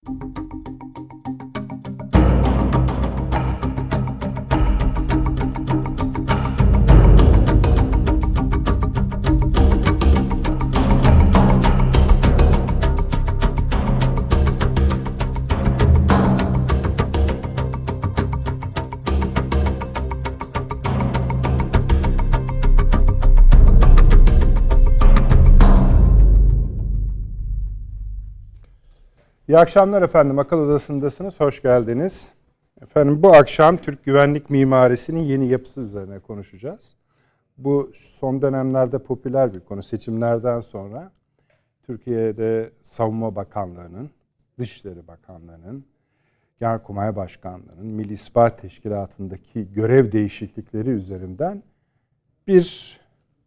İyi akşamlar efendim. Akıl Odası'ndasınız. Hoş geldiniz. Efendim bu akşam Türk güvenlik mimarisinin yeni yapısı üzerine konuşacağız. Bu son dönemlerde popüler bir konu. Seçimlerden sonra Türkiye'de Savunma Bakanlığı'nın, Dışişleri Bakanlığı'nın, Genelkurmay Başkanlığı'nın, Milli İstihbarat Teşkilatı'ndaki görev değişiklikleri üzerinden bir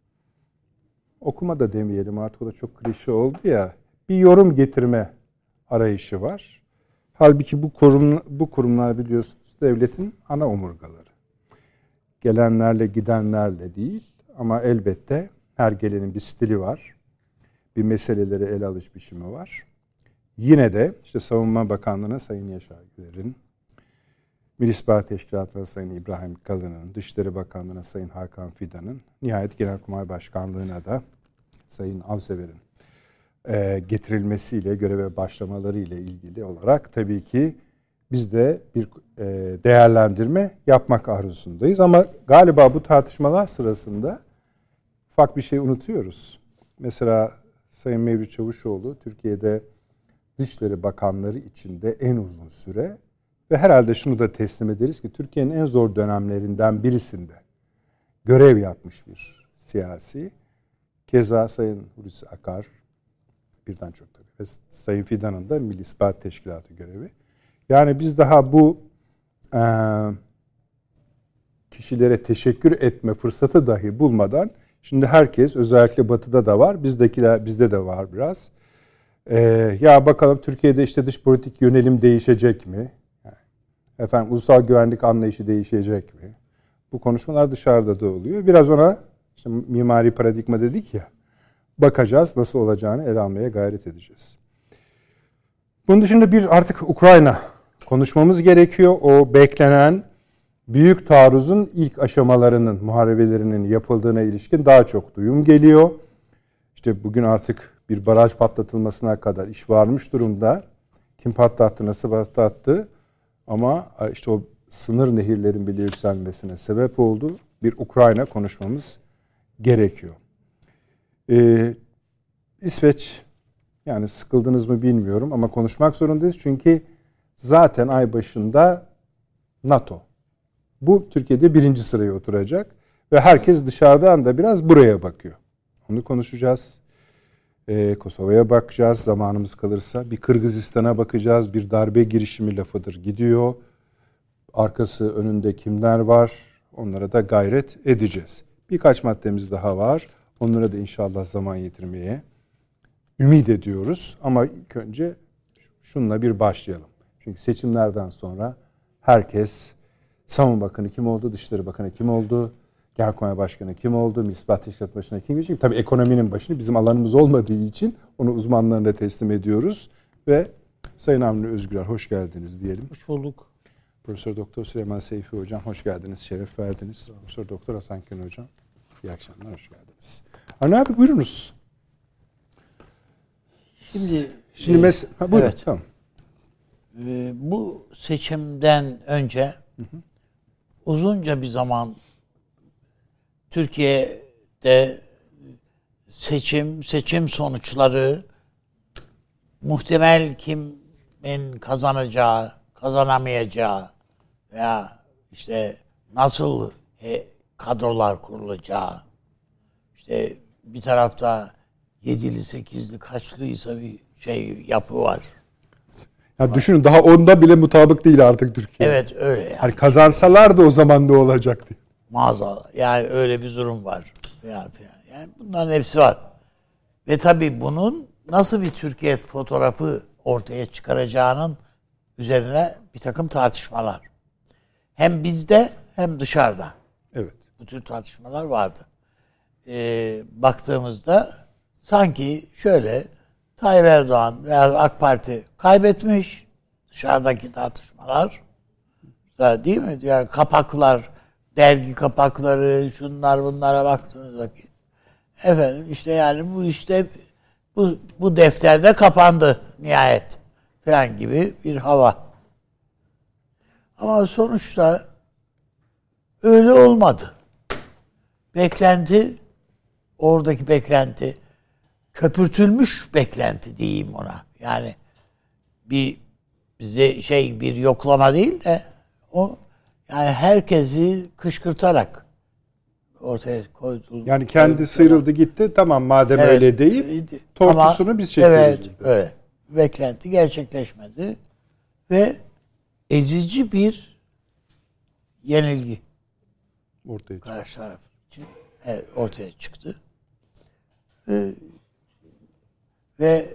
okuma da demeyelim artık, o da çok klişe oldu ya, bir yorum getirme arayışı var. Halbuki bu kurumlar biliyorsunuz devletin ana omurgaları. Gelenlerle gidenlerle değil ama elbette her gelenin bir stili var. Bir meseleleri ele alış biçimi var. Yine de işte Savunma Bakanlığı'na Sayın Yaşar Güler'in, Milli İstihbarat Teşkilatı'na Sayın İbrahim Kalın'ın, Dışişleri Bakanlığı'na Sayın Hakan Fidan'ın, nihayet Genelkurmay Başkanlığı'na da Sayın Avsever'in getirilmesiyle, göreve başlamaları ile ilgili olarak tabii ki biz de bir değerlendirme yapmak arzusundayız. Ama galiba bu tartışmalar sırasında ufak bir şey unutuyoruz. Mesela Sayın Mevlüt Çavuşoğlu Türkiye'de Dışişleri Bakanları içinde en uzun süre ve herhalde şunu da teslim ederiz ki Türkiye'nin en zor dönemlerinden birisinde görev yapmış bir siyasi. Keza Sayın Hulusi Akar, birden çok tabii. Ve Sayın Fidan'ın da Milli İstihbarat Teşkilatı görevi. Yani biz daha bu kişilere teşekkür etme fırsatı dahi bulmadan şimdi herkes, özellikle Batı'da da var, bizde de var biraz. Ya bakalım Türkiye'de işte dış politik yönelim değişecek mi? Yani, efendim ulusal güvenlik anlayışı değişecek mi? Bu konuşmalar dışarıda da oluyor. Biraz ona işte mimari paradigma dedik ya. Bakacağız, nasıl olacağını ele almaya gayret edeceğiz. Bunun dışında bir artık Ukrayna konuşmamız gerekiyor. O beklenen büyük taarruzun ilk aşamalarının, muharebelerinin yapıldığına ilişkin daha çok duyum geliyor. İşte bugün artık bir baraj patlatılmasına kadar iş varmış durumda. Kim patlattı, nasıl patlattı, ama işte o sınır nehirlerin bile yükselmesine sebep oldu. Bir Ukrayna konuşmamız gerekiyor. İsveç, yani sıkıldınız mı bilmiyorum ama konuşmak zorundayız. Çünkü zaten ay başında NATO. Bu Türkiye'de birinci sıraya oturacak. Ve herkes dışarıdan da biraz buraya bakıyor. Onu konuşacağız. Kosova'ya bakacağız zamanımız kalırsa. Bir Kırgızistan'a bakacağız. Bir darbe girişimi lafıdır gidiyor. Arkası önünde kimler var? Onlara da gayret edeceğiz. Birkaç maddemiz daha var. Onlara da inşallah zaman yetirmeye ümit ediyoruz. Ama ilk önce şununla bir başlayalım. Çünkü seçimlerden sonra herkes Savunma Bakanı kim oldu, Dışişleri Bakanı kim oldu, Genelkurmay Başkanı kim oldu, Milli İstihbarat Teşkilatı Başkanı kim geçecek? Tabii ekonominin başını bizim alanımız olmadığı için onu uzmanlarına teslim ediyoruz. Ve Sayın Avni Özgürer, hoş geldiniz diyelim. Hoş bulduk. Profesör Doktor Süleyman Seyfi Hocam, hoş geldiniz, şeref verdiniz. Profesör Doktor Hasan Kön Hocam, iyi akşamlar, hoş geldiniz. Avni abi buyurunuz. Şimdi buyurun. Evet. Tamam. Bu seçimden önce uzunca bir zaman Türkiye'de seçim sonuçları, muhtemel kimin kazanacağı, kazanamayacağı veya işte nasıl kadrolar kurulacağı, işte bir tarafta 7'li 8'li kaçlıysa bir yapı var. Ya düşünün, daha onda bile mutabık değil artık Türkiye. Evet öyle yani. Hani kazansalar da o zaman ne olacaktı? Maazallah. Yani öyle bir durum var. Falan. Yani bunların hepsi var. Ve tabii bunun nasıl bir Türkiye fotoğrafı ortaya çıkaracağının üzerine bir takım tartışmalar. Hem bizde hem dışarıda. Evet. Bu tür tartışmalar vardı. Baktığımızda sanki şöyle Tayyip Erdoğan veya AK Parti kaybetmiş, Dışarıdaki tartışmalar, değil mi? Yani kapaklar, dergi kapakları, şunlar bunlara baktığınız vakit. Efendim işte yani bu işte bu defterde kapandı nihayet falan gibi bir hava. Ama sonuçta öyle olmadı. Beklenti, oradaki beklenti, köpürtülmüş beklenti diyeyim ona. Yani bize bir yoklama değil de o yani herkesi kışkırtarak ortaya koydu. Yani kendi sıyrıldı gitti. Tamam madem öyle deyip tortusunu biz çekiyoruz. Evet öyle. Beklenti gerçekleşmedi ve ezici bir yenilgi karşı taraf için ortaya çıktı. Ve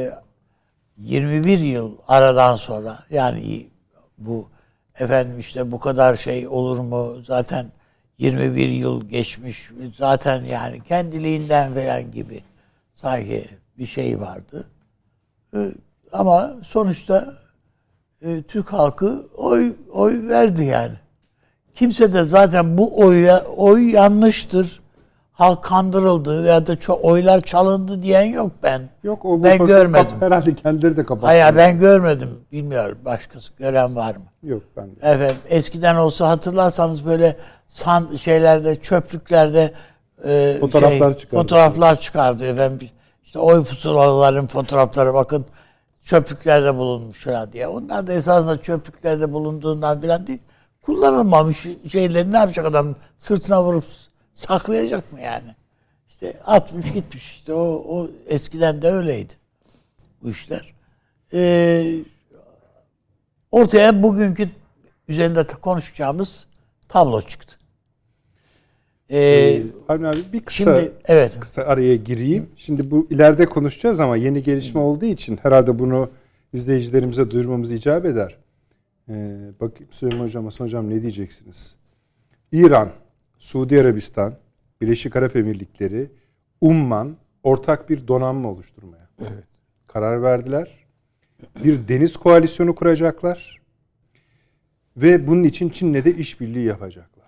21 yıl aradan sonra yani bu efendim işte bu kadar şey olur mu? Zaten 21 yıl geçmiş. Zaten yani kendiliğinden falan gibi sanki bir şey vardı. Ama sonuçta Türk halkı oy verdi yani. Kimse de zaten bu oy yanlıştır, halk kandırıldı veya da çok oylar çalındı diyen yok ben. Yok o ben görmedim. Herhalde kendileri de kapattı. Hayır ben görmedim. Bilmiyorum. Başkası gören var mı? Yok ben de. Efendim eskiden olsa hatırlarsanız böyle şeylerde, çöplüklerde fotoğraflar çıkardı efendim. İşte oy pusulaların fotoğrafları bakın çöplüklerde bulunmuş falan diye. Onlar da esasında çöplüklerde bulunduğundan falan değil. Kullanılmamış şeyleri ne yapacak adam? Sırtına vurup saklayacak mı yani? İşte atmış gitmiş işte o eskiden de öyleydi bu işler. Ortaya bugünkü üzerinde konuşacağımız tablo çıktı. Avni abi bir kısa araya gireyim. Şimdi bu ileride konuşacağız ama yeni gelişme olduğu için herhalde bunu izleyicilerimize duyurmamız icap eder. Bakayım Süleyman Hocam, Hasan Hocam ne diyeceksiniz? İran, Suudi Arabistan, Birleşik Arap Emirlikleri, Umman ortak bir donanma oluşturmaya karar verdiler. Bir deniz koalisyonu kuracaklar ve bunun için Çin'le de işbirliği yapacaklar.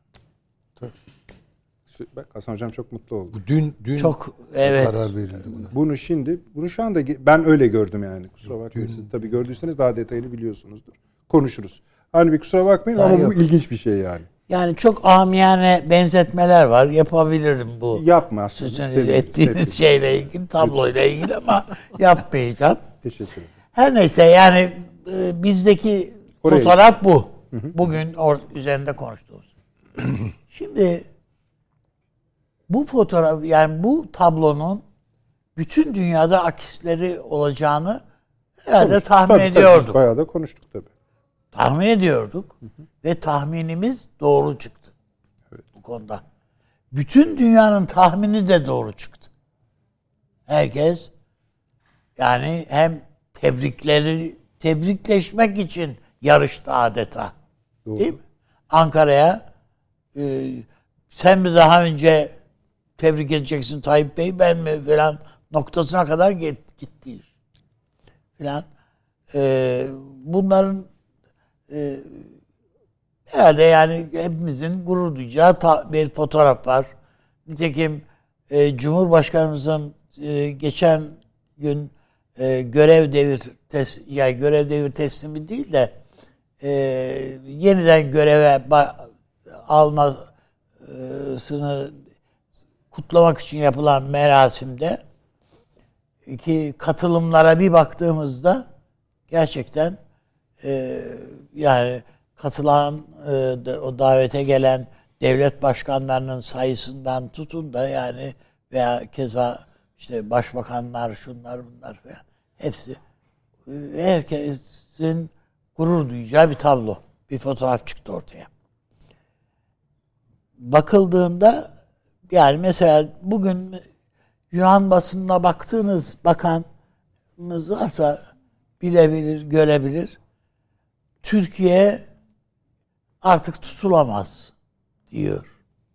Bak Hasan Hocam çok mutlu oldu. Dün çok karar verildi buna. Bunu şu anda ben öyle gördüm yani. Kusura bakmayın. Siz tabii gördüyseniz daha detaylı biliyorsunuzdur. Konuşuruz. Hani bir kusura bakmayın ama bu ilginç bir şey yani. Yani çok amiyane benzetmeler var. Yapabilirim bu. Yapma. Sözünü ettiğiniz şeyle ilgili, tabloyla ilgili ama yapmayacağım. Teşekkür ederim. Her neyse yani bizdeki fotoğraf bu. Bugün üzerinde konuştuğumuz. Şimdi bu fotoğraf yani bu tablonun bütün dünyada akisleri olacağını herhalde tahmin ediyorduk. Bayağı da konuştuk tabii. Tahmin ediyorduk ve tahminimiz doğru çıktı. Bu konuda. Bütün dünyanın tahmini de doğru çıktı. Herkes yani hem tebrikleşmek için yarıştı adeta. Doğru. Değil mi? Ankara'ya sen mi daha önce tebrik edeceksin Tayyip Bey ben mi falan noktasına kadar gitti falan. Bunların herhalde yani hepimizin gurur duyacağı bir fotoğraf var. Nitekim Cumhurbaşkanımızın geçen gün görev devir teslimi değil de yeniden göreve almasını kutlamak için yapılan merasimde ki katılımlara bir baktığımızda gerçekten yani katılan o davete gelen devlet başkanlarının sayısından tutun da yani veya keza işte başbakanlar şunlar bunlar falan hepsi herkesin gurur duyacağı bir tablo, bir fotoğraf çıktı ortaya. Bakıldığında yani mesela bugün Yunan basınına bakanınız varsa bilebilir, görebilir. Türkiye artık tutulamaz diyor.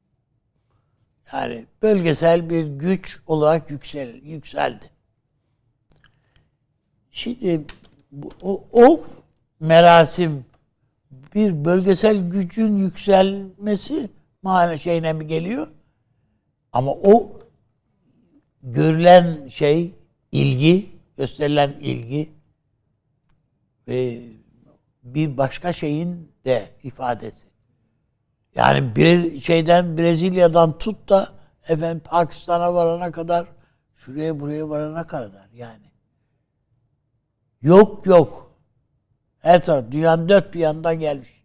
Yani bölgesel bir güç olarak yükseldi. Şimdi o merasim bir bölgesel gücün yükselmesi şeyine mi geliyor? Ama o görülen şey, ilgi, gösterilen ilgi ve bir başka şeyin de ifadesi. Yani Brezilya'dan tut da efendim Pakistan'a varana kadar, şuraya buraya varana kadar yani. Yok. Her taraf dünyanın dört bir yanından gelmiş.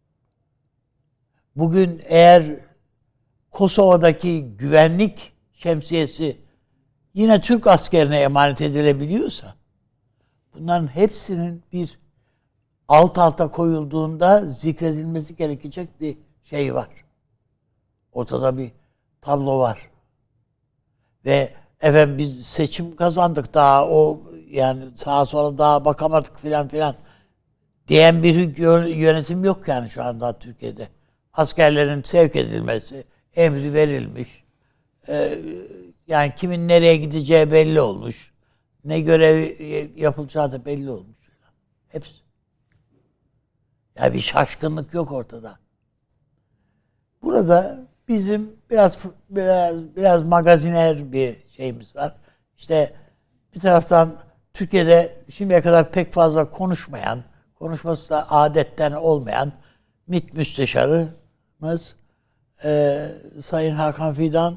Bugün eğer Kosova'daki güvenlik şemsiyesi yine Türk askerine emanet edilebiliyorsa, bunların hepsinin bir alt alta koyulduğunda zikredilmesi gerekecek bir şey var. Ortada bir tablo var. Ve efendim biz seçim kazandık, daha o yani sağa sola daha bakamadık filan diyen bir yönetim yok yani şu anda Türkiye'de. Askerlerin sevk edilmesi, emri verilmiş. Yani kimin nereye gideceği belli olmuş. Ne görev yapılacağı da belli olmuş. Hepsi. Ya bir şaşkınlık yok ortada. Burada bizim biraz magaziner bir şeyimiz var. İşte bir taraftan Türkiye'de şimdiye kadar pek fazla konuşması da adetten olmayan MİT Müsteşarımız Sayın Hakan Fidan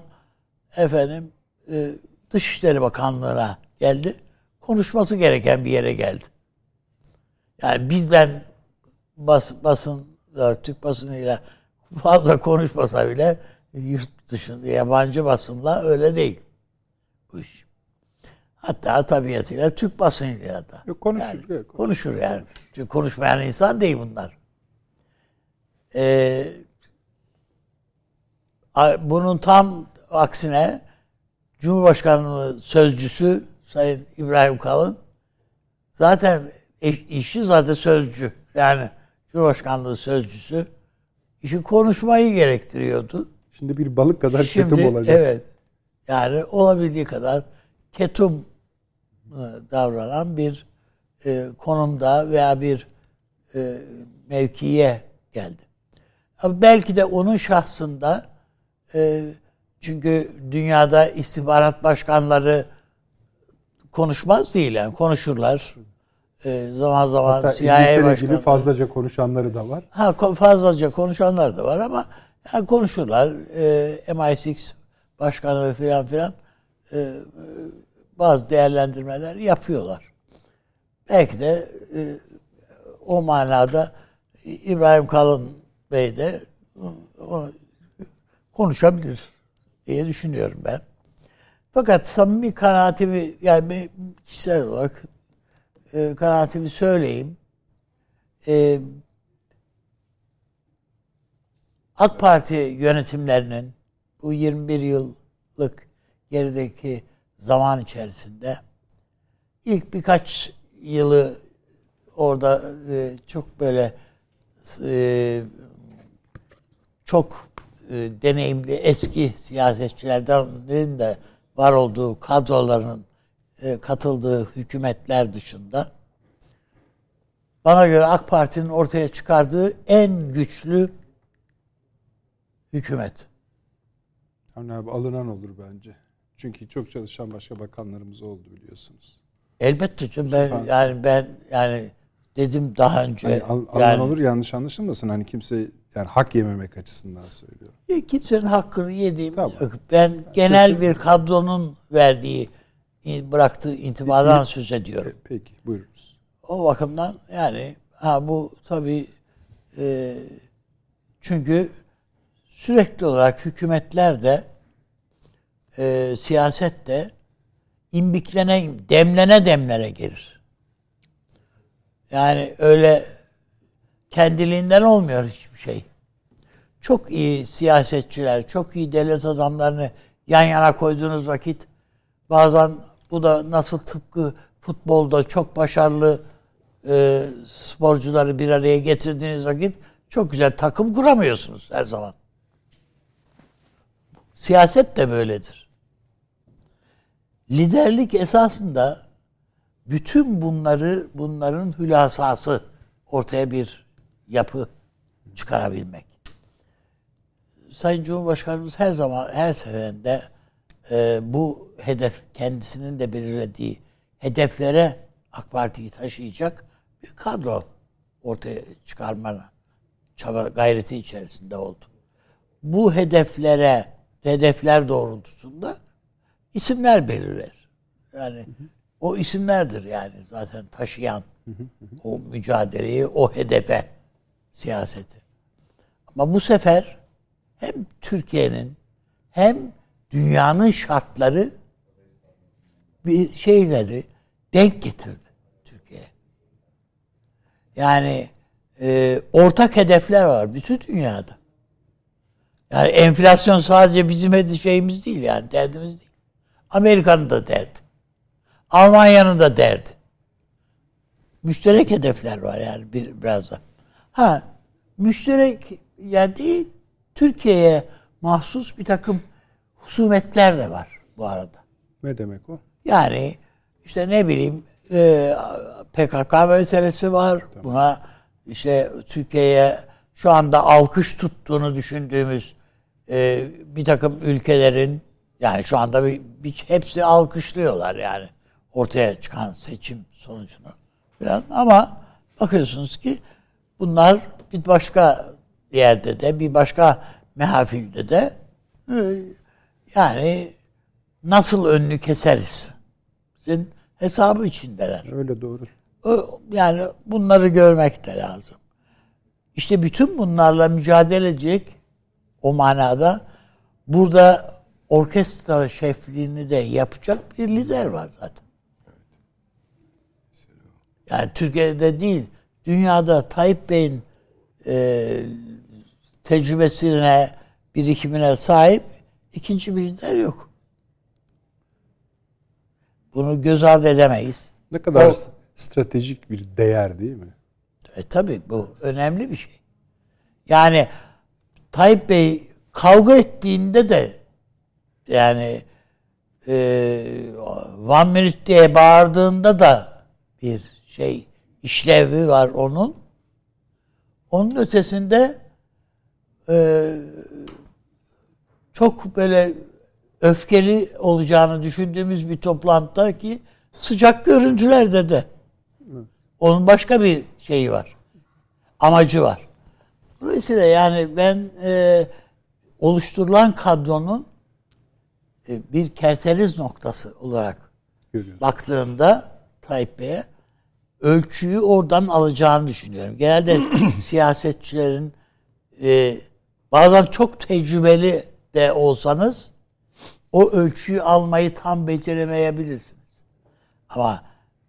Dışişleri Bakanlığı'na geldi. Konuşması gereken bir yere geldi. Yani bizden Türk basınıyla fazla konuşmasa bile yurt dışında yabancı basınla öyle değil bu iş. Hatta tabiatıyla Türk basınıyla da. Konuşur yani. Çünkü konuşmayan insan değil bunlar. Bunun tam aksine Cumhurbaşkanlığı Sözcüsü Sayın İbrahim Kalın zaten işi zaten sözcü. Yani Cumhurbaşkanlığı Sözcüsü işi konuşmayı gerektiriyordu. Şimdi bir balık kadar ketum olacak. Evet. Yani olabildiği kadar ketum davranan bir konumda veya bir mevkiye geldi. Ama belki de onun şahsında çünkü dünyada istihbarat başkanları konuşmaz değil yani konuşurlar. Zaman zaman hatta CIA başkanları fazlaca konuşanları da var. Fazlaca konuşanlar da var ama yani konuşurlar. MI6 başkanı filan bazı değerlendirmeler yapıyorlar. Belki de o manada İbrahim Kalın Bey de konuşabilir diye düşünüyorum ben. Fakat samimi kanaatimi yani kişisel olarak kanaatimi söyleyeyim. AK Parti yönetimlerinin bu 21 yıllık gerideki zaman içerisinde ilk birkaç yılı orada çok böyle çok deneyimli eski siyasetçilerden de var olduğu kadrolarının katıldığı hükümetler dışında bana göre AK Parti'nin ortaya çıkardığı en güçlü hükümet. Abi alınan olur bence. Çünkü çok çalışan başka bakanlarımız oldu biliyorsunuz. Elbette canım ben dedim daha önce. Alınan olur yanlış anlaşılmasın. Hani kimse yani hak yememek açısından söylüyorum. Kimsenin hakkını yediğim yok. Ben genel bir kadronun bıraktığı intibadan söz ediyorum. Peki buyurunuz. O bakımdan yani bu tabii çünkü sürekli olarak hükümetler de siyaset de demlene gelir. Yani öyle kendiliğinden olmuyor hiçbir şey. Çok iyi siyasetçiler, çok iyi devlet adamlarını yan yana koyduğunuz vakit bazen bu da nasıl tıpkı futbolda çok başarılı sporcuları bir araya getirdiğiniz vakit çok güzel takım kuramıyorsunuz her zaman. Siyaset de böyledir. Liderlik esasında bütün bunların hülasası ortaya bir yapı çıkarabilmek. Sayın Cumhurbaşkanımız her zaman, her seferinde bu hedef, kendisinin de belirlediği hedeflere AK Parti'yi taşıyacak bir kadro ortaya çıkarmanın çaba gayreti içerisinde oldu. Bu hedefler doğrultusunda isimler belirler. Yani o isimlerdir yani zaten taşıyan o mücadeleyi, o hedefe, siyaseti. Ama bu sefer hem Türkiye'nin hem dünyanın şartları bir şeyleri denk getirdi Türkiye'ye. Yani ortak hedefler var bütün dünyada. Yani enflasyon sadece bizim şeyimiz değil yani derdimiz değil. Amerika'nın da derdi. Almanya'nın da derdi. Müşterek hedefler var yani biraz da. Müşterek yani değil, Türkiye'ye mahsus bir takım husumetler de var bu arada. Ne demek o? Yani işte ne bileyim PKK meselesi var. Tamam. Buna işte Türkiye'ye şu anda alkış tuttuğunu düşündüğümüz bir takım ülkelerin yani şu anda hepsi alkışlıyorlar yani ortaya çıkan seçim sonucunu falan. Ama bakıyorsunuz ki bunlar bir başka yerde de bir başka mehafilde de yani nasıl önünü keseriz? Sizin hesabı içindeler. Öyle doğru. Yani bunları görmek de lazım. İşte bütün bunlarla mücadele edecek o manada burada orkestra şefliğini de yapacak bir lider var zaten. Yani Türkiye'de değil, dünyada Tayyip Bey'in tecrübesine, birikimine sahip ikinci bir lider yok. Bunu göz ardı edemeyiz. Ne kadar stratejik bir değer değil mi? Tabii bu önemli bir şey. Yani Tayyip Bey kavga ettiğinde de yani one minute diye bağırdığında da bir şey işlevi var onun. Onun ötesinde çok böyle öfkeli olacağını düşündüğümüz bir toplantıda ki sıcak görüntülerde de onun başka bir şeyi var. Amacı var. Dolayısıyla yani ben oluşturulan kadronun bir kerteriz noktası olarak baktığımda Tayyip Bey'e ölçüyü oradan alacağını düşünüyorum. Genelde siyasetçilerin bazen çok tecrübeli de olsanız o ölçüyü almayı tam beceremeyebilirsiniz. Ama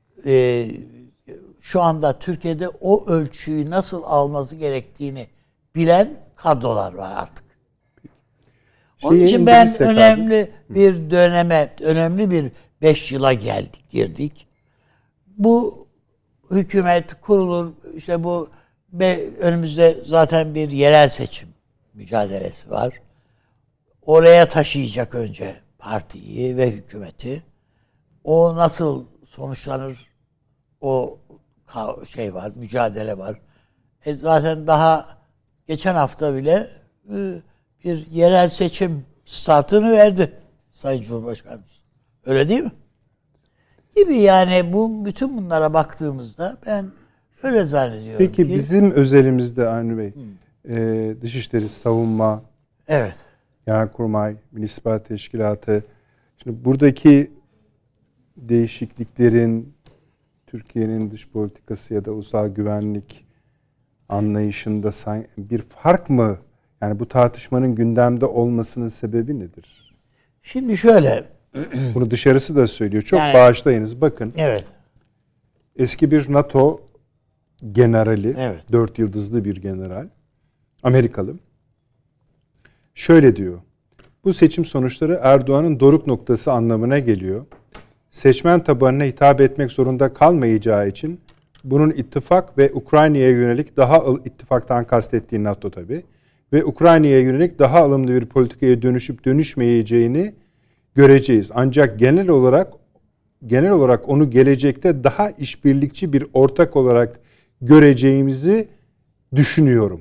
şu anda Türkiye'de o ölçüyü nasıl alması gerektiğini bilen kadrolar var artık. Onun için ben önemli bir döneme, önemli bir 5 yıla girdik. Bu hükümet kurulur, işte bu önümüzde zaten bir yerel seçim mücadelesi var. Oraya taşıyacak önce partiyi ve hükümeti. O nasıl sonuçlanır? O şey var, mücadele var. Zaten daha geçen hafta bile bir yerel seçim startını verdi Sayın Cumhurbaşkanımız. Öyle değil mi? Gibi yani bütün bunlara baktığımızda ben öyle zannediyorum. Peki bizim özelimizde Avni Bey, Dışişleri, Savunma, evet, Genelkurmay, Milli İstihbarat Teşkilatı, şimdi buradaki değişikliklerin Türkiye'nin dış politikası ya da ulusal güvenlik anlayışında bir fark mı? Yani bu tartışmanın gündemde olmasının sebebi nedir? Şimdi şöyle. Bunu dışarısı da söylüyor. Çok yani, bağışlayınız. Bakın. Evet. Eski bir NATO generali. Evet. 4 yıldızlı bir general. Amerikalı. Şöyle diyor. Bu seçim sonuçları Erdoğan'ın doruk noktası anlamına geliyor. Seçmen tabanına hitap etmek zorunda kalmayacağı için bunun ittifak ve Ukrayna'ya yönelik ittifaktan kastettiği NATO tabii ve Ukrayna'ya yönelik daha ılımlı bir politikaya dönüşüp dönüşmeyeceğini göreceğiz. Ancak genel olarak onu gelecekte daha işbirlikçi bir ortak olarak göreceğimizi düşünüyorum.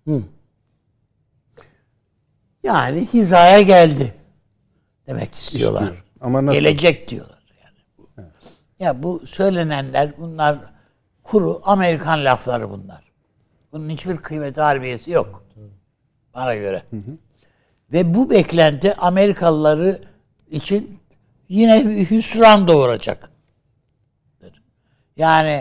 Yani hizaya geldi demek istiyorlar. İstiyor. Ama nasıl? Gelecek diyorlar yani. Evet. Ya bu söylenenler bunlar kuru Amerikan lafları bunlar. Bunun hiçbir kıymeti harbiyesi yok. Bana göre. Ve bu beklenti Amerikalıları için yine bir hüsran doğuracak. Yani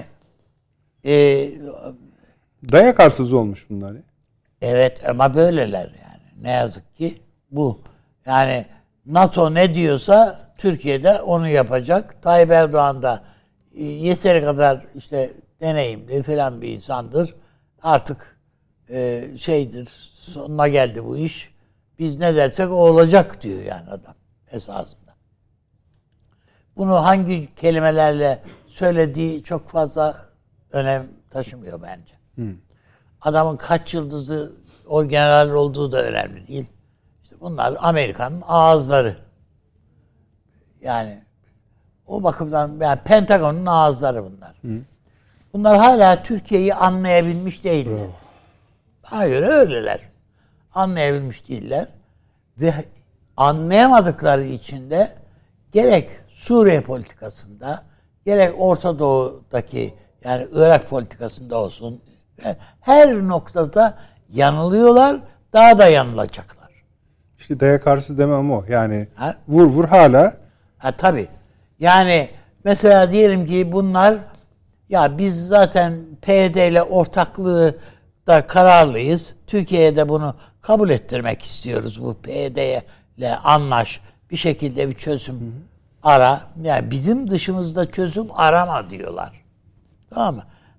dayak arsızı olmuş bunlar ya. Evet ama böyleler yani. Ne yazık ki bu. Yani NATO ne diyorsa Türkiye'de onu yapacak. Tayyip Erdoğan da yeteri kadar işte deneyimli falan bir insandır. Artık şeydir, sonuna geldi bu iş. Biz ne dersek o olacak diyor yani adam esasında. Bunu hangi kelimelerle söylediği çok fazla önem taşımıyor bence. Adamın kaç yıldızı orgeneral olduğu da önemli değil. İşte bunlar Amerika'nın ağızları. Yani o bakımdan yani Pentagon'un ağızları bunlar. Bunlar hala Türkiye'yi anlayabilmiş değiller. Bana göre öyleler. Anlayabilmiş değiller. Ve anlayamadıkları için de gerek Suriye politikasında, gerek Orta Doğu'daki yani Irak politikasında olsun her noktada yanılıyorlar, daha da yanılacaklar. İşte dayak arsız demem o. Yani vur hala. Tabii. Yani mesela diyelim ki bunlar ya biz zaten PYD ile ortaklığı da kararlıyız. Türkiye'ye de bunu kabul ettirmek istiyoruz. Bu PYD ile anlaş. Bir şekilde bir çözüm ara. Yani bizim dışımızda çözüm arama diyorlar. Tamam mı?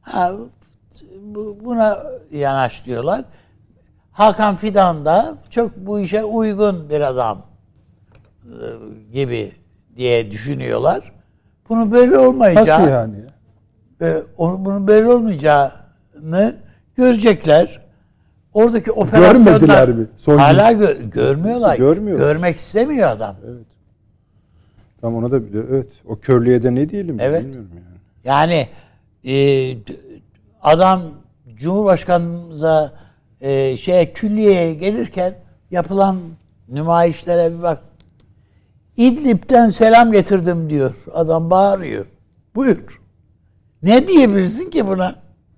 Buna yanaş diyorlar. Hakan Fidan da çok bu işe uygun bir adam gibi diye düşünüyorlar. Bunu böyle olmayacağı. Nasıl yani? Bunun böyle olmayacağını görecekler. Oradaki operasyonlar görmediler mi? Hala görmüyorlar. Görmüyor. Görmek istemiyor adam. Evet. Tam ona da biliyor. Evet. O körlüğe de ne diyelim evet. Bilmiyorum yani. Yani adam Cumhurbaşkanımıza külliyeye gelirken yapılan nümayişlere bir bak. İdlib'den selam getirdim diyor. Adam bağırıyor. Buyur. Ne diyebilirsin ki buna?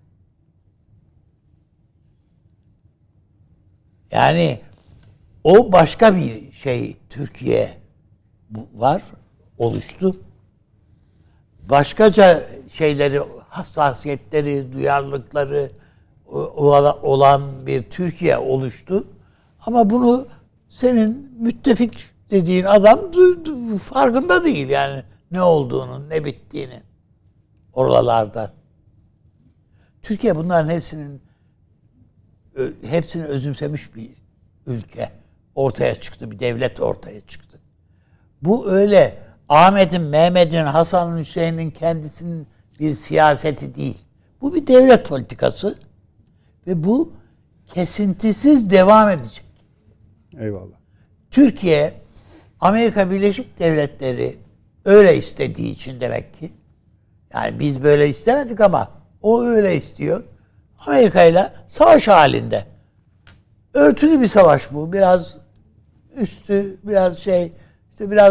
Yani o başka bir şey Türkiye var, oluştu. Başkaca şeyleri, hassasiyetleri, duyarlılıkları olan bir Türkiye oluştu. Ama bunu senin müttefik dediğin adam farkında değil yani ne olduğunun, ne bittiğinin oralarda. Türkiye bunların hepsini özümsemiş bir ülke ortaya çıktı, bir devlet ortaya çıktı. Bu öyle Ahmet'in, Mehmet'in, Hasan'ın, Hüseyin'in kendisinin bir siyaseti değil. Bu bir devlet politikası ve bu kesintisiz devam edecek. Eyvallah. Türkiye, Amerika Birleşik Devletleri öyle istediği için demek ki, yani biz böyle istemedik ama o öyle istiyor. Amerika ile savaş halinde. Örtülü bir savaş bu. Biraz üstü, biraz biraz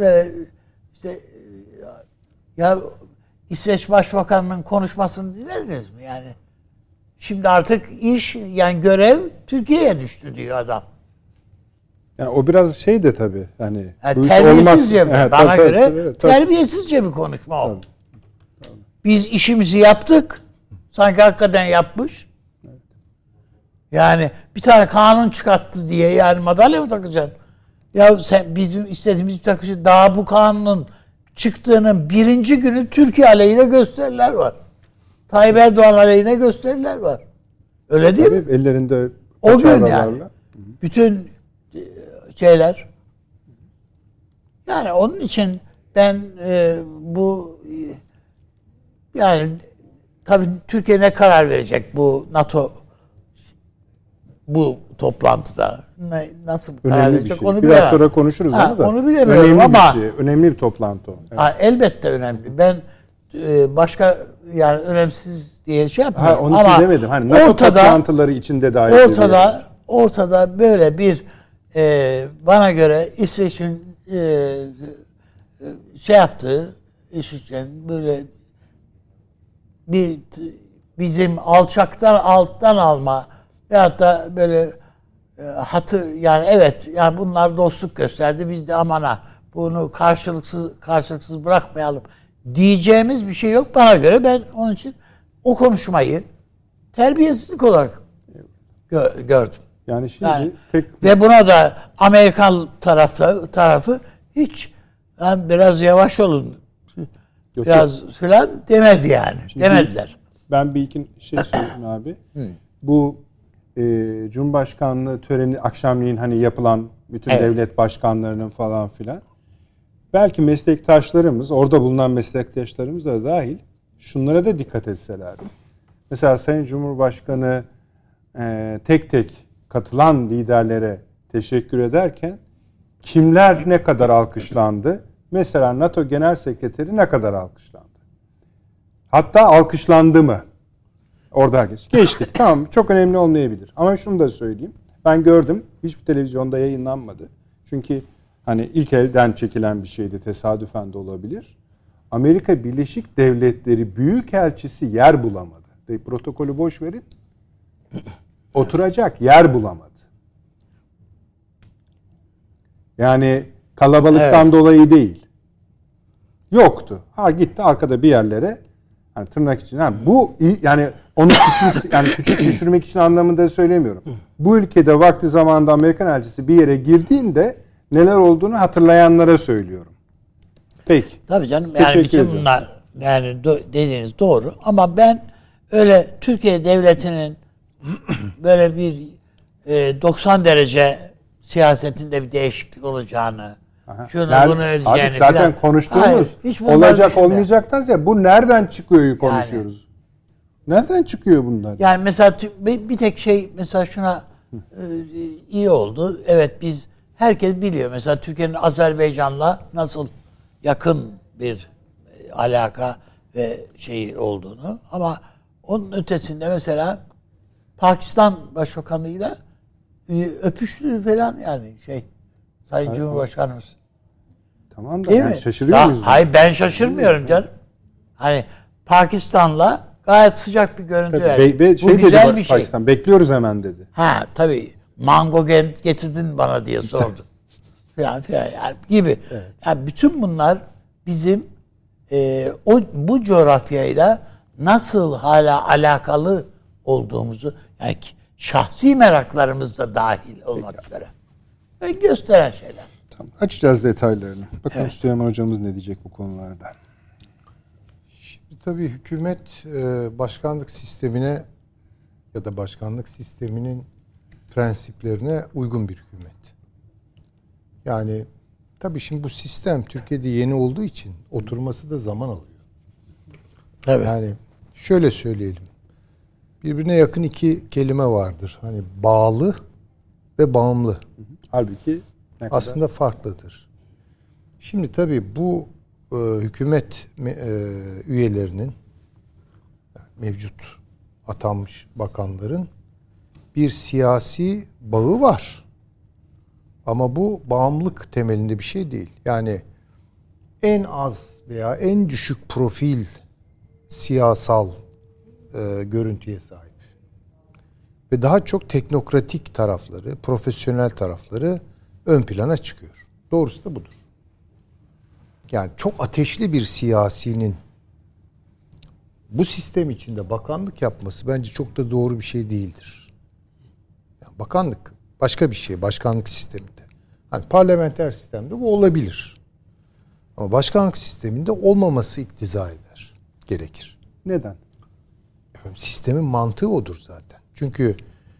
ya İsveç Başbakanı'nın konuşmasını dinlediniz mi yani? Şimdi artık iş yani görev Türkiye'ye düştü diyor adam. Yani o biraz de tabii yani bu terbiyesizce iş olmaz. Bana göre terbiyesizce bir konuşma o. Tabii. Biz işimizi yaptık. Sanki hakikaten yapmış. Evet. Yani bir tane kanun çıkarttı diye yani madalya mı takacaksın? Ya sen bizim istediğimiz bir takışı daha bu kanunun çıktığının 1. günü Türkiye aleyhine gösteriler var. Tayyip Erdoğan aleyhine gösteriler var. Öyle değil mi? Ellerinde o gün yani. Bütün şeyler. Yani onun için ben bu yani tabii Türkiye ne karar verecek bu NATO bu toplantıda nasıl karar verecek şey. onu biraz sonra konuşuruz onu da. Onu bilemiyorum önemli ama önemli bir toplantı o. Evet. Elbette önemli. Ben başka yani önemsiz diye şey yapmıyorum. Onu ama demedim. Hani NATO toplantıları içinde dahil ortada böyle bir bana göre İsveç'in şey yaptığı iş için böyle bir bizim alttan alma veyahut da böyle yani evet yani bunlar dostluk gösterdi biz de amana bunu karşılıksız bırakmayalım diyeceğimiz bir şey yok bana göre. Ben onun için o konuşmayı terbiyesizlik olarak gördüm. Yani şimdi ve buna da Amerikan tarafı hiç yani biraz yavaş olun biraz filan demedi yani. Şimdi demediler. Ben bir iki şey söyleyeyim abi. Bu Cumhurbaşkanlığı töreni akşamleyin hani yapılan bütün devlet başkanlarının falan filan. Belki meslektaşlarımız, orada bulunan meslektaşlarımız da dahil şunlara da dikkat etselerdi. Mesela Sayın Cumhurbaşkanı tek tek katılan liderlere teşekkür ederken kimler ne kadar alkışlandı? Mesela NATO Genel Sekreteri ne kadar alkışlandı? Hatta alkışlandı mı? Orada herkes. Geçtik. Tamam. Çok önemli olmayabilir. Ama şunu da söyleyeyim. Ben gördüm. Hiçbir televizyonda yayınlanmadı. Çünkü hani ilk elden çekilen bir şeydi. Tesadüfen de olabilir. Amerika Birleşik Devletleri Büyükelçisi yer bulamadı. Protokolü boş verin. Oturacak yer bulamadı. Yani kalabalıktan dolayı değil. Yoktu. Gitti arkada bir yerlere. Hani tırnak için. Bu yani onu küçük düşürmek için anlamında söylemiyorum. Bu ülkede vakti zamanında Amerikan elçisi bir yere girdiğinde neler olduğunu hatırlayanlara söylüyorum. Peki. Tabii canım. Yani bütün bunlar yani dediğiniz doğru ama ben öyle Türkiye devletinin böyle bir 90 derece siyasetinde bir değişiklik olacağını, şunu bunu öleceğini zaten falan. Konuştuğumuz olacak olmayacaktan ziyade bu nereden çıkıyor konuşuyoruz. Yani, nereden çıkıyor bunlar? Yani mesela bir tek şey mesela şuna iyi oldu. Evet biz herkes biliyor. Mesela Türkiye'nin Azerbaycan'la nasıl yakın bir alaka ve şey olduğunu ama onun ötesinde mesela Pakistan Başbakanı'yla öpüştü falan yani Sayın Cumhurbaşkanımız. Tamam da yani şaşırıyor muyuz? Hayır ben şaşırmıyorum canım. Hani Pakistan'la gayet sıcak bir görüntü verdi. Bu güzel bir şey. Pakistan bekliyoruz hemen dedi. Tabii. Mango getirdin bana diye sordu. falan yani gibi. Evet. Yani bütün bunlar bizim bu coğrafyayla nasıl hala alakalı olduğumuzu yani şahsi meraklarımız da dahil olmak üzere gösteren şeyler. Tamam. Açacağız detaylarını. Bakalım Süleyman Hocamız ne diyecek bu konularda. Şimdi tabii hükümet başkanlık sistemine ya da başkanlık sisteminin prensiplerine uygun bir hükümet. Yani tabii şimdi bu sistem Türkiye'de yeni olduğu için oturması da zaman alıyor. Evet. Yani şöyle söyleyelim. Birbirine yakın iki kelime vardır. Hani bağlı ve bağımlı. Halbuki aslında farklıdır. Şimdi tabii bu hükümet üyelerinin mevcut atanmış bakanların bir siyasi bağı var. Ama bu bağımlılık temelinde bir şey değil. Yani en az veya en düşük profil siyasal görüntüye sahip. Ve daha çok teknokratik tarafları, profesyonel tarafları ön plana çıkıyor. Doğrusu da budur. Yani çok ateşli bir siyasinin bu sistem içinde bakanlık yapması bence çok da doğru bir şey değildir. Yani bakanlık başka bir şey, başkanlık sisteminde. Hani parlamenter sistemde bu olabilir. Ama başkanlık sisteminde olmaması iktiza eder, gerekir. Neden? Efendim, sistemin mantığı odur zaten. Çünkü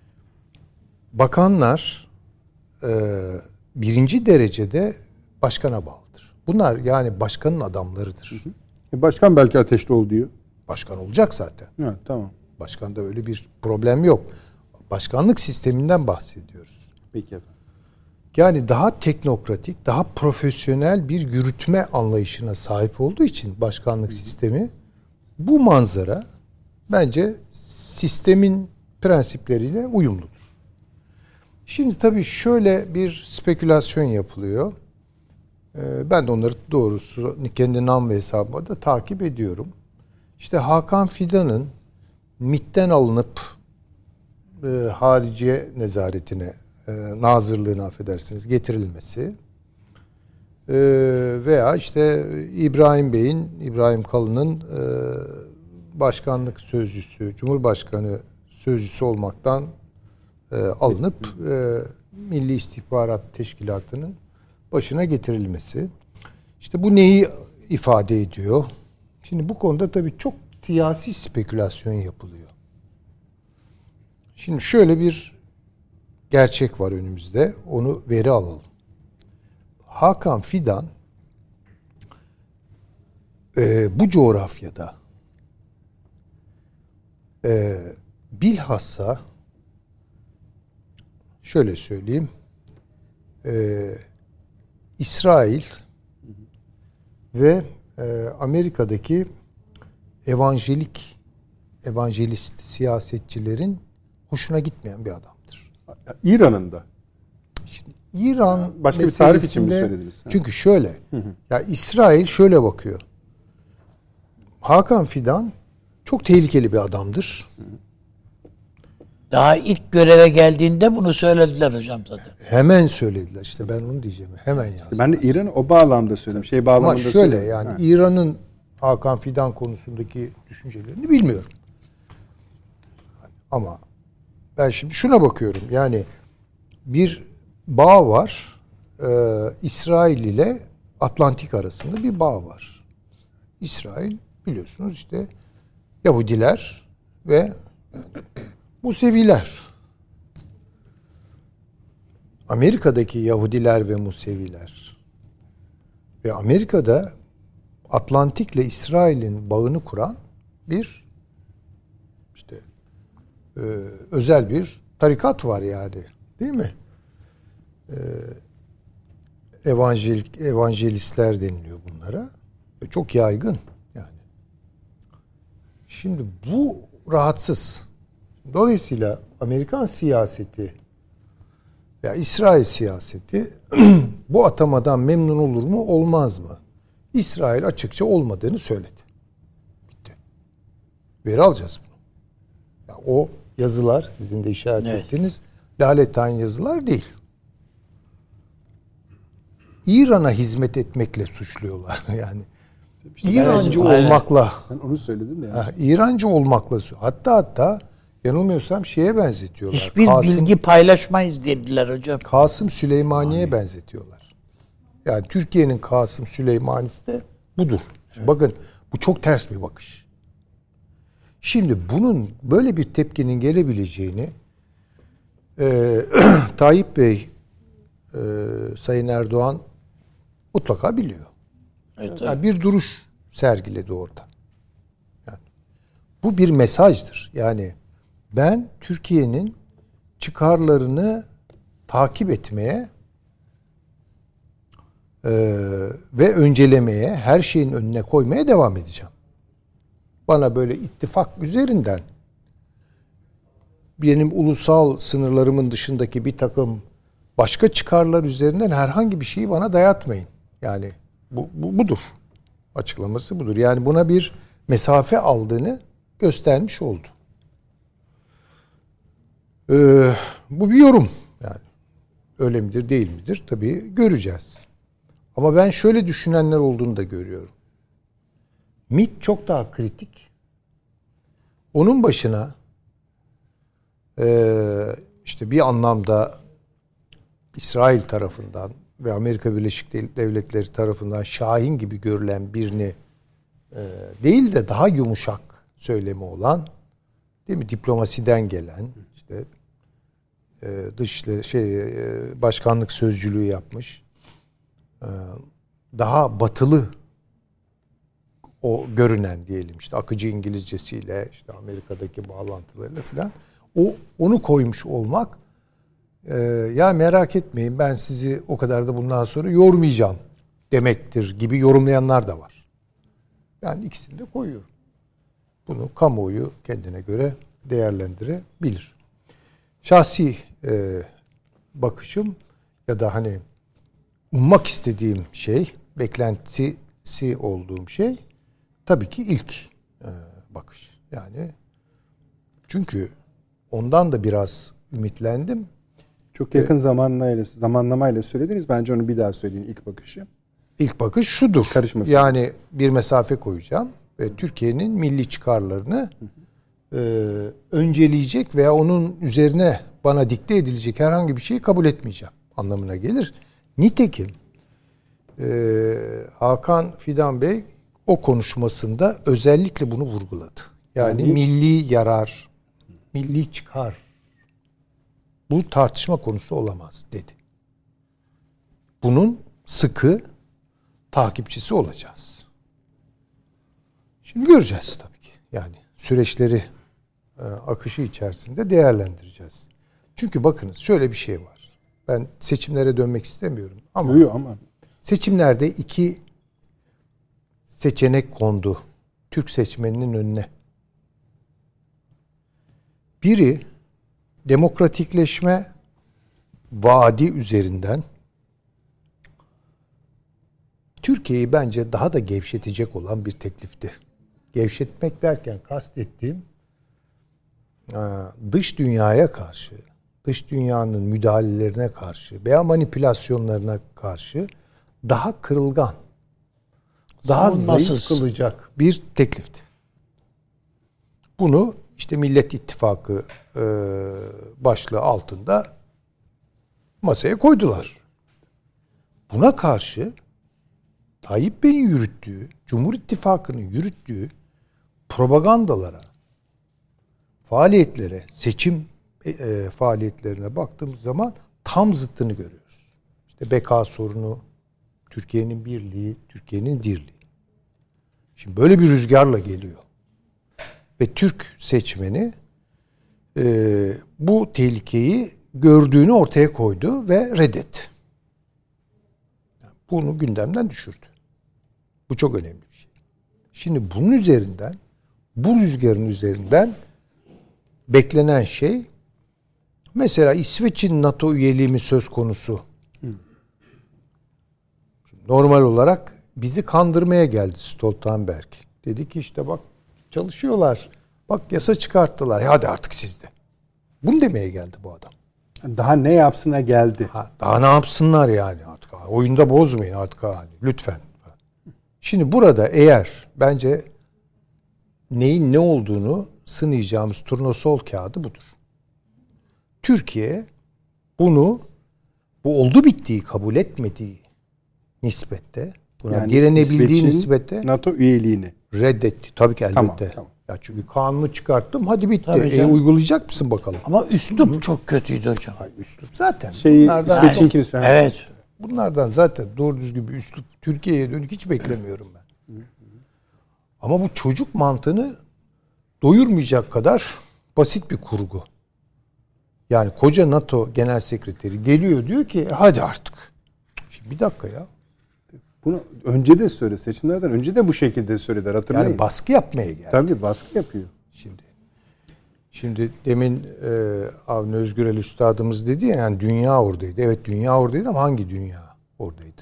bakanlar birinci derecede başkana bağlıdır. Bunlar yani başkanın adamlarıdır. Başkan belki ateşli ol diyor. Başkan olacak zaten. Evet, tamam. Başkanda öyle bir problem yok. Başkanlık sisteminden bahsediyoruz. Peki efendim. Yani daha teknokratik, daha profesyonel bir yürütme anlayışına sahip olduğu için başkanlık sistemi bu manzara bence sistemin prensipleriyle uyumludur. Şimdi tabii şöyle bir spekülasyon yapılıyor. Ben de onları doğrusu kendi nam ve hesabıma da takip ediyorum. İşte Hakan Fidan'ın MİT'ten alınıp Hariciye Nezaretine, nazırlığına affedersiniz getirilmesi veya işte İbrahim Kalın'ın başkanlık sözcüsü, Cumhurbaşkanı sözcüsü olmaktan alınıp Milli İstihbarat Teşkilatı'nın başına getirilmesi. İşte bu neyi ifade ediyor? Şimdi bu konuda tabii çok siyasi spekülasyon yapılıyor. Şimdi şöyle bir gerçek var önümüzde. Onu veri alalım. Hakan Fidan bu coğrafyada bilhassa şöyle söyleyeyim, İsrail ve Amerika'daki evangelist siyasetçilerin hoşuna gitmeyen bir adamdır. İran'ın da. Şimdi İran başka bir tarif için mi söylediniz? Çünkü şöyle, ya İsrail şöyle bakıyor. Hakan Fidan çok tehlikeli bir adamdır. Daha ilk göreve geldiğinde bunu söylediler hocam zaten. Hemen söylediler. İşte ben onu diyeceğim. Hemen yazdım. Ben de İran'ı o bağlamda söyledim. Bağlamında ama şöyle yani İran'ın Hakan Fidan konusundaki düşüncelerini bilmiyorum. Ama ben şimdi şuna bakıyorum. Yani bir bağ var. İsrail ile Atlantik arasında bir bağ var. İsrail biliyorsunuz işte Yahudiler ve Museviler. Amerika'daki Yahudiler ve Museviler ve Amerika'da Atlantik'le İsrail'in bağını kuran bir işte özel bir tarikat var yani, değil mi? Evangelistler deniliyor bunlara. Çok yaygın yani. Şimdi bu rahatsız. Dolayısıyla Amerikan siyaseti ya İsrail siyaseti bu atamadan memnun olur mu olmaz mı? İsrail açıkça olmadığını söyledi. Bitti. Veri alacağız bunu. Ya o yazılar sizin de işaret ettiğiniz laletan yazılar değil. İran'a hizmet etmekle suçluyorlar yani. İşte İrancı olmakla. Ben onu söyledim de. Yani. İrancı olmakla. Hatta yanılmıyorsam şeye benzetiyorlar. Hiçbir bilgi paylaşmayız dediler hocam. Kasım Süleymaniye'ye benzetiyorlar. Yani Türkiye'nin Kasım Süleymanisi de budur. Evet. Bakın bu çok ters bir bakış. Şimdi bunun böyle bir tepkinin gelebileceğini Tayyip Bey, Sayın Erdoğan mutlaka biliyor. Evet, yani bir duruş sergiledi orada. Yani bu bir mesajdır. Yani ben Türkiye'nin çıkarlarını takip etmeye ve öncelemeye, her şeyin önüne koymaya devam edeceğim. Bana böyle ittifak üzerinden benim ulusal sınırlarımın dışındaki bir takım başka çıkarlar üzerinden herhangi bir şeyi bana dayatmayın. Yani bu budur. Açıklaması budur. Yani buna bir mesafe aldığını göstermiş oldu. Bu bir yorum. Yani öyle midir değil midir? Tabii göreceğiz. Ama ben şöyle düşünenler olduğunu da görüyorum. MİT çok daha kritik. Onun başına işte bir anlamda İsrail tarafından ve Amerika Birleşik Devletleri tarafından Şahin gibi görülen birini değil de daha yumuşak söylemi olan, değil mi, diplomasiden gelen işte dışişleri başkanlık sözcülüğü yapmış, daha batılı o görünen diyelim işte akıcı İngilizcesiyle işte Amerika'daki bağlantılarıyla falan onu koymuş olmak, ya merak etmeyin ben sizi o kadar da bundan sonra yormayacağım demektir gibi yorumlayanlar da var. Yani ikisini de koyuyorum. Bunu kamuoyu kendine göre değerlendirebilir. Şahsi bakışım ya da hani ummak istediğim şey, beklentisi olduğum şey tabii ki ilk bakış. Yani çünkü ondan da biraz ümitlendim. Çok yakın zamanlamayla söylediniz. Bence onu bir daha söyleyin ilk bakışı. İlk bakış şudur. Karışmasın. Yani bir mesafe koyacağım ve Türkiye'nin milli çıkarlarını önceleyecek veya onun üzerine bana dikte edilecek herhangi bir şeyi kabul etmeyeceğim anlamına gelir. Nitekim Hakan Fidan Bey o konuşmasında özellikle bunu vurguladı. Yani milli yarar, milli çıkar bu tartışma konusu olamaz dedi. Bunun sıkı takipçisi olacağız. Şimdi göreceğiz tabii ki. Yani süreçleri akışı içerisinde değerlendireceğiz. Çünkü bakınız şöyle bir şey var. Ben seçimlere dönmek istemiyorum ama seçimlerde iki seçenek kondu Türk seçmeninin önüne. Biri demokratikleşme vaadi üzerinden Türkiye'yi bence daha da gevşetecek olan bir teklifti. Gevşetmek derken kastettiğim dış dünyaya karşı, dış dünyanın müdahalelerine karşı veya manipülasyonlarına karşı daha kırılgan, daha zayıf kılacak bir teklifti. Bunu işte Millet İttifakı başlığı altında masaya koydular. Buna karşı Tayyip Bey'in yürüttüğü, Cumhur İttifakı'nın yürüttüğü propagandalara, faaliyetlere, seçim faaliyetlerine baktığımız zaman tam zıttını görüyoruz. İşte beka sorunu, Türkiye'nin birliği, Türkiye'nin dirliği. Şimdi böyle bir rüzgarla geliyor. Ve Türk seçmeni bu tehlikeyi gördüğünü ortaya koydu ve reddetti. Bunu gündemden düşürdü. Bu çok önemli bir şey. Şimdi bunun üzerinden, bu rüzgarın üzerinden beklenen şey, mesela İsveç'in NATO üyeliği mi söz konusu? Şimdi normal olarak bizi kandırmaya geldi Stoltenberg. Dedi ki işte bak çalışıyorlar. Bak yasa çıkarttılar. Hadi artık sizde. Bunu demeye geldi bu adam. Daha ne yapsına geldi. Daha ne yapsınlar yani artık. Oyunda bozmayın artık hani. Lütfen. Şimdi burada eğer bence neyin ne olduğunu sınayacağımız turnusol kağıdı budur. Türkiye bunu bu oldu bittiği kabul etmediği nispette, buna yani direnebildiği nispette NATO üyeliğini reddetti. Tabii ki elbette. Tamam. Ya çünkü kanunu çıkarttım. Hadi bitti. Uygulayacak mısın bakalım? Ama üslup çok kötüydü hocam. Üslup zaten. İsveç'inkini söyle. Evet. Bunlardan zaten doğru düzgün bir üslup Türkiye'ye dönük hiç beklemiyorum ben. Ama bu çocuk mantığını doyurmayacak kadar basit bir kurgu. Yani koca NATO Genel Sekreteri geliyor diyor ki hadi artık. Şimdi bir dakika ya. Bunu önce de söyle. Seçimlerden önce de bu şekilde söylediler. Hatırlayın. Yani baskı yapmaya geldi. Tabii baskı yapıyor. Şimdi demin Avni Özgürel Üstadımız dedi ya yani dünya oradaydı. Evet dünya oradaydı ama hangi dünya oradaydı?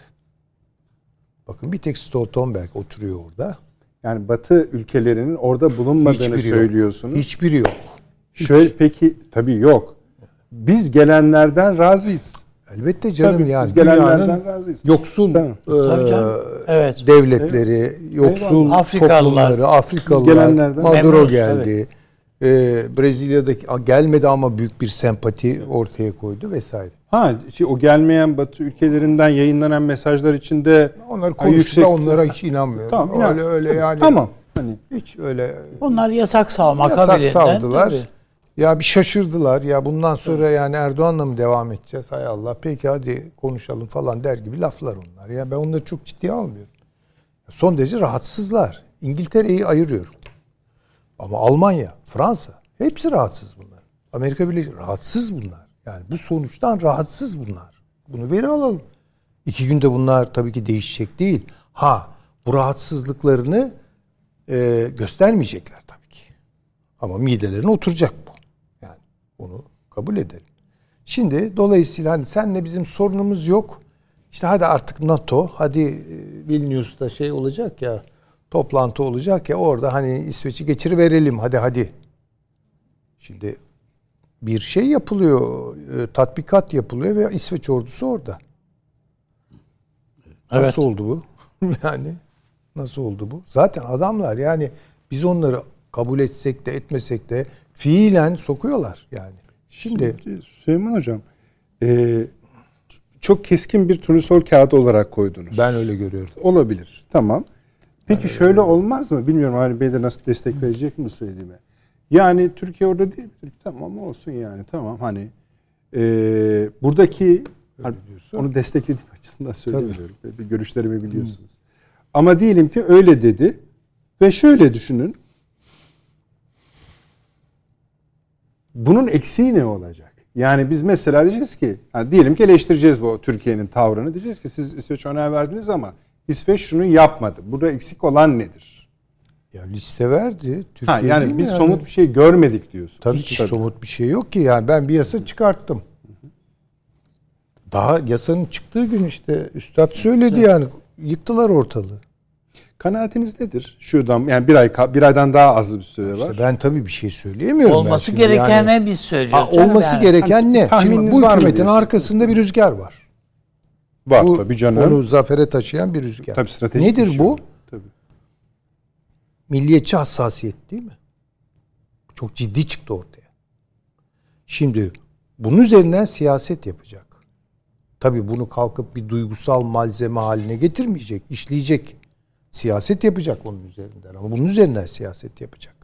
Bakın bir tek Stoltenberg oturuyor orada. Yani Batı ülkelerinin orada bulunmadığını söylüyorsunuz. Hiçbiri yok. Şöyle peki tabii yok. Biz gelenlerden razıyız. Elbette canım tabii, yani biz gelenlerden razıyız. Yoksul evet. devletleri, yoksul toplumları, Afrikalılar, Maduro geldi. Evet. Brezilya'daki gelmedi ama büyük bir sempati ortaya koydu vesaire. O gelmeyen Batı ülkelerinden yayınlanan mesajlar içinde onlar konuştuğunda onlara hiç inanmıyorum. Tamam, öyle yani. Tamam. Hiç öyle. Onlar yasak savdılar. Tabii. Ya bir şaşırdılar. Ya bundan sonra yani Erdoğan'la mı devam edeceğiz? Hay Allah. Peki hadi konuşalım falan der gibi laflar onlar. Ya ben onları çok ciddiye almıyorum. Son derece rahatsızlar. İngiltere'yi ayırıyorum. Ama Almanya, Fransa hepsi rahatsız bunlar. Amerika Birleşik rahatsız bunlar. Yani bu sonuçtan rahatsız bunlar. Bunu veri alalım. 2 günde bunlar tabii ki değişecek değil. Bu rahatsızlıklarını göstermeyecekler tabii ki. Ama midelerine oturacak bu. Yani onu kabul edelim. Şimdi dolayısıyla hani senle bizim sorunumuz yok. İşte hadi artık NATO, hadi Vilnius'ta şey olacak ya, toplantı olacak ya, orada hani İsveç'i geçiriverelim hadi. Şimdi bir şey yapılıyor, tatbikat yapılıyor ve İsveç ordusu orada. Evet. Nasıl oldu bu? Yani nasıl oldu bu? Zaten adamlar, yani biz onları kabul etsek de etmesek de fiilen sokuyorlar yani. Şimdi Süleyman Hocam, çok keskin bir turnusol kağıdı olarak koydunuz. ben öyle görüyorum. Olabilir. Tamam. Peki şöyle olmaz mı? Bilmiyorum Avni Bey de nasıl destek verecek mi söylediğime. Yani Türkiye orada değil. Tamam olsun yani. Tamam hani buradaki hani, onu desteklediğim açısından söylemiyorum. Bir görüşlerimi biliyorsunuz. Ama diyelim ki öyle dedi ve şöyle düşünün. Bunun eksiği ne olacak? Yani biz mesela diyeceğiz ki, yani diyelim ki eleştireceğiz bu Türkiye'nin tavrını. Diyeceğiz ki siz İsveç onay verdiniz ama İsveç şunu yapmadı. Burada eksik olan nedir? Ya liste verdi. Türkiye Yani değil mi biz yani? somut bir şey görmedik diyorsun. Tabii ki somut bir şey yok ki. Yani ben bir yasa çıkarttım. Daha yasanın çıktığı gün işte üstad söyledi yani. Yıktılar ortalığı. Kanaatiniz nedir? Şuradan yani bir aydan daha az bir süre var. İşte ben tabii bir şey söyleyemiyorum. Olması gereken ne biz söylüyoruz. Olması gereken ne? Şimdi bu hükümetin arkasında bir rüzgar var. Var tabii canım. Onu zafere taşıyan bir rüzgar. Tabii stratejik nedir şey bu? Tabii. Milliyetçi hassasiyet değil mi? Çok ciddi çıktı ortaya. Şimdi bunun üzerinden siyaset yapacak. Tabii bunu kalkıp bir duygusal malzeme haline getirmeyecek, işleyecek. Siyaset yapacak onun üzerinden ama bunun üzerinden siyaset yapacak.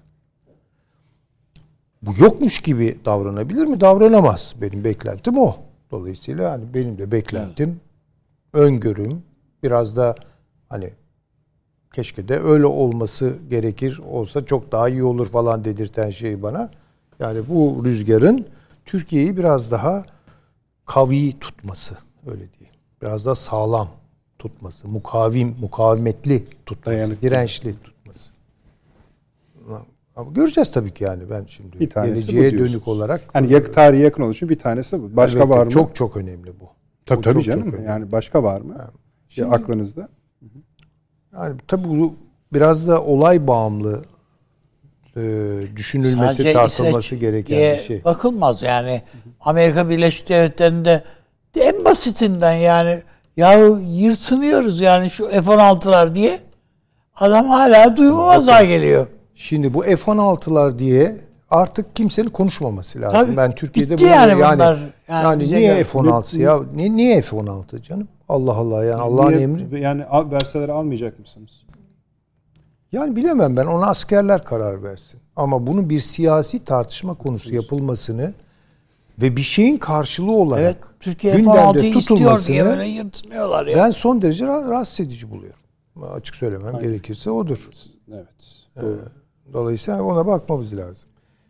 Bu yokmuş gibi davranabilir mi? Davranamaz. Benim beklentim o. Dolayısıyla yani benim de beklentim, öngörüm biraz da hani keşke de öyle olması gerekir, olsa çok daha iyi olur falan dedirten şey bana. Yani bu rüzgarın Türkiye'yi biraz daha kavi tutması, öyle diyeyim. Biraz daha sağlam tutması, mukavemetli tutması, dayanıklı, dirençli tutması. Ama göreceğiz tabii ki yani ben şimdi bir geleceğe dönük olarak. Hani tarihe yakın oluşu bir tanesi bu. Başka elbette var mı? Çok çok önemli bu. Tabii çok, canım. çok yani başka var mı? Şimdi, aklınızda? Yani tabii bu biraz da olay bağımlı düşünülmesi, sadece tartılması gereken bir şey. Bakılmaz yani. Amerika Birleşik Devletleri'nde en basitinden yani ya yırtınıyoruz yani şu F-16'lar diye adam hala duymamazlığa geliyor. Şimdi bu F-16'lar diye artık kimsenin konuşmaması lazım. Tabii, ben Türkiye'de bitti bunu yani niye F-16 ya? Niye F-16 canım? Allah Allah yani Allah'ın emri. Yani verseler almayacak mısınız? Yani bilemem ben, ona askerler karar versin. Ama bunun bir siyasi tartışma konusu yapılmasını ve bir şeyin karşılığı olarak Türkiye gündemde istiyor diye böyle yırtınıyorlar ya. Ben son derece rahatsız edici buluyorum. Açık söylemem gerekirse odur. Evet. Dolayısıyla ona bakmamız lazım.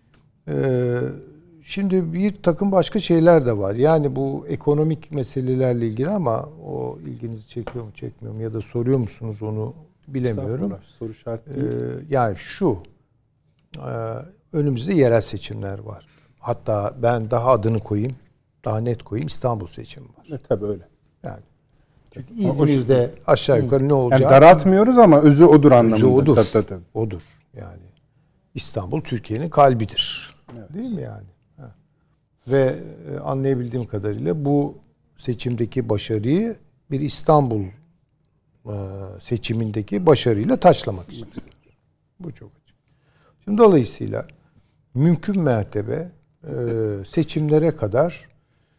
Şimdi bir takım başka şeyler de var. Yani bu ekonomik meselelerle ilgili ama o ilginizi çekiyor mu çekmiyor mu ya da soruyor musunuz onu bilemiyorum. Soru şart değil. Yani önümüzde yerel seçimler var. Hatta ben daha adını koyayım, daha net koyayım, İstanbul seçimi var. Tabii öyle. Yani çünkü İzmir'de aşağı yukarı ne olacak? Yani daraltmıyoruz ama özü odur anlamında. Özü odur. Tabii. Odur. Yani İstanbul Türkiye'nin kalbidir. Evet. Değil mi yani? Ve anlayabildiğim kadarıyla bu seçimdeki başarıyı bir İstanbul seçimindeki başarıyla taçlamak istiyor. Bu çok açık. Şimdi dolayısıyla mümkün mertebe seçimlere kadar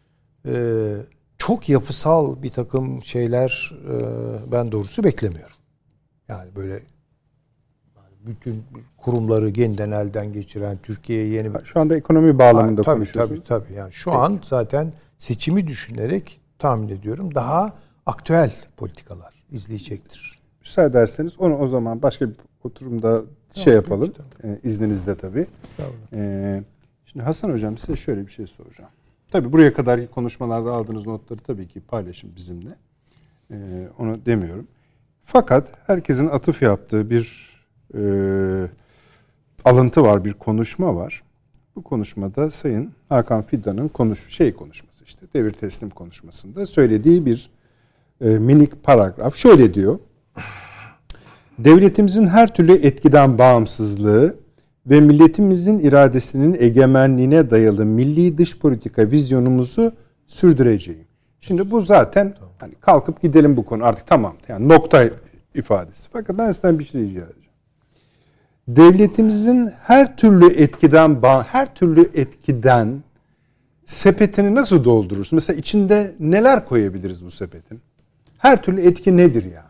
çok yapısal bir takım şeyler ben doğrusu beklemiyorum. Yani böyle bütün kurumları yeniden elden geçiren, Türkiye'ye yeni bir... Şu anda ekonomi bağlamında konuşuyorsunuz. Tabii. Yani şu an zaten seçimi düşünerek tahmin ediyorum daha aktüel politikalar izleyecektir. Müsaade ederseniz onu o zaman başka bir oturumda yapalım. İzninizle tabii. Şimdi Hasan Hocam size şöyle bir şey soracağım. Tabii buraya kadarki konuşmalarda aldığınız notları tabii ki paylaşın bizimle. Onu demiyorum. Fakat herkesin atıf yaptığı bir alıntı var, bir konuşma var. Bu konuşmada Sayın Hakan Fidan'ın konuşması işte devir teslim konuşmasında söylediği bir minik paragraf. Şöyle diyor. Devletimizin her türlü etkiden bağımsızlığı ve milletimizin iradesinin egemenliğine dayalı milli dış politika vizyonumuzu sürdüreceğim. Şimdi bu zaten hani kalkıp gidelim bu konu artık tamam. Yani nokta ifadesi. Fakat ben sizden bir şey rica edeceğim. Devletimizin her türlü etkiden sepetini nasıl doldururuz? Mesela içinde neler koyabiliriz bu sepetin? Her türlü etki nedir yani?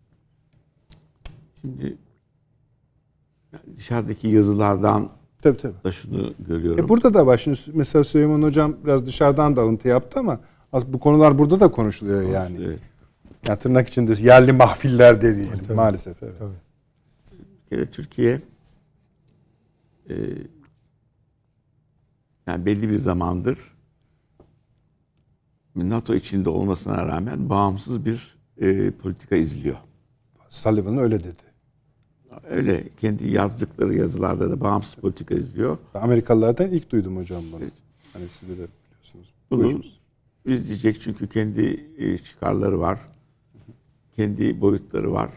Şimdi dışarıdaki yazılardan Tabii. da şunu görüyorum. Burada da var. Şimdi mesela Süleyman Hocam biraz dışarıdan da alıntı yaptı ama bu konular burada da konuşuluyor yani. Evet. Yani tırnak içinde yerli mahfiller de diyelim Tabii. maalesef. Evet. Tabii. Bir kere Türkiye yani belli bir zamandır NATO içinde olmasına rağmen bağımsız bir politika izliyor. Sullivan öyle dedi. Öyle kendi yazdıkları yazılarda da bağımsız politika izliyor. Amerikalılardan ilk duydum hocam bunu. Evet. Hani siz de biliyorsunuz. Bunu Buyurunuz. izleyecek çünkü kendi çıkarları var. Kendi boyutları var.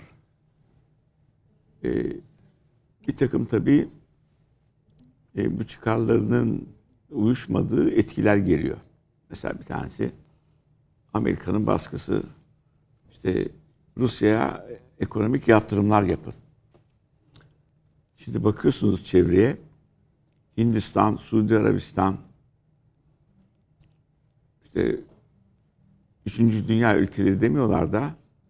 Bir takım tabii bu çıkarlarının uyuşmadığı etkiler geliyor. Mesela bir tanesi Amerika'nın baskısı. İşte Rusya'ya ekonomik yatırımlar yapın. Şimdi bakıyorsunuz çevreye. Hindistan, Suudi Arabistan, işte 3. dünya ülkeleri demiyorlar da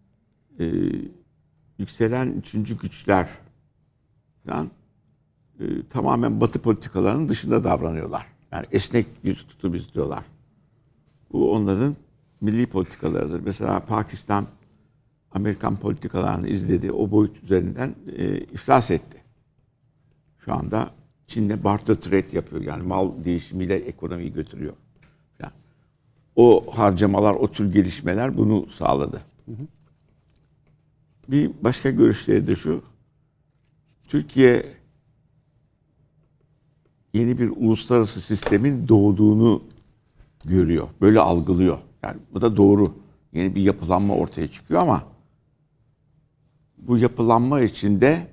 yükselen 3. güçler falan tamamen Batı politikalarının dışında davranıyorlar. Yani esnek bir tutum istiyorlar. Bu onların milli politikalarıdır. Mesela Pakistan Amerikan politikalarını izledi. O boyut üzerinden iflas etti. Şu anda Çin'le barter trade yapıyor. Yani mal değişimiyle ekonomiyi götürüyor. Yani o harcamalar, o tür gelişmeler bunu sağladı. Bir başka görüşleri de şu. Türkiye yeni bir uluslararası sistemin doğduğunu görüyor. Böyle algılıyor. Yani bu da doğru. Yeni bir yapılanma ortaya çıkıyor ama bu yapılanma içinde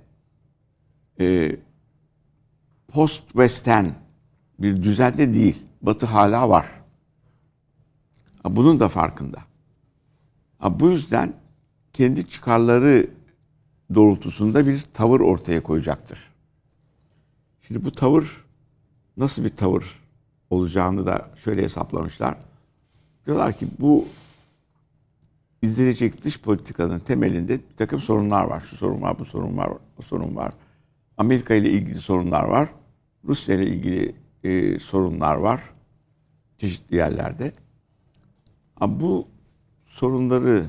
post-western bir düzende değil. Batı hala var. Bunun da farkında. Bu yüzden kendi çıkarları doğrultusunda bir tavır ortaya koyacaktır. Şimdi bu tavır nasıl bir tavır olacağını da şöyle hesaplamışlar. Diyorlar ki bu izlenecek dış politikanın temelinde bir takım sorunlar var. Şu sorun var, bu sorun var, o sorun var. Amerika ile ilgili sorunlar var. Rusya ile ilgili sorunlar var. Çeşitli yerlerde. Bu sorunları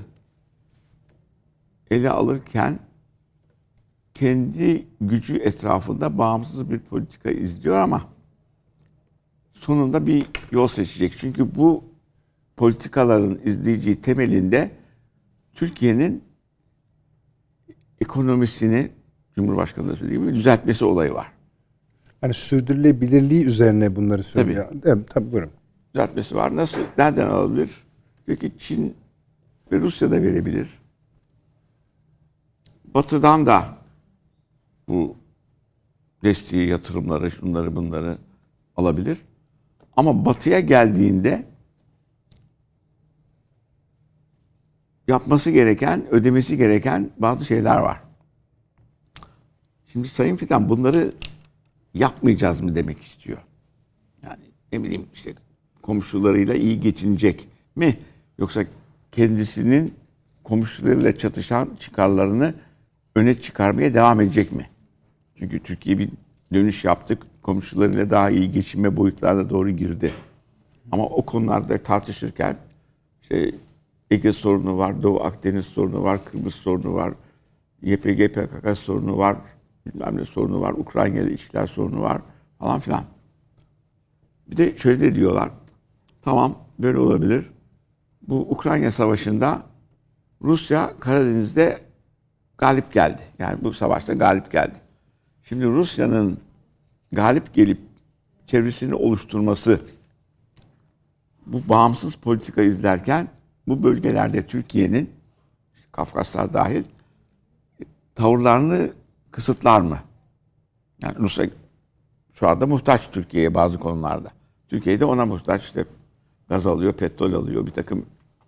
ele alırken kendi gücü etrafında bağımsız bir politika izliyor ama sonunda bir yol seçecek. Çünkü bu politikaların izleyeceği temelinde Türkiye'nin ekonomisini Cumhurbaşkanı da söylediği gibi düzeltmesi olayı var. Hani sürdürülebilirliği üzerine bunları söylüyor. Tabii. Evet, tabii buyurun. Düzeltmesi var. Nasıl? Nereden alabilir? Peki Çin ve Rusya da verebilir. Batı'dan da bu desteği, yatırımları, şunları bunları alabilir. Ama Batı'ya geldiğinde yapması gereken, ödemesi gereken bazı şeyler var. Şimdi Sayın Fidan bunları yapmayacağız mı demek istiyor. Yani ne bileyim işte komşularıyla iyi geçinecek mi? Yoksa kendisinin komşularıyla çatışan çıkarlarını öne çıkarmaya devam edecek mi? Çünkü Türkiye bir dönüş yaptık. Komşularıyla daha iyi geçinme boyutlarına doğru girdi. Ama o konularda tartışırken işte Ege sorunu var, Doğu Akdeniz sorunu var, Kıbrıs sorunu var, YPG PKK sorunu var, bilmem ne sorunu var, Ukrayna ile ilişkiler sorunu var falan filan. Bir de şöyle de diyorlar. Tamam böyle olabilir. Bu Ukrayna Savaşı'nda Rusya Karadeniz'de galip geldi. Yani bu savaşta galip geldi. Şimdi Rusya'nın galip gelip çevresini oluşturması, bu bağımsız politika izlerken bu bölgelerde Türkiye'nin, Kafkaslar dahil, tavırlarını kısıtlar mı? Yani Rusya şu anda muhtaç Türkiye'ye bazı konularda. Türkiye'de ona muhtaç, işte gaz alıyor, petrol alıyor, bir takım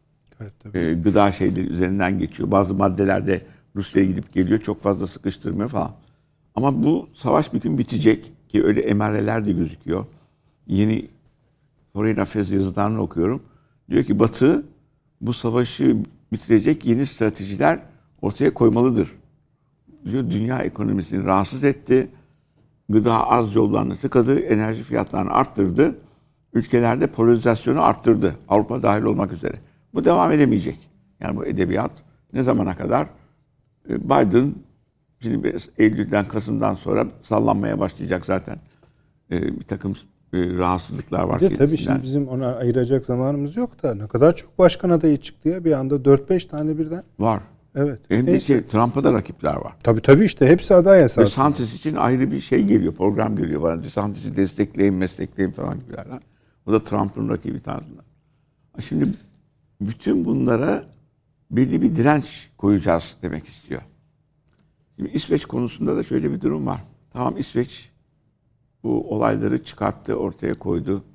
gıda şeyleri üzerinden geçiyor. Bazı maddelerde Rusya'ya gidip geliyor, çok fazla sıkıştırmıyor falan. Ama bu savaş bir gün bitecek ki öyle emareler de gözüküyor. Yeni Foreign Affairs yazılarını okuyorum. Diyor ki Batı bu savaşı bitirecek yeni stratejiler ortaya koymalıdır. Diyor, dünya ekonomisini rahatsız etti. Gıda az yollarını tıkadı, enerji fiyatlarını arttırdı. Ülkelerde polarizasyonu arttırdı. Avrupa dahil olmak üzere. Bu devam edemeyecek. Yani bu edebiyat ne zamana kadar? Biden şimdi Eylül'den, Kasım'dan sonra sallanmaya başlayacak zaten. Bir takım rahatsızlıklar var. Bir de tabii şimdi bizim ona ayıracak zamanımız yok da ne kadar çok başkan adayı çıktı ya bir anda 4-5 tane birden. Var. Evet. Hem de Trump'a da rakipler var. Tabii işte hepsi aday esasında. DeSantis için ayrı bir şey geliyor, program geliyor bana. DeSantis'i destekleyin falan gibilerden. O da Trump'ın rakibi tarzında. Şimdi bütün bunlara belli bir direnç koyacağız demek istiyor. Şimdi İsveç konusunda da şöyle bir durum var. Tamam, İsveç bu olayları çıkarttı, ortaya koydu.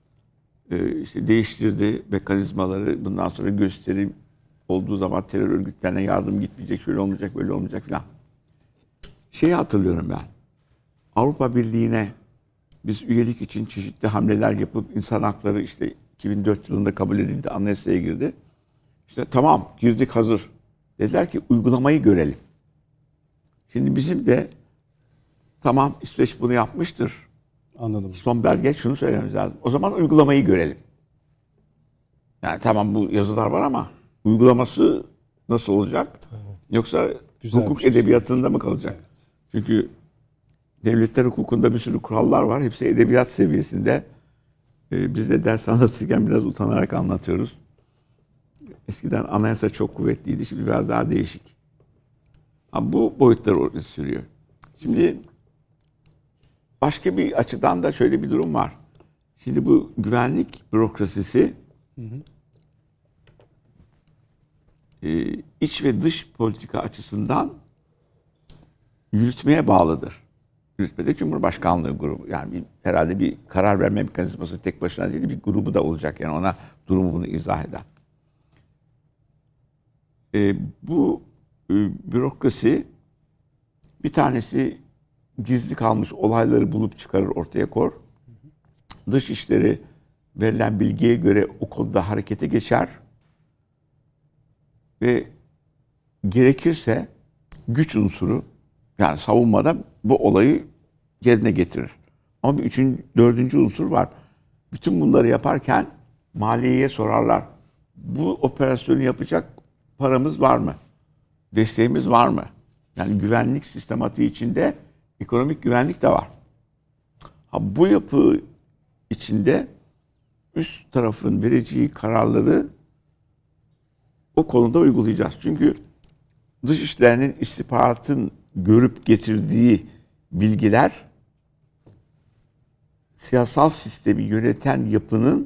İşte değiştirdi mekanizmaları. Bundan sonra gösteri olduğu zaman terör örgütlerine yardım gitmeyecek, şöyle olmayacak, böyle olmayacak falan. Şeyi hatırlıyorum ben. Avrupa Birliği'ne biz üyelik için çeşitli hamleler yapıp insan hakları işte 2004 yılında kabul edildi, anayasaya girdi. İşte tamam, girdik, hazır. Dediler ki uygulamayı görelim. Şimdi bizim de tamam, İsveç bunu yapmıştır. Anladım. Son belge şunu söylememiz lazım. O zaman uygulamayı görelim. Yani tamam, bu yazılar var ama uygulaması nasıl olacak? Yoksa güzel hukuk edebiyatında mı kalacak? Evet. Çünkü devletler hukukunda bir sürü kurallar var. Hepsi edebiyat seviyesinde. Biz de ders anlatırken biraz utanarak anlatıyoruz. Eskiden anayasa çok kuvvetliydi. Şimdi biraz daha değişik. Ama bu boyutları ortaya sürüyor. Şimdi başka bir açıdan da şöyle bir durum var. Şimdi bu güvenlik bürokrasisi iç ve dış politika açısından yürütmeye bağlıdır. Yürütmede Cumhurbaşkanlığı grubu. Yani herhalde bir karar verme mekanizması tek başına değil, bir grubu da olacak. Yani ona durumu bunu izah eder. Bu bürokrasi bir tanesi gizli kalmış olayları bulup çıkarır, ortaya koyar. Dışişleri verilen bilgiye göre o konuda harekete geçer ve gerekirse güç unsuru, yani savunmada bu olayı yerine getirir. Ama bir dördüncü unsur var. Bütün bunları yaparken maliyeye sorarlar. Bu operasyonu yapacak paramız var mı? Desteğimiz var mı? Yani güvenlik sistematiği içinde ekonomik güvenlik de var. Bu yapı içinde üst tarafın vereceği kararları o konuda uygulayacağız. Çünkü dışişlerinin, istihbaratın görüp getirdiği bilgiler siyasal sistemi yöneten yapının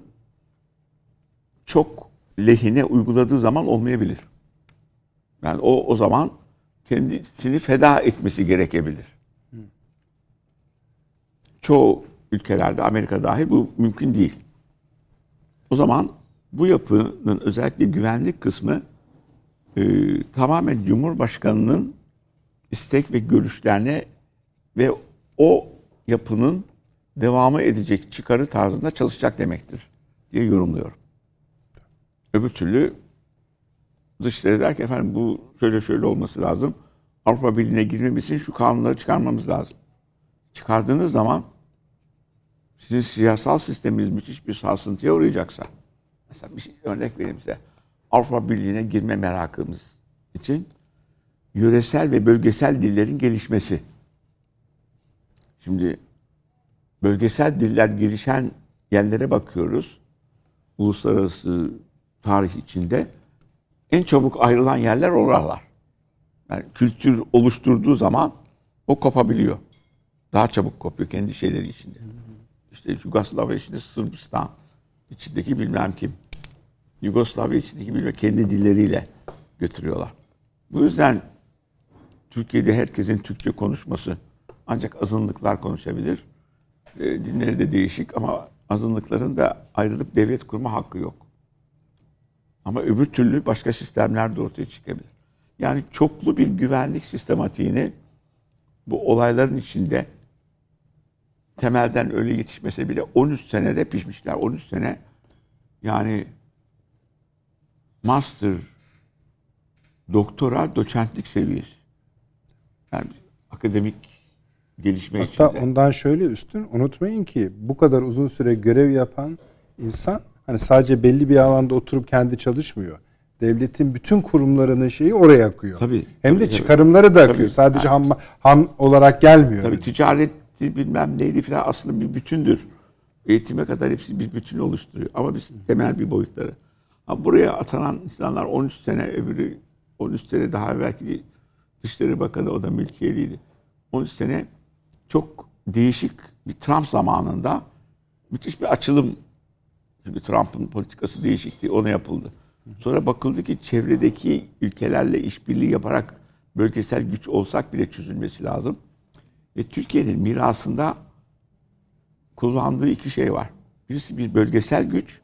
çok lehine uyguladığı zaman olmayabilir. Yani o zaman kendisini feda etmesi gerekebilir. Çoğu ülkelerde, Amerika dahil, bu mümkün değil. O zaman bu yapının özellikle güvenlik kısmı tamamen Cumhurbaşkanı'nın istek ve görüşlerine ve o yapının devamı edecek çıkarı tarzında çalışacak demektir diye yorumluyorum. Öbür türlü dışişleri der ki efendim bu şöyle olması lazım. Avrupa Birliği'ne girmemiz için şu kanunları çıkarmamız lazım. Çıkardığınız zaman sizin siyasal sisteminiz müthiş bir sarsıntıya uğrayacaksa, mesela bir örnek vereyim size. Avrupa Birliği'ne girme merakımız için yöresel ve bölgesel dillerin gelişmesi. Şimdi bölgesel diller gelişen yerlere bakıyoruz. Uluslararası tarih içinde en çabuk ayrılan yerler oralar. Yani kültür oluşturduğu zaman o kopabiliyor. Daha çabuk kopuyor kendi şeyleri içinde. İşte Yugoslavya içinde Sırbistan içindeki bilmem kim. Yugoslavya içindeki bilmem kendi dilleriyle götürüyorlar. Bu yüzden Türkiye'de herkesin Türkçe konuşması, ancak azınlıklar konuşabilir. Dinleri de değişik ama azınlıkların da ayrılıp devlet kurma hakkı yok. Ama öbür türlü başka sistemler de ortaya çıkabilir. Yani çoklu bir güvenlik sistematiğini bu olayların içinde temelden öyle yetişmese bile 13 senede pişmişler. 13 sene yani master, doktora, doçentlik seviyesi. Yani akademik gelişme Hatta içinde. ondan şöyle üstün, unutmayın ki bu kadar uzun süre görev yapan insan hani sadece belli bir alanda oturup kendi çalışmıyor. Devletin bütün kurumlarının şeyi oraya akıyor. Tabii, Hem tabii, de çıkarımları da akıyor. Tabii. Sadece ham olarak gelmiyor. Tabii ticareti bilmem neydi falan aslında bir bütündür. Eğitime kadar hepsi bir bütün oluşturuyor. Ama biz temel bir boyutları. Ama buraya atanan insanlar 13 sene, öbürü 13 sene daha evvelki Dışişleri Bakanı, o da mülkiyeliydi. 13 sene çok değişik bir Trump zamanında müthiş bir açılım. Çünkü Trump'ın politikası değişikti, ona yapıldı. Sonra bakıldı ki çevredeki ülkelerle işbirliği yaparak bölgesel güç olsak bile çözülmesi lazım. Ve Türkiye'nin mirasında kullandığı iki şey var. Birisi bir bölgesel güç,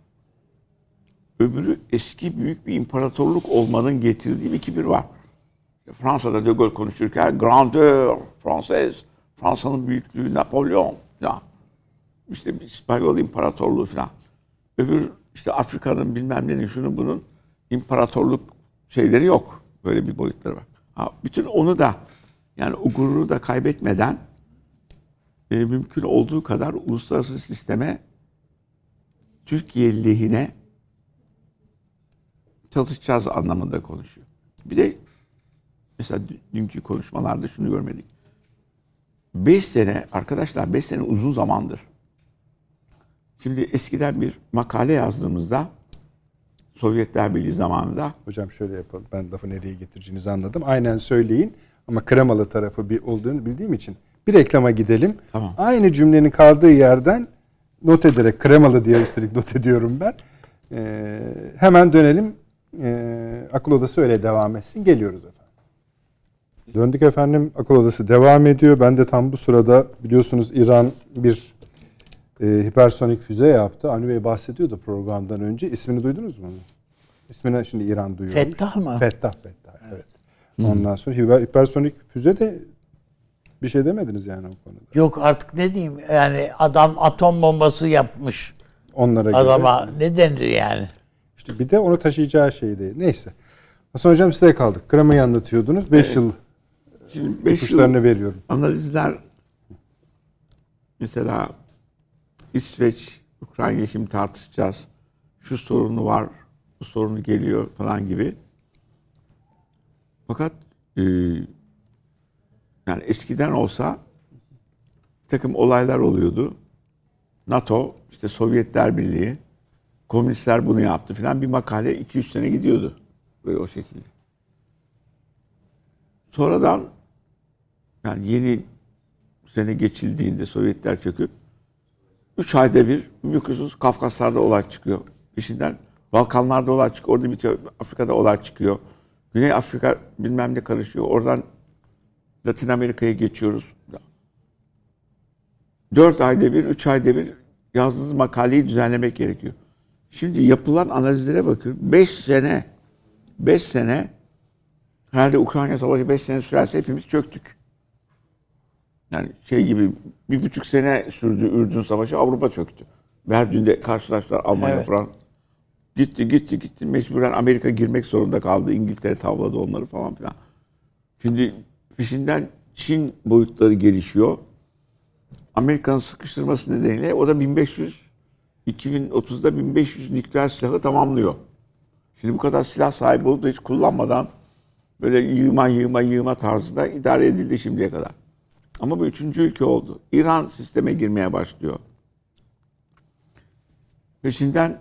öbürü eski büyük bir imparatorluk olmanın getirdiği bir kibir var. Fransa'da De Gaulle konuşurken grandeur française, Fransa'nın büyüklüğü, Napolyon falan. İşte İspanyol imparatorluğu falan. Öbür işte Afrika'nın bilmem nenin şunun bunun imparatorluk şeyleri yok. Böyle bir boyutları var. Bütün onu da yani o gururu da kaybetmeden mümkün olduğu kadar uluslararası sisteme Türkiye lehine çalışacağız anlamında konuşuyor. Bir de mesela dünkü konuşmalarda şunu görmedik. 5 sene arkadaşlar 5 sene uzun zamandır. Şimdi eskiden bir makale yazdığımızda Sovyetler Birliği zamanında. Hocam şöyle yapalım. Ben lafı nereye getireceğinizi anladım. Aynen söyleyin ama kremalı tarafı bir olduğunu bildiğim için bir reklama gidelim. Tamam. Aynı cümlenin kaldığı yerden not ederek kremalı diye üstelik not ediyorum ben. Hemen dönelim. Akıl Odası öyle devam etsin. Geliyoruz efendim. Döndük efendim. Akıl Odası devam ediyor. Ben de tam bu sırada biliyorsunuz İran bir hipersonik füze yaptı. Avni Bey bahsediyordu programdan önce. İsmini duydunuz mu? İsmini şimdi İran duyuyor. Fettah mı? Fettah evet. Ondan sonra hipersonik füze de bir şey demediniz yani o konuda. Yok artık ne diyeyim yani adam atom bombası yapmış. Onlara göre. Adama ne denir yani? İşte bir de onu taşıyacağı şey değil. Neyse. Hasan Hocam size kaldık. Kremayı anlatıyordunuz. 5 yıl Şimdi 5 ipuçlarını veriyorum. Analizler mesela İsveç, Ukrayna şimdi tartışacağız. Şu sorunu var, bu sorunu geliyor falan gibi. Fakat yani eskiden olsa bir takım olaylar oluyordu. NATO, işte Sovyetler Birliği, komünistler bunu yaptı falan bir makale 2-3 sene gidiyordu. Böyle o şekilde. Sonradan yani yeni sene geçildiğinde Sovyetler çöküp 3 ayda bir biliyorsunuz Kafkaslar'da olay çıkıyor. Peşinden Balkanlar'da olay çıkıyor. Orada bitiyor. Afrika'da olay çıkıyor. Güney Afrika bilmem ne karışıyor. Oradan Latin Amerika'ya geçiyoruz. 4 ayda bir, 3 ayda bir yazdığınız makaleyi düzenlemek gerekiyor. Şimdi yapılan analizlere bakıyorum. 5 sene herhalde Ukrayna Savaşı 5 sene sürerse hepimiz çöktük. Yani şey gibi 1,5 sene sürdü Ürdün Savaşı, Avrupa çöktü. Verdüğünde karşılaştılar Almanya, Evet. Fransa. Gitti. Mecburen Amerika girmek zorunda kaldı. İngiltere tavladı onları falan filan. Şimdi peşinden Çin boyutları gelişiyor. Amerika'nın sıkıştırması nedeniyle o da 2030'da 1500 nükleer silahı tamamlıyor. Şimdi bu kadar silah sahibi olup da hiç kullanmadan böyle yığma tarzında idare edildi şimdiye kadar. Ama bu 3. ülke oldu. İran sisteme girmeye başlıyor. Peşinden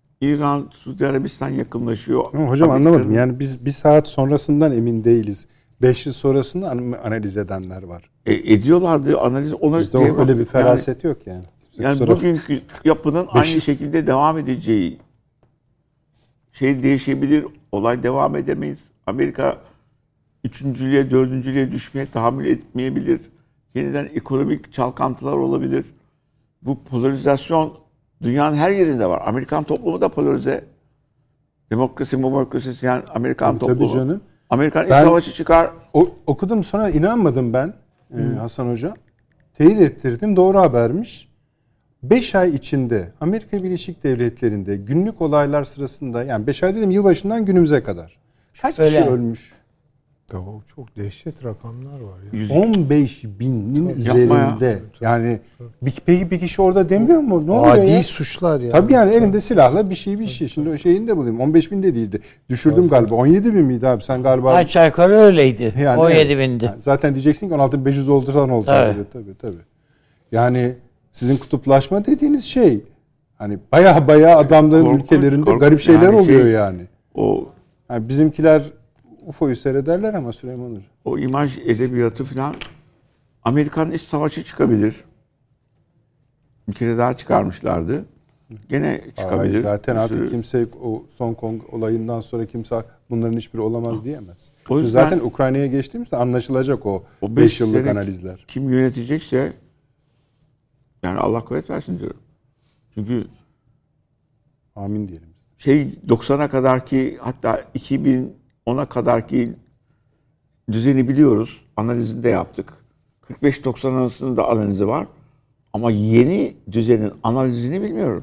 İran, Suudi Arabistan yakınlaşıyor. Ama hocam anlamadım. Yani biz bir saat sonrasından emin değiliz. 5 yıl sonrasında analiz edenler var. Ediyorlardı analiz. Ona Bizde öyle bir feraset yok yani. Yani bugünkü yapının aynı şekilde devam edeceği şey değişebilir. Olay devam edemeyiz. Amerika üçüncülüğe, dördüncülüğe düşmeye tahammül etmeyebilir. Yeniden ekonomik çalkantılar olabilir. Bu polarizasyon dünyanın her yerinde var. Amerikan toplumu da polarize. Demokrasi yani Amerikan toplumu. Tabii canım. Amerikan iç savaşı çıkar. Okudum sonra inanmadım ben Hasan Hoca. Teyit ettirdim. Doğru habermiş. 5 ay içinde Amerika Birleşik Devletleri'nde günlük olaylar sırasında, yani 5 ay dedim, yılbaşından günümüze kadar kaç kişi ölmüş? Çok dehşet rakamlar var ya. 15 binin üzerinde. Yani bir kişi orada demiyor mu? Ne oluyor Adi ya? suçlar ya. Tabii yani elinde silahla bir şey. Şimdi o şeyini de bulayım. 15 bin de değildi. Düşürdüm galiba. 17 bin miydi abi? Sen galiba... Aşağı yukarı öyleydi. Yani 17 bindi. Yani zaten diyeceksin ki 16.500 olduran oldu. Tabii. Yani sizin kutuplaşma dediğiniz şey, hani baya adamların korkunç, ülkelerinde garip şeyler oluyor yani. Yani bizimkiler UFO'yu seyrederler ama Süleyman Hoca. O imaj edebiyatı falan, Amerikan iç savaşı çıkabilir. Bir kere daha çıkarmışlardı. Gene çıkabilir. Zaten artık kimse o Hong Kong olayından sonra kimse bunların hiçbiri olamaz diyemez. O yüzden, zaten Ukrayna'ya geçtiğimizde anlaşılacak o 5 yıllık analizler. Kim yönetecekse yani Allah kuvvet versin diyorum. Çünkü amin diyelim. 90'a kadarki, hatta 2010'a kadarki düzeni biliyoruz. Analizini de yaptık. 45-90 arasında analizi var. Ama yeni düzenin analizini bilmiyoruz.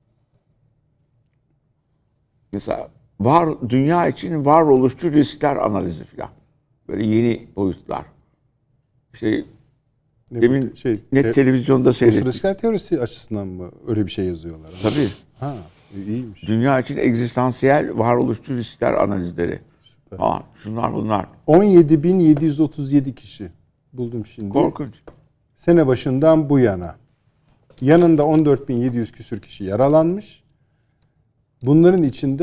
Mesela dünya için varoluşçu riskler analizi falan. Böyle yeni boyutlar. İşte demin televizyonda seyrettik. Riskler teorisi açısından mı öyle bir şey yazıyorlar? Tabii. Ha, iyiymiş. Dünya için egzistansiyel varoluşçu riskler analizleri. Süper. Şunlar bunlar. 17.737 kişi buldum şimdi. Korkunç. Sene başından bu yana. Yanında 14.700 küsür kişi yaralanmış. Bunların içinde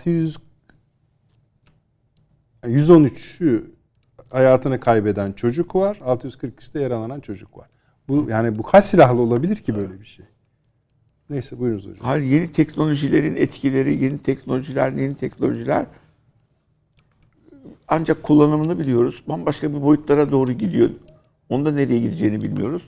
113'ü hayatını kaybeden çocuk var. 642'si de yaralanan çocuk var. Bu kaç silahlı olabilir ki böyle bir şey? Neyse buyurunuz hocam. Hayır, yeni teknolojilerin etkileri, yeni teknolojiler ancak kullanımını biliyoruz. Bambaşka bir boyutlara doğru gidiyor. Onda nereye gideceğini bilmiyoruz.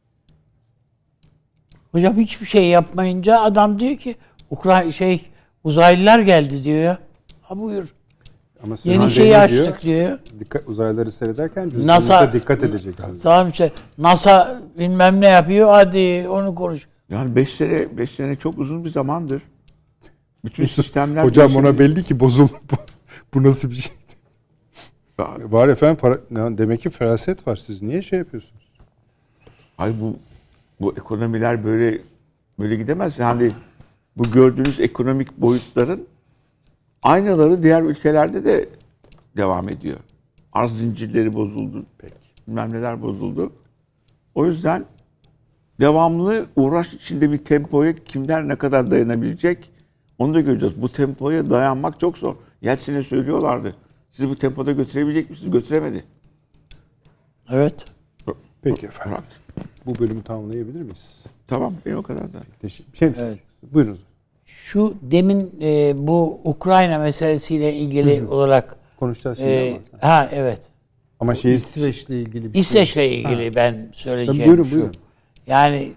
Hocam hiçbir şey yapmayınca adam diyor ki uzaylılar geldi diyor ya. Ha buyur. Ama yeni şeyi açtık diyor. Uzaylıları seyrederken cüzdanınıza dikkat edeceksiniz. Tamam işte NASA bilmem ne yapıyor, hadi onu konuş. Yani 5 sene çok uzun bir zamandır. Bütün sistemler... Hocam ona belli ki bu nasıl bir şey? Var efendim, demek ki feraset var. Siz niye şey yapıyorsunuz? Hayır, bu ekonomiler böyle gidemez. Yani bu gördüğünüz ekonomik boyutların aynaları diğer ülkelerde de devam ediyor. Arz zincirleri bozuldu. Bilmem neler bozuldu. O yüzden devamlı uğraş içinde bir tempoya kimler ne kadar dayanabilecek onu da göreceğiz. Bu tempoya dayanmak çok zor. Yeltsin'e söylüyorlardı. Sizi bu tempoda götürebilecek misiniz? Götüremedi. Evet. Peki efendim. Bu bölümü tamamlayabilir miyiz? Tamam. Benim o kadar da. Evet. Buyurunuz. Şu demin bu Ukrayna meselesiyle ilgili olarak konuşacağız şimdi ama. Ha evet. Ama İsveç'le ilgili İsveç'le ilgili ben söyleyeceğim buyurun. Yani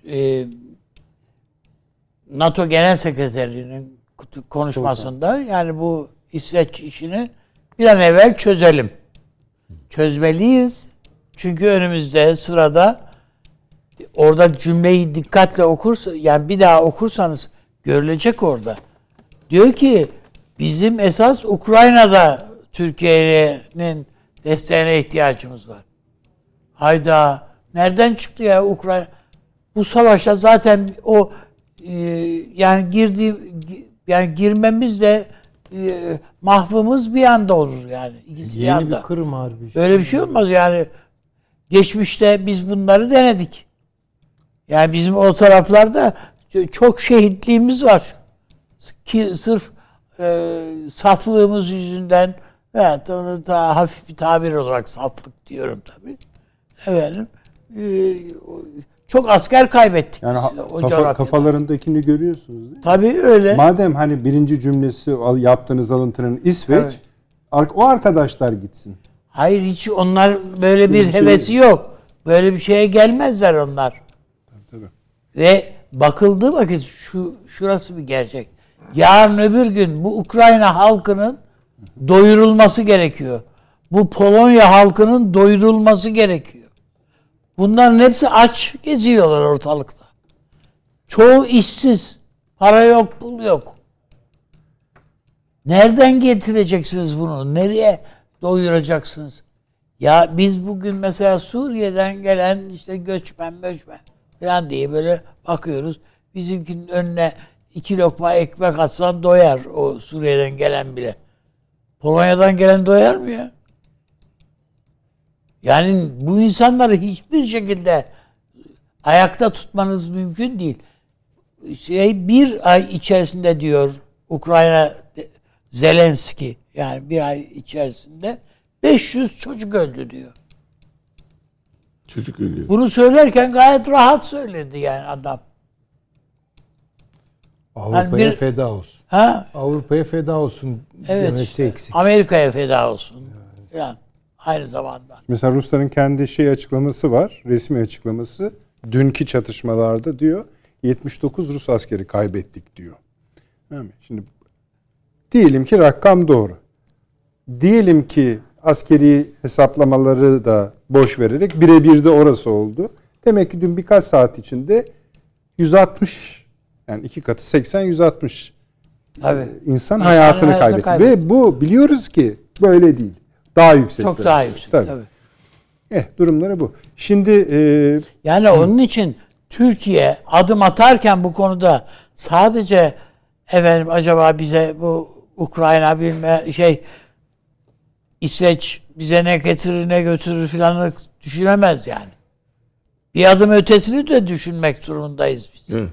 NATO Genel Sekreterliği'nin konuşmasında yani bu İsveç işini bir an evvel çözelim. Çözmeliyiz. Çünkü önümüzde sırada, orada cümleyi dikkatle yani bir daha okursanız görülecek orada. Diyor ki bizim esas Ukrayna'da Türkiye'nin desteğine ihtiyacımız var. Hayda, nereden çıktı ya Ukrayna? Bu savaşta zaten o yani girmemizle mahvımız bir anda olur yani. İkisi bir anda. Yeni bir Kırım Harbi. Böyle bir şey olmaz yani. Geçmişte biz bunları denedik. Yani bizim o taraflarda çok şehitliğimiz var. Ki sırf saflığımız yüzünden Evet, onu daha hafif bir tabir olarak saflık diyorum tabii. Efendim, çok asker kaybettik Yani biz o coğrafyada. kafalarındakini görüyorsunuz değil mi? Tabii öyle. Madem hani birinci cümlesi yaptığınız alıntının İsveç, o arkadaşlar gitsin. Hayır, hiç onlar böyle bir hevesi yok. Böyle bir şeye gelmezler onlar. Tabii. Ve bakıldığı vakit şurası bir gerçek. Yarın öbür gün bu Ukrayna halkının doyurulması gerekiyor. Bu Polonya halkının doyurulması gerekiyor. Bunların hepsi aç geziyorlar ortalıkta. Çoğu işsiz. Para yok, pul yok. Nereden getireceksiniz bunu? Nereye doyuracaksınız? Ya biz bugün mesela Suriye'den gelen işte göçmen falan diye böyle bakıyoruz. Bizimkinin önüne 2 lokma ekmek atsan doyar o Suriye'den gelen bile. Polonya'dan gelen doyar mı ya? Yani bu insanları hiçbir şekilde ayakta tutmanız mümkün değil. Bir ay içerisinde diyor Ukrayna Zelenski, yani bir ay içerisinde 500 çocuk öldü diyor. Çocuk ölüyor. Bunu söylerken gayet rahat söyledi yani adam. Avrupa'ya feda olsun. Ha? Avrupa'ya feda olsun demesi işte, eksik. Amerika'ya feda olsun. Yani aynı zamanda. Mesela Rusların kendi açıklaması var. Resmi açıklaması. Dünkü çatışmalarda diyor 79 Rus askeri kaybettik diyor. Yani şimdi diyelim ki rakam doğru. Diyelim ki askeri hesaplamaları da boş vererek birebir de orası oldu. Demek ki dün birkaç saat içinde 160, yani 2 katı 80-160 insan hayatını kaybetti. Ve bu biliyoruz ki böyle değil. Daha yüksek. Çok daha yüksek. Tabii. Durumları bu. Şimdi yani onun için Türkiye adım atarken bu konuda sadece acaba bize bu Ukrayna İsveç bize ne getirir ne götürür filan düşünemez yani. Bir adım ötesini de düşünmek durumundayız biz. Hı.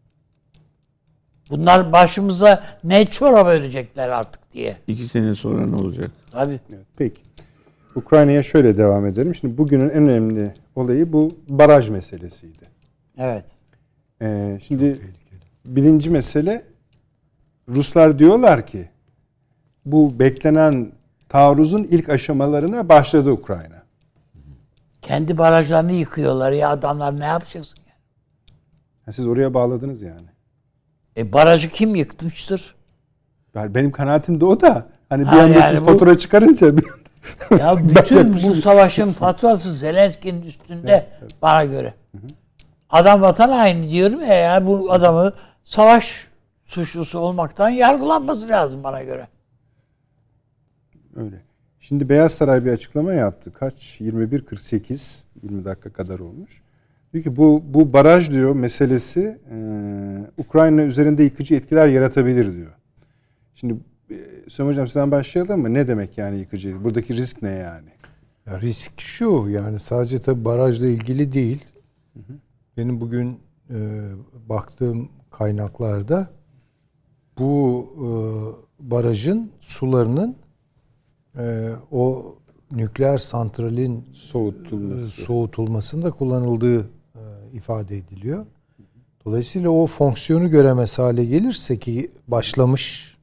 Bunlar başımıza ne çorap örecekler artık diye. 2 sene sonra ne olacak? Tabii. Evet, peki. Ukrayna'ya şöyle devam edelim. Şimdi bugünün en önemli olayı bu baraj meselesiydi. Evet. Şimdi birinci mesele, Ruslar diyorlar ki bu beklenen taarruzun ilk aşamalarına başladı Ukrayna. Kendi barajlarını yıkıyorlar ya, adamlar ne yapacaksın yani? Siz oraya bağladınız yani. Barajı kim yıkmıştır? Benim kanaatim de o da. Hani bir anda yani siz fatura çıkarınca ya bütün bu savaşın faturası Zelenski'nin üstünde bana göre. Adam vatan haini diyorum ya bu adamı savaş suçlusu olmaktan yargılanması lazım bana göre. Öyle. Şimdi Beyaz Saray bir açıklama yaptı. Kaç? 21.48, 20 dakika kadar olmuş. Diyor ki bu baraj diyor meselesi Ukrayna üzerinde yıkıcı etkiler yaratabilir diyor. Şimdi Süleyman Hocam sizden başlayalım mı? Ne demek yani yıkıcı? Buradaki risk ne yani? Ya risk şu, yani sadece tabii barajla ilgili değil. Benim bugün baktığım kaynaklarda bu barajın sularının o nükleer santralin soğutulmasında kullanıldığı ifade ediliyor. Dolayısıyla o fonksiyonu göremez hale gelirse, ki başlamış,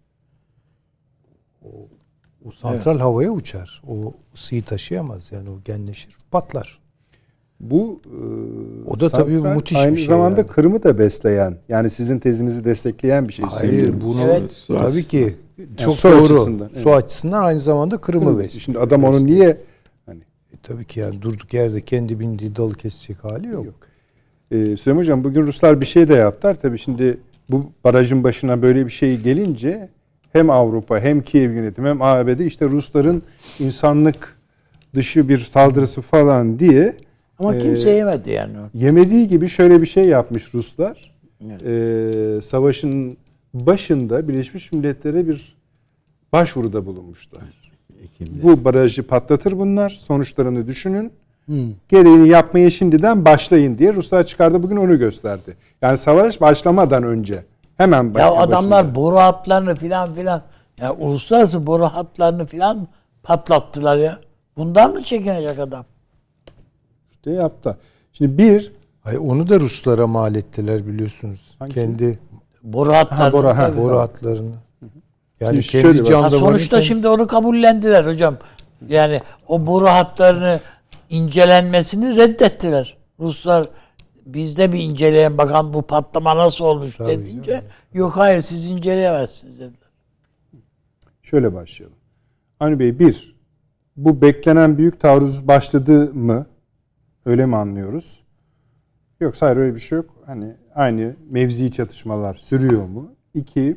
o santral havaya uçar. O ısıyı taşıyamaz, yani o genleşir, patlar. Bu o da tabii müthiş bir şey. Aynı zamanda yani Kırım'ı da besleyen, yani sizin tezinizi destekleyen bir şey. Hayır, bunu tabii ki çok yani doğru. Su açısından aynı zamanda Kırım'ı besliyor. Şimdi adam onu niye tabii ki yani durduk yerde kendi bindiği dalı kesecek hali yok. Süleyman Hocam, bugün Ruslar bir şey de yaptılar. Tabii şimdi bu barajın başına böyle bir şey gelince hem Avrupa hem Kiev yönetimi hem ABD işte Rusların insanlık dışı bir saldırısı falan diye, ama kimse yemedi yani. Yemediği gibi şöyle bir şey yapmış Ruslar. Evet. Savaşın başında Birleşmiş Milletler'e bir başvuruda bulunmuşlar. Bu barajı patlatır bunlar. Sonuçlarını düşünün. Gereğini yapmaya şimdiden başlayın diye Ruslar çıkardı. Bugün onu gösterdi. Yani savaş başlamadan önce hemen ya adamlar boru hatlarını filan ya uluslararası boru hatlarını filan patlattılar ya. Bundan mı çekinecek adam? İşte yaptı. Şimdi bir Hayır, onu da Ruslara mal ettiler biliyorsunuz. Hangisi? Kendi Boru hatlarını. boru hatlarını. Yani Şimdi kendi şöyle bak. Ha, sonuçta şimdi onu kabullendiler hocam. Yani o boru hatlarını incelenmesini reddettiler. Ruslar bizde bir inceleyen bakalım bu patlama nasıl olmuş dedince yok hayır siz inceleyemezsiniz dediler. Şöyle başlayalım. Avni Bey, bir, bu beklenen büyük taarruz başladı mı? Öyle mi anlıyoruz? Yoksa hayır öyle bir şey yok. Hani aynı mevzi çatışmalar sürüyor mu? İki,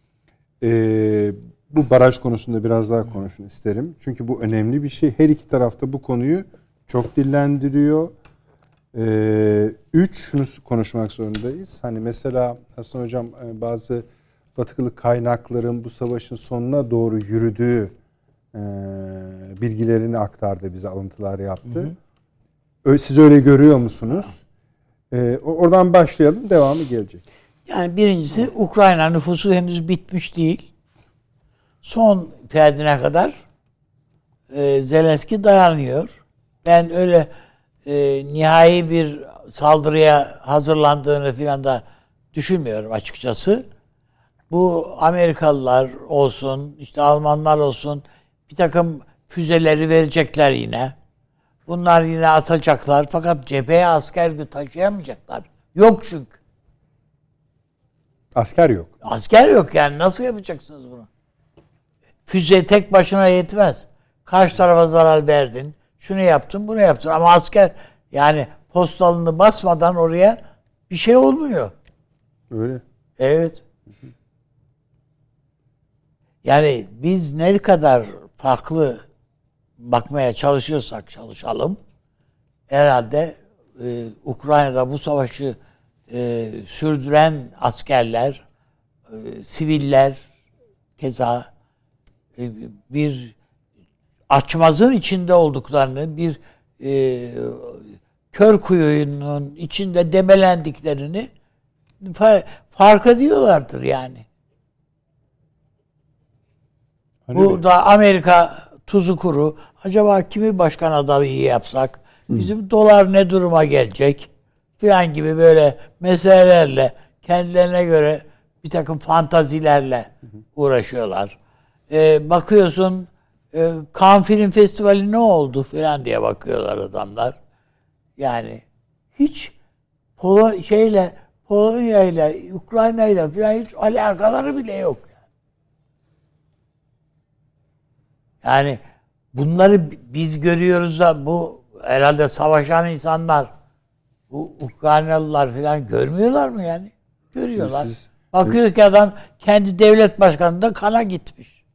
bu baraj konusunda biraz daha konuşun isterim. Çünkü bu önemli bir şey. Her iki tarafta bu konuyu çok dillendiriyor. Üç, şunu konuşmak zorundayız. Hani mesela Hasan Hocam bazı batıkılı kaynakların bu savaşın sonuna doğru yürüdüğü bilgilerini aktardı, bize alıntılar yaptı. Siz öyle görüyor musunuz? Oradan başlayalım, devamı gelecek. Yani birincisi Ukrayna nüfusu henüz bitmiş değil. Son ferdine kadar Zelenski dayanıyor. Ben öyle nihai bir saldırıya hazırlandığını filan da düşünmüyorum açıkçası. Bu Amerikalılar olsun, işte Almanlar olsun bir takım füzeleri verecekler yine. Bunlar yine atacaklar fakat cepheye asker taşıyamayacaklar. Yok çünkü. Asker yok. Asker yok yani nasıl yapacaksınız bunu? Füze tek başına yetmez. Karşı tarafa zarar verdin. Şunu yaptın, bunu yaptın. Ama asker yani postalını basmadan oraya bir şey olmuyor. Öyle. Evet. Yani biz ne kadar farklı bakmaya çalışırsak çalışalım herhalde Ukrayna'da bu savaşı sürdüren askerler, siviller keza bir açmazın içinde olduklarını, bir kör kuyunun içinde debelendiklerini fark ediyorlardır yani. Hani Burada Amerika tuzu kuru. Acaba kimi başkan adayı yapsak? Bizim dolar ne duruma gelecek? Filan gibi böyle meselelerle kendilerine göre bir takım fantazilerle uğraşıyorlar. Bakıyorsun Cannes Film Festivali ne oldu filan diye bakıyorlar adamlar. Yani hiç Polonya ile Ukrayna ile filan hiç alakaları bile yok. Yani bunları biz görüyoruz da bu herhalde savaşan insanlar, bu Ukraynalılar falan görmüyorlar mı yani? Görüyorlar. Bakıyor ki adam kendi devlet başkanı da kana gitmiş.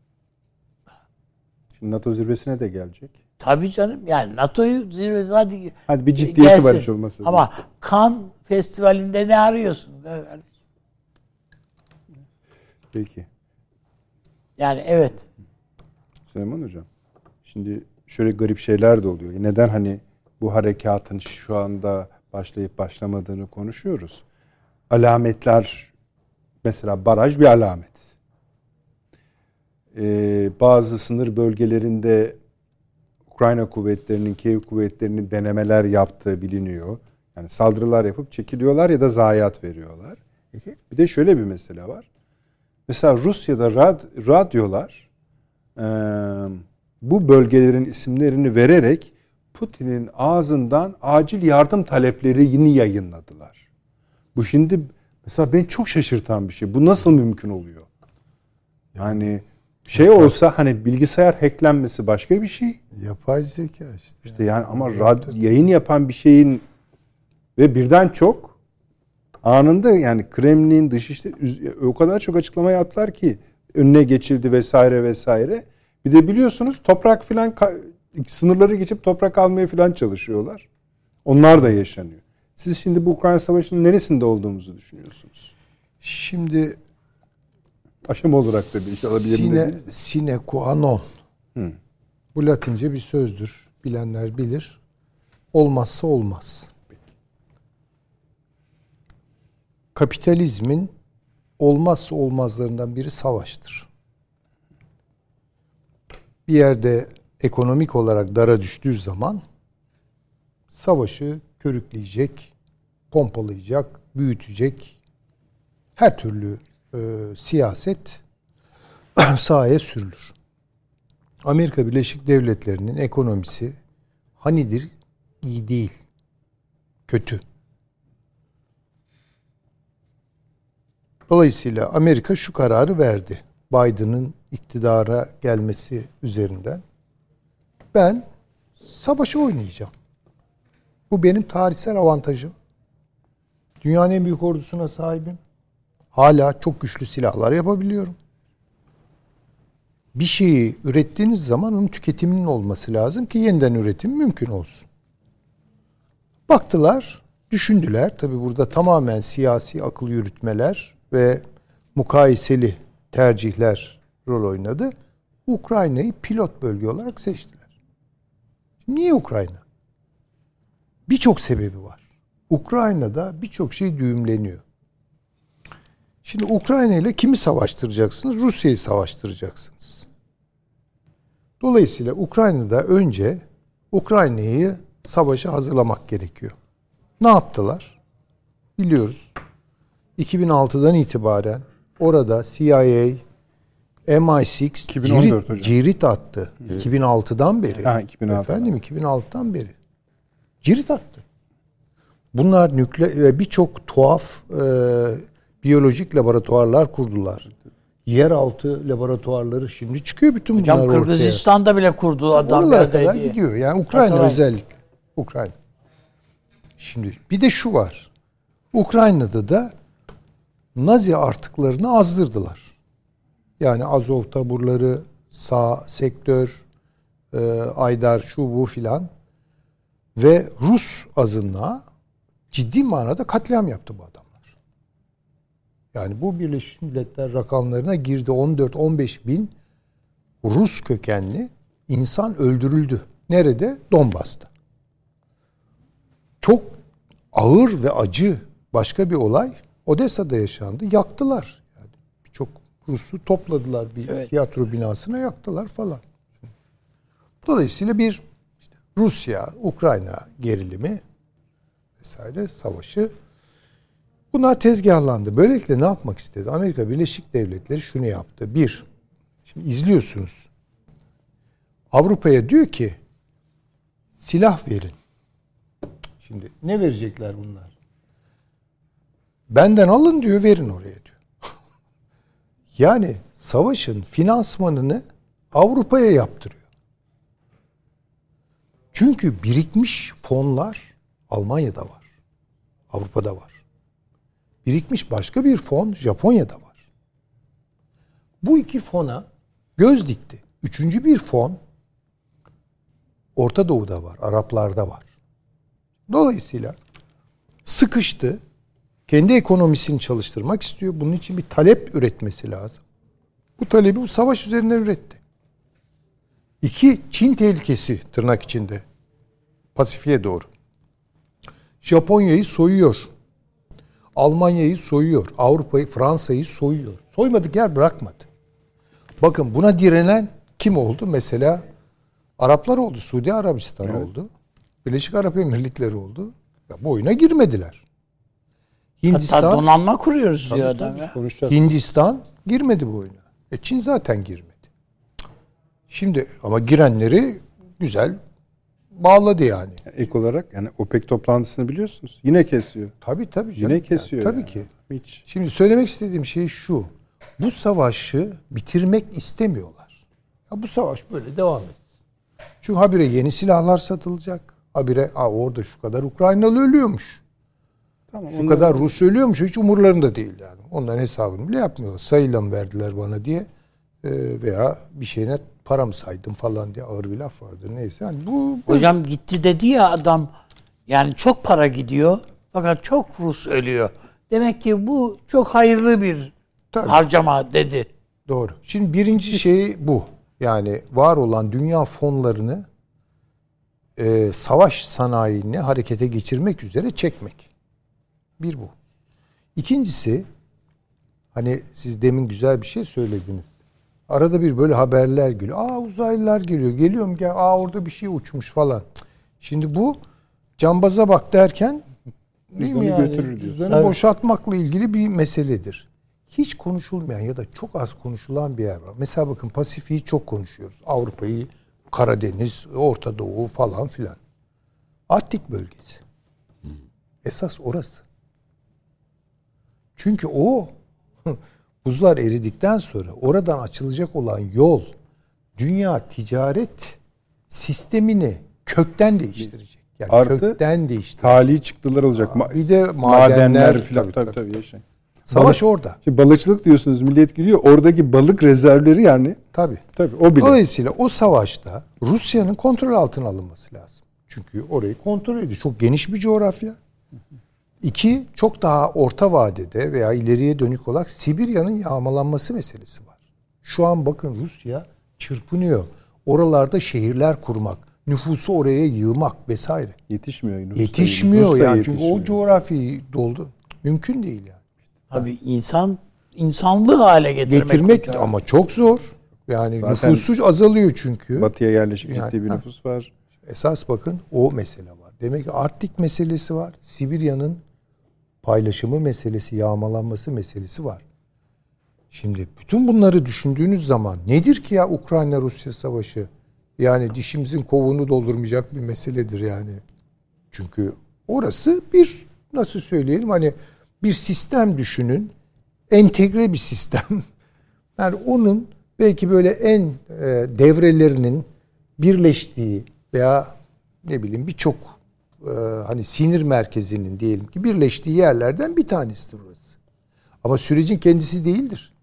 Şimdi NATO zirvesine de gelecek. Tabii canım yani NATO'yu zirvesi hadi bir ciddiyeti var hiç olmazsa. Ama Cannes Festivali'nde ne arıyorsun? Peki. Yani evet. Süleyman Hocam, şimdi şöyle garip şeyler de oluyor. Neden hani bu harekatın şu anda başlayıp başlamadığını konuşuyoruz. Alametler, mesela baraj bir alamet. Bazı sınır bölgelerinde Ukrayna kuvvetlerinin, Kiev kuvvetlerinin denemeler yaptığı biliniyor. Yani saldırılar yapıp çekiliyorlar ya da zayiat veriyorlar. Bir de şöyle bir mesele var. Mesela Rusya'da radyolar bu bölgelerin isimlerini vererek Putin'in ağzından acil yardım taleplerini yayınladılar. Bu şimdi mesela beni çok şaşırtan bir şey. Bu nasıl mümkün oluyor? Yani şey olsa hani bilgisayar hacklenmesi başka bir şey. Yapay zeka işte. İşte yani ama yayın yapan bir şeyin ve birden çok anında yani Kremlin dışişleri o kadar çok açıklama yaptılar ki önüne geçildi vesaire vesaire. Bir de biliyorsunuz toprak filan sınırları geçip toprak almaya filan çalışıyorlar. Onlar da yaşanıyor. Siz şimdi bu Ukrayna Savaşı'nın neresinde olduğumuzu düşünüyorsunuz? Şimdi aşama olarak da bir şey alabilir sine qua non. Bu Latince bir sözdür. Bilenler bilir. Olmazsa olmaz. Kapitalizmin olmazsa olmazlarından biri savaştır. bir yerde ekonomik olarak dara düştüğü zaman savaşı körükleyecek, pompalayacak, büyütecek her türlü siyaset sahaya sürülür. Amerika Birleşik Devletleri'nin ekonomisi hanidir, iyi değil, kötü. Dolayısıyla Amerika şu kararı verdi. Biden'ın iktidara gelmesi üzerinden. Ben savaşı oynayacağım. Bu benim tarihsel avantajım. Dünyanın en büyük ordusuna sahibim. Hala çok güçlü silahlar yapabiliyorum. Bir şeyi ürettiğiniz zaman onun tüketiminin olması lazım ki yeniden üretim mümkün olsun. Baktılar, düşündüler. Tabii burada tamamen siyasi akıl yürütmeler ve mukayeseli tercihler rol oynadı. Ukrayna'yı pilot bölge olarak seçtiler. Şimdi niye Ukrayna? Birçok sebebi var. Ukrayna'da birçok şey düğümleniyor. Şimdi Ukrayna ile kimi savaştıracaksınız? Rusya'yı savaştıracaksınız. Dolayısıyla Ukrayna'da önce Ukrayna'yı savaşa hazırlamak gerekiyor. Ne yaptılar? Biliyoruz. 2006'dan itibaren orada CIA, MI6 cirit attı. 2006'dan beri. 2006'dan. Efendim 2006'dan beri. Cirit attı. Bunlar birçok tuhaf biyolojik laboratuvarlar kurdular. Yeraltı laboratuvarları şimdi çıkıyor bütün bunlar ortaya. Kırgızistan'da bile kurdu adam. Oralara kadar gidiyor. Yani Ukrayna özellikle. Ukrayna. Şimdi bir de şu var. Ukrayna'da da Nazi artıklarını azdırdılar. Yani Azov taburları, sağ sektör, Aydar, şu bu filan ve Rus azınlığa ciddi manada katliam yaptı bu adamlar. Yani bu Birleşmiş Milletler rakamlarına girdi. 14-15 bin Rus kökenli insan öldürüldü. Nerede? Donbas'ta. Çok ağır ve acı başka bir olay Odessa'da yaşandı. Yaktılar. Yani birçok Rus'u topladılar bir tiyatro binasına, yaktılar falan. Dolayısıyla bir işte Rusya-Ukrayna gerilimi vesaire savaşı bunlar tezgahlandı. Böylelikle ne yapmak istedi? Amerika Birleşik Devletleri şunu yaptı. Bir, şimdi izliyorsunuz. Avrupa'ya diyor ki silah verin. Şimdi ne verecekler bunlar? Benden alın diyor, verin oraya diyor. Yani savaşın finansmanını Avrupa'ya yaptırıyor. Çünkü birikmiş fonlar Almanya'da var. Avrupa'da var. Birikmiş başka bir fon Japonya'da var. Bu iki fona göz dikti. Üçüncü bir fon Orta Doğu'da var, Araplarda var. Dolayısıyla sıkıştı. Kendi ekonomisini çalıştırmak istiyor. Bunun için bir talep üretmesi lazım. Bu talebi bu savaş üzerinden üretti. İki, Çin tehlikesi tırnak içinde. Pasifik'e doğru. Japonya'yı soyuyor. Almanya'yı soyuyor. Avrupa'yı, Fransa'yı soyuyor. Soymadık yer bırakmadı. Bakın buna direnen kim oldu? Mesela Araplar oldu. Suudi Arabistan oldu. Birleşik Arap Emirlikleri oldu. Ya bu oyuna girmediler. Hindistan, hatta donanma kuruyoruz diyor adam ya. Hindistan girmedi bu oyuna. Çin zaten girmedi. Şimdi ama girenleri güzel bağladı yani. Ek olarak yani OPEC toplantısını biliyorsunuz. Yine kesiyor. Tabii. Yine kesiyor. Tabii ki. Hiç. Şimdi söylemek istediğim şey şu. Bu savaşı bitirmek istemiyorlar. Ya bu savaş böyle devam etsin. Çünkü habire yeni silahlar satılacak. Habire orada şu kadar Ukraynalı ölüyormuş. Tamam, şu kadar Rus ölüyormuş. Hiç umurlarında değil yani. Onların hesabını bile yapmıyorlar. Sayıyla mı verdiler bana diye veya bir şeyine para mı saydım falan diye ağır bir laf vardır. Neyse. Yani bu hocam gitti dedi ya adam. Yani çok para gidiyor fakat çok Rus ölüyor. Demek ki bu çok hayırlı bir harcama dedi. Doğru. Şimdi birinci şey bu. Yani var olan dünya fonlarını savaş sanayini harekete geçirmek üzere çekmek. Bir bu. İkincisi, hani siz demin güzel bir şey söylediniz. Arada bir böyle haberler geliyor. Uzaylılar geliyor. Geliyorum gel. Orada bir şey uçmuş falan. Şimdi bu cambaza bak derken değil mi yani? Götürür diyorsun. Cüzdanı boşaltmakla ilgili bir meseledir. Hiç konuşulmayan ya da çok az konuşulan bir yer var. Mesela bakın Pasifik'i çok konuşuyoruz. Avrupa'yı, Karadeniz, Orta Doğu falan filan. Arktik bölgesi. Esas orası. Çünkü o buzlar eridikten sonra oradan açılacak olan yol dünya ticaret sistemini kökten değiştirecek. Yani Artı kökten değiştirecek. tali çıktılar olacak. Bir de madenler falan tabii yaşayın. Savaş orada. Şimdi balıkçılık diyorsunuz, millet gülüyor. Oradaki balık rezervleri yani. Tabii. O bile. Dolayısıyla o savaşta Rusya'nın kontrol altına alınması lazım. Çünkü orayı kontrol ediyor. Çok geniş bir coğrafya. 2, çok daha orta vadede veya ileriye dönük olarak Sibirya'nın yağmalanması meselesi var. Şu an bakın Rusya çırpınıyor. Oralarda şehirler kurmak, nüfusu oraya yığmak vesaire. Yetişmiyor. Yetişmiyor yani. Çünkü o coğrafyayı doldu. Mümkün değil yani. Tabii insanlığı hale getirmek ama çok zor. Yani zaten nüfusu azalıyor çünkü. Batıya yerleşik ciddi bir nüfus var. Esas bakın o mesele var. Demek ki Arktik meselesi var. Sibirya'nın paylaşımı meselesi, yağmalanması meselesi var. Şimdi bütün bunları düşündüğünüz zaman nedir ki ya Ukrayna-Rusya savaşı? Yani dişimizin kovuğunu doldurmayacak bir meseledir yani. Çünkü orası bir, nasıl söyleyelim, hani bir sistem düşünün. Entegre bir sistem. Yani onun belki böyle en devrelerinin birleştiği veya ne bileyim birçok hani sinir merkezinin diyelim ki birleştiği yerlerden bir tanesidir orası. Ama sürecin kendisi değildir.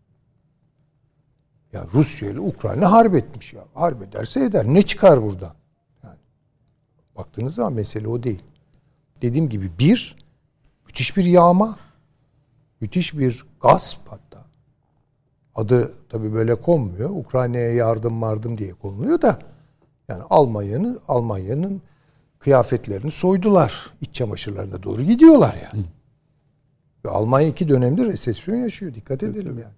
Ya Rusya ile Ukrayna harp etmiş ya. Harp ederse eder. Ne çıkar buradan? Yani baktığınız zaman mesele o değil. Dediğim gibi müthiş bir yağma, müthiş bir gasp hatta. Adı tabii böyle konmuyor. Ukrayna'ya yardım diye konuluyor da yani Almanya'nın kıyafetlerini soydular. İç çamaşırlarına doğru gidiyorlar yani. Ve Almanya 2 dönemdir resesyon yaşıyor. Dikkat edelim yani.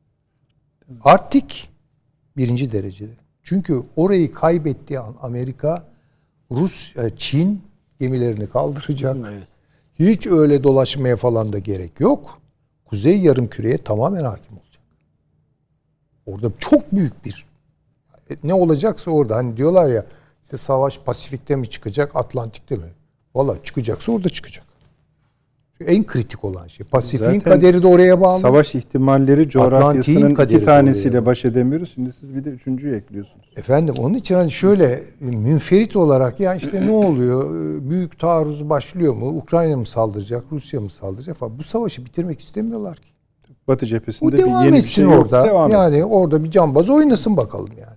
Arktik 1. derecede. Çünkü orayı kaybettiği an Amerika, Çin gemilerini kaldıracak. Evet. Hiç öyle dolaşmaya falan da gerek yok. Kuzey Yarımküre'ye tamamen hakim olacak. Orada çok büyük bir ne olacaksa orada, hani diyorlar ya işte savaş Pasifik'te mi çıkacak, Atlantik'te mi? Vallahi çıkacaksa orada çıkacak. Çünkü en kritik olan şey. Pasifik'in zaten kaderi de oraya bağlı. Savaş ihtimalleri coğrafyasının 2 tanesiyle bağlı. baş edemiyoruz. Şimdi siz bir de 3.'yü ekliyorsunuz. Efendim onun için hani şöyle münferit olarak ya işte ne oluyor? Büyük taarruz başlıyor mu? Ukrayna mı saldıracak? Rusya mı saldıracak falan. Bu savaşı bitirmek istemiyorlar ki. Batı cephesinde devam yeni etsin bir şey yok. orada. Devam yani etsin. orada bir cambaz oynasın bakalım yani.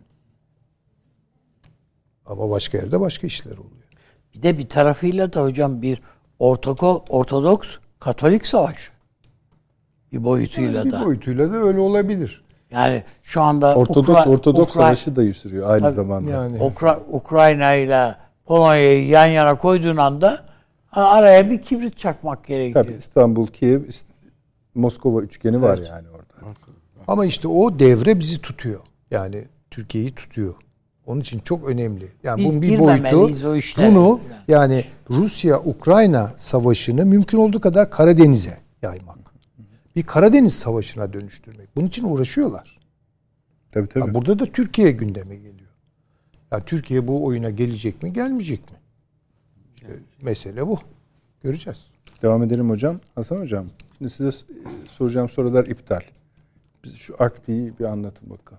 Ama başka yerde başka işler oluyor. Bir de bir tarafıyla da hocam bir Ortodoks Katolik savaşı. Bir boyutuyla yani da. Bir boyutuyla da öyle olabilir. Yani şu anda Ortodoks savaşı da sürüyor aynı zamanda. Yani Ukrayna ile Polonya'yı yan yana koyduğun anda araya bir kibrit çakmak gerekiyor. Tabii İstanbul, Kiev, Moskova üçgeni var yani orada. ama işte o devre bizi tutuyor. Yani Türkiye'yi tutuyor. Onun için çok önemli. Yani Biz bunun bir boyutu o işlere. bunu yani Rusya-Ukrayna savaşını mümkün olduğu kadar Karadeniz'e yaymak. Bir Karadeniz savaşına dönüştürmek. Bunun için uğraşıyorlar. Tabii. Ya burada da Türkiye gündeme geliyor. Yani Türkiye bu oyuna gelecek mi, gelmeyecek mi? İşte mesele bu. Göreceğiz. Devam edelim hocam. Hasan hocam, şimdi size soracağım sorular iptal. Biz şu Arktik'i bir anlatın bakalım.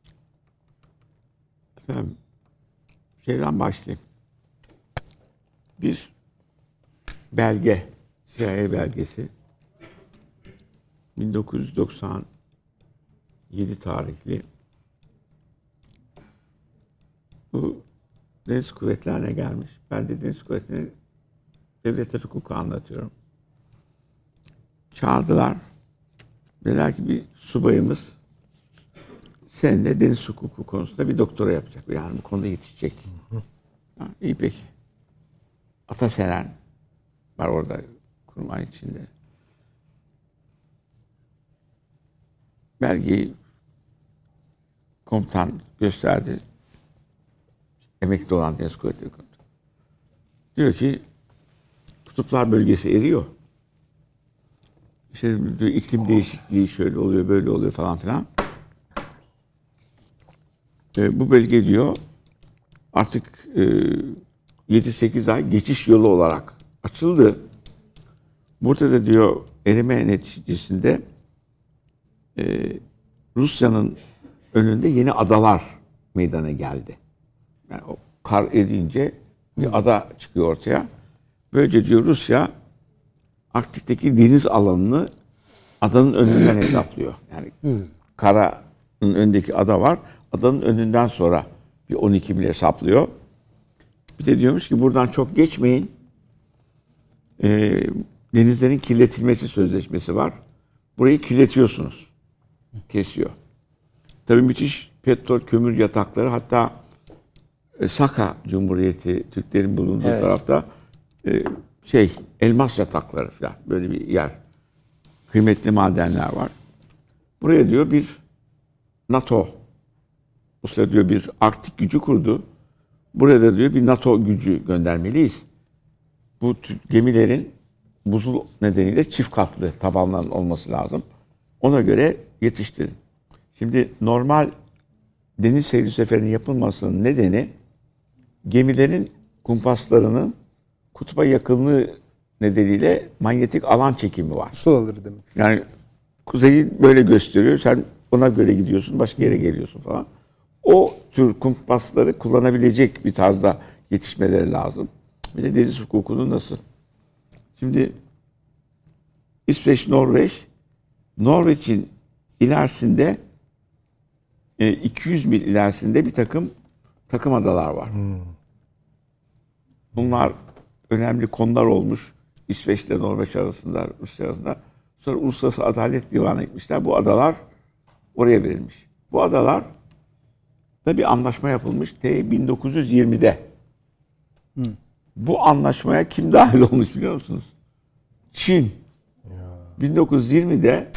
Efendim, şeyden başlayayım. Bir belge, CIA belgesi. 1997 tarihli. Bu deniz kuvvetlerine gelmiş. Ben de deniz kuvvetlerine devlet hukuku anlatıyorum. Çağırdılar. Dediler ki bir subayımız seninle deniz hukuku konusunda bir doktora yapacak. Yani bu konuda yetişecek. Ha, iyi peki. Ataseren var orada kurmay içinde. Belgeyi komutan gösterdi. Emekli olan Deniz Kuvvetleri Komutanı. Diyor ki kutuplar bölgesi eriyor. İşte diyor, iklim değişikliği şöyle oluyor, böyle oluyor falan filan. Bu bölge diyor artık 7-8 ay geçiş yolu olarak açıldı. Burada da diyor erime neticesinde Rusya'nın önünde yeni adalar meydana geldi. Yani o kar eriyince bir ada çıkıyor ortaya. Böylece diyor Rusya Arktik'teki deniz alanını adanın önünden hesaplıyor. Yani karanın önündeki ada var. Adanın önünden sonra bir 12 mil hesaplıyor. Bir de diyormuş ki buradan çok geçmeyin. Denizlerin kirletilmesi sözleşmesi var. Burayı kirletiyorsunuz. Kesiyor. Tabii müthiş petrol, kömür yatakları, hatta Saka Cumhuriyeti, Türklerin bulunduğu tarafta elmas yatakları falan, böyle bir yer. Kıymetli madenler var. Buraya diyor bir NATO, Rusya diyor bir Arktik gücü kurdu. Buraya da diyor bir NATO gücü göndermeliyiz. Bu gemilerin buzul nedeniyle çift katlı tabanların olması lazım. Ona göre yetiştirin. Şimdi normal deniz seyri seferinin yapılmasının nedeni gemilerin kumpaslarının kutba yakınlığı nedeniyle manyetik alan çekimi var. Pusulaları demek. Yani kuzeyi böyle gösteriyor. Sen ona göre gidiyorsun, başka yere geliyorsun falan. O tür kumpasları kullanabilecek bir tarzda yetişmeleri lazım. Bir de deniz hukukunun nasıl? Şimdi İsveç, Norveç'in ilerisinde 200 mil ilerisinde bir takım adalar var. Bunlar önemli konular olmuş İsveç ile Norveç arasında, Rusya arasında. Sonra Uluslararası Adalet Divanı'na gitmişler. Bu adalar oraya verilmiş. Bu adalar da bir anlaşma yapılmış 1920'de. Bu anlaşmaya kim dahil olmuş biliyor musunuz? Çin. 1920'de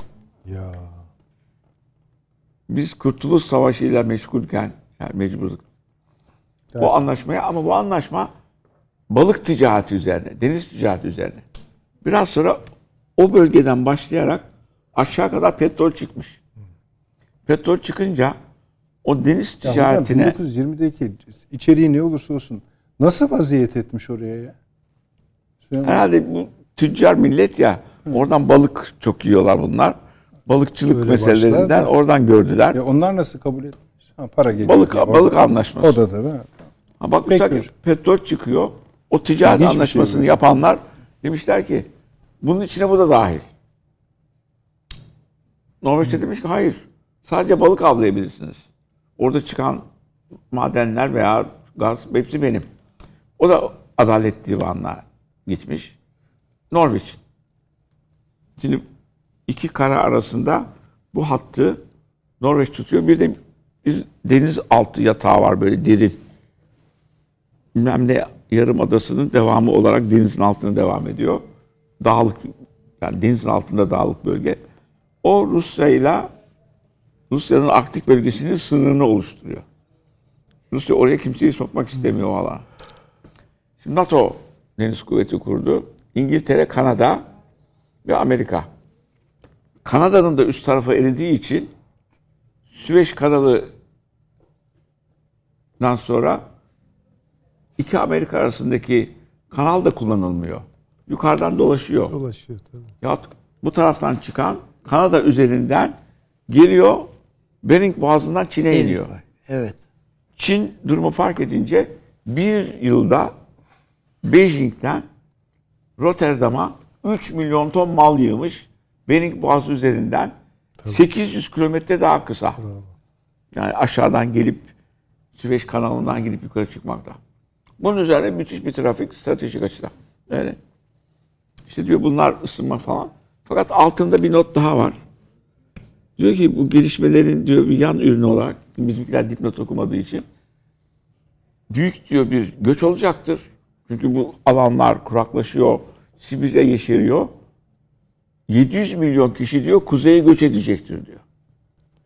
biz Kurtuluş Savaşı ile meşgulken, yani mecburluk. Evet. Bu anlaşmaya, ama bu anlaşma balık ticareti üzerine, deniz ticareti üzerine. Biraz sonra o bölgeden başlayarak aşağı kadar petrol çıkmış. Petrol çıkınca o deniz ticaretine... Hocam, 1920'deki içeriği ne olursa olsun nasıl vaziyet etmiş oraya ya? Herhalde bu tüccar millet ya, oradan balık çok yiyorlar bunlar. Balıkçılık öyle meselelerinden oradan gördüler. Ya onlar nasıl kabul etmiş? Para geliyor. Balık anlaşması. O da tabii. Bak petrol çıkıyor. O ticaret anlaşmasını yapanlar demişler ki bunun içine bu da dahil. Norveç'te demiş ki hayır. Sadece balık avlayabilirsiniz. Orada çıkan madenler veya gaz hepsi benim. O da Adalet Divanı'na gitmiş. Norveç. Şimdi iki kara arasında bu hattı Norveç tutuyor. Bir de bir deniz altı yatağı var, böyle derin. Bilmem ne yarımadasının devamı olarak denizin altına devam ediyor. Dağlık, yani denizin altında dağlık bölge. O Rusya'nın Arktik bölgesinin sınırını oluşturuyor. Rusya oraya kimseyi sokmak istemiyor valla. Şimdi NATO deniz kuvveti kurdu. İngiltere, Kanada ve Amerika. Kanada'nın da üst tarafı eridiği için Süveyş Kanalı'dan sonra iki Amerika arasındaki kanal da kullanılmıyor. Yukarıdan dolaşıyor. Dolaşıyor tabii. Ya bu taraftan çıkan Kanada üzerinden geliyor, Bering Boğazı'ndan Çin'e iniyor. Evet. Çin durumu fark edince bir yılda Beijing'den Rotterdam'a 3 milyon ton mal yığmış. Bering Boğazı üzerinden tabii. 800 kilometre daha kısa. Bravo. Yani aşağıdan gelip Süveyş kanalından gelip yukarı çıkmakta. Bunun üzerine müthiş bir trafik stratejik açıdan. Öyle. İşte diyor bunlar ısınma falan. Fakat altında bir not daha var. Diyor ki bu gelişmelerin diyor bir yan ürünü olarak, bizimkiler dipnot okumadığı için büyük diyor bir göç olacaktır. Çünkü bu alanlar kuraklaşıyor, Sibirya yeşeriyor. 700 milyon kişi diyor kuzeye göç edecektir diyor.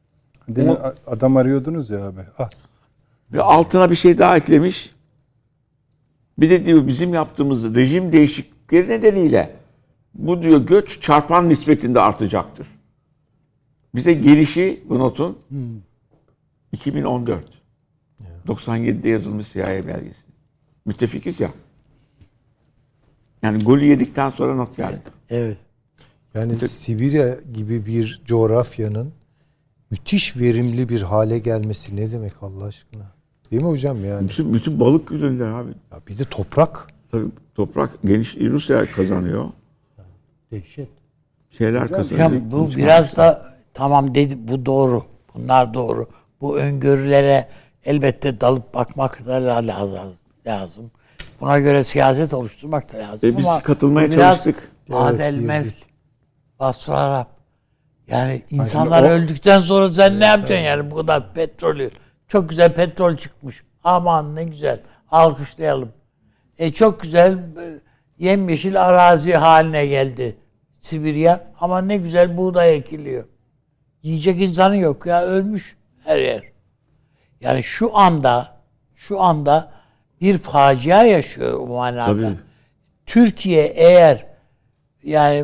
Demin adam arıyordunuz ya abi. Ah. Ve altına bir şey daha eklemiş. Bir de diyor bizim yaptığımız rejim değişiklikleri nedeniyle bu diyor göç çarpan nispetinde artacaktır. Bize gelişi bu notun 2014. 97'de yazılmış CIA belgesi. Müttefikiz ya. Yani golü yedikten sonra not geldi. Evet. Yani Sibirya gibi bir coğrafyanın müthiş verimli bir hale gelmesi ne demek Allah aşkına? Değil mi hocam yani? Bütün balık yüzünden abi. Ya bir de toprak. Tabii toprak geniş Rusya kazanıyor. Dehşet. Şeyler kazanıyor. Hocam bu biraz da tamam dedi, bu doğru. Bunlar doğru. Bu öngörülere elbette dalıp bakmak da lazım. Buna göre siyaset oluşturmak da lazım. Biz ama katılmaya biraz çalıştık. Adel Evet, mevt. girdik. Basrarab. Yani insanlar öldükten sonra sen ne yapacaksın yani bu kadar petrolü? Çok güzel petrol çıkmış. Aman ne güzel. Alkışlayalım. Çok güzel yemyeşil arazi haline geldi Sibirya. Ama ne güzel buğday ekiliyor. Yiyecek insanı yok ya, ölmüş her yer. Yani şu anda bir facia yaşıyor o manada. Tabii. Türkiye eğer yani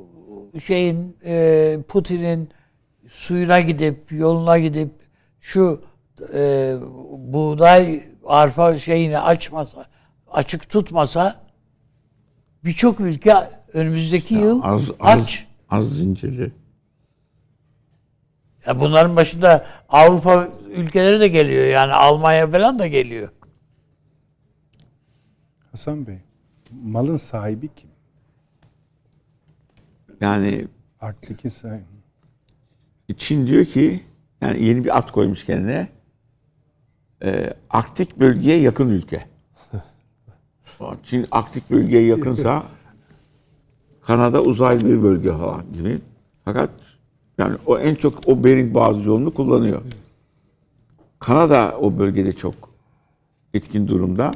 Putin'in suyuna gidip yoluna gidip şu buğday arpa şeyini açık tutmasa birçok ülke önümüzdeki yıl aç. Az zincirli. Ya bunların başında Avrupa ülkeleri de geliyor. Yani Almanya falan da geliyor. Hasan Bey, malın sahibi kim? Yani Arktik'in sahibi. Çin diyor ki yani yeni bir at koymuş kendine. Arktik bölgeye yakın ülke. Çin Arktik bölgeye yakınsa Kanada uzaylı bir bölge falan gibi. Fakat yani o en çok o Bering Boğazı yolunu kullanıyor. Kanada o bölgede çok etkin durumda.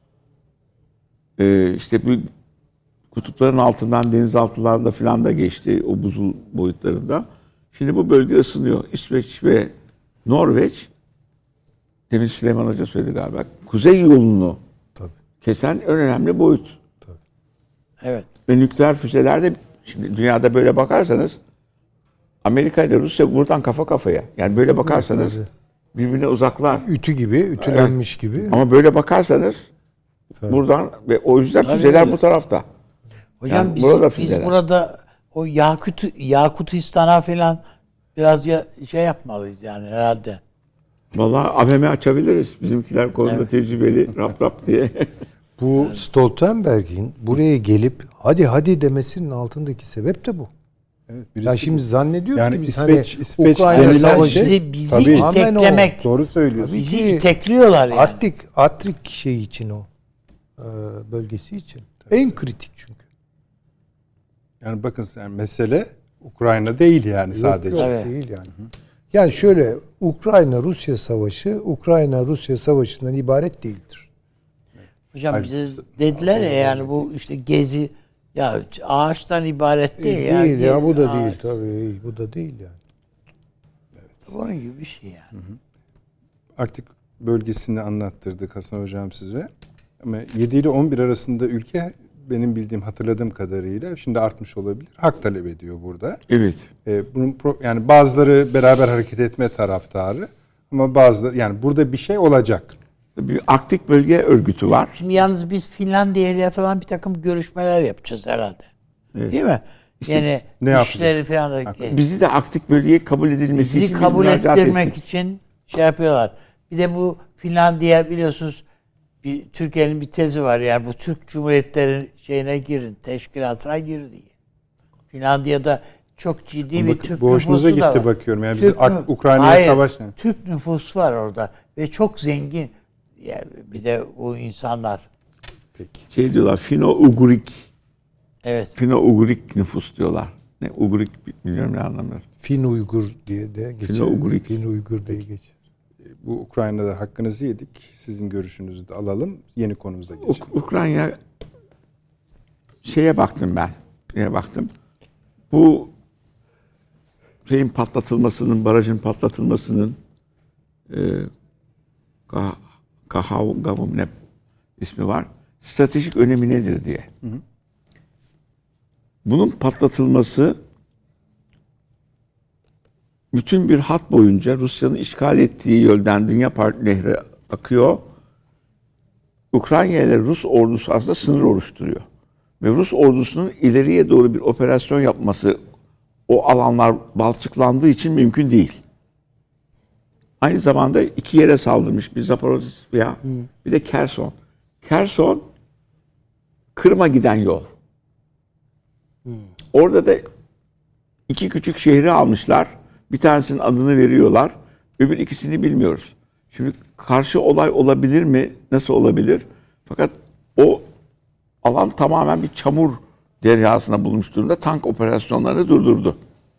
İşte bu kutupların altından denizaltılarla falan da geçti o buzul boyutlarında. Şimdi bu bölge ısınıyor. İsveç ve Norveç, demin Süleyman Hoca söyledi galiba, kuzey yolunu kesen en önemli boyut. Tabii. Evet. Ve nükleer füzelerde şimdi dünyada böyle bakarsanız Amerika ile Rusya buradan kafa kafaya. Yani böyle bakarsanız birbirine uzaklar. Ütü gibi, ütülenmiş gibi. Ama böyle bakarsanız buradan ve o yüzden füzeler bu tarafta. Hocam Yani biz burada o Yakutistan'a falan biraz şey yapmalıyız yani herhalde. Vallahi AVM açabiliriz. Bizimkiler konuda tecrübeli rap diye. Bu Stoltenberg'in buraya gelip hadi demesinin altındaki sebep de bu. Evet, ya şimdi zannediyor yani ki biz İsveç Ukrayna denilen savaşı bizi tabii, iteklemek. Doğru söylüyorsun. Bizi itekliyorlar yani. Arktik şey için o bölgesi için. En kritik çünkü. Yani bakın yani mesele Ukrayna değil yani sadece. Yok, değil yani. Yani şöyle Ukrayna-Rusya savaşı Ukrayna-Rusya savaşından ibaret değildir. Hocam bize dediler ya yani bu işte gezi ya ağaçtan ibaret değil ya. Değil ya bu da değil tabii. Bu da değil yani. Bunun gibi bir şey yani. Artık bölgesini anlattırdık Hasan Hocam size. Ama 7 ile 11 arasında ülke benim bildiğim, hatırladığım kadarıyla şimdi artmış olabilir. Hak talep ediyor burada. Evet. Bunun yani bazıları beraber hareket etme taraftarı ama bazıları yani burada bir şey olacak. Bir Arktik Bölge Örgütü var. Şimdi yalnız biz Finlandiya falan bir takım görüşmeler yapacağız herhalde. Evet. Değil mi? İşte yani ne işleri falan da bizi de Arktik Bölge'ye kabul edilmesi bizi için kabul müracaat ettirmek ettik. için şey yapıyorlar. Bir de bu Finlandiya biliyorsunuz Türkiye'nin bir tezi var yani bu Türk Cumhuriyetleri şeyine girin, teşkilatına gir diye. Finlandiya'da çok ciddi bir Türk boşunuza nüfusu da gitti var. bakıyorum. Yani biz Ukrayna'ya savaş. Türk nüfusu var orada ve çok zengin. Yani bir de bu insanlar. Peki. Şey diyorlar, Fino-Ugurik. Evet. Fino-Ugurik nüfus diyorlar. Ne Ugurik bilmiyorum ne anlamda. Fin-Uygur diye de geçer. Fino-Ugurik. Fin-Uygur diye geçer. Bu Ukrayna'da hakkınızı yedik. Sizin görüşünüzü de alalım. Yeni konumuza geçelim. Ukrayna şeye baktım ben. Bu şeyin patlatılmasının, barajın patlatılmasının Kahavgav'ın ne ismi var? Stratejik önemi nedir diye. Bunun patlatılması bütün bir hat boyunca Rusya'nın işgal ettiği yoldan Dünya Nehri akıyor. Ukrayna ile Rus ordusu aslında sınır oluşturuyor. Ve Rus ordusunun ileriye doğru bir operasyon yapması o alanlar balçıklandığı için mümkün değil. Aynı zamanda iki yere saldırmış. Bir Zaporojye, bir de Kerson. Kerson, Kırım'a giden yol. Orada da iki küçük şehri almışlar. Bir tanesinin adını veriyorlar. Öbür ikisini bilmiyoruz. Şimdi karşı olay olabilir mi? Nasıl olabilir? Fakat o alan tamamen bir çamur deryasına bulmuş durumda. Tank operasyonlarını durdurdu.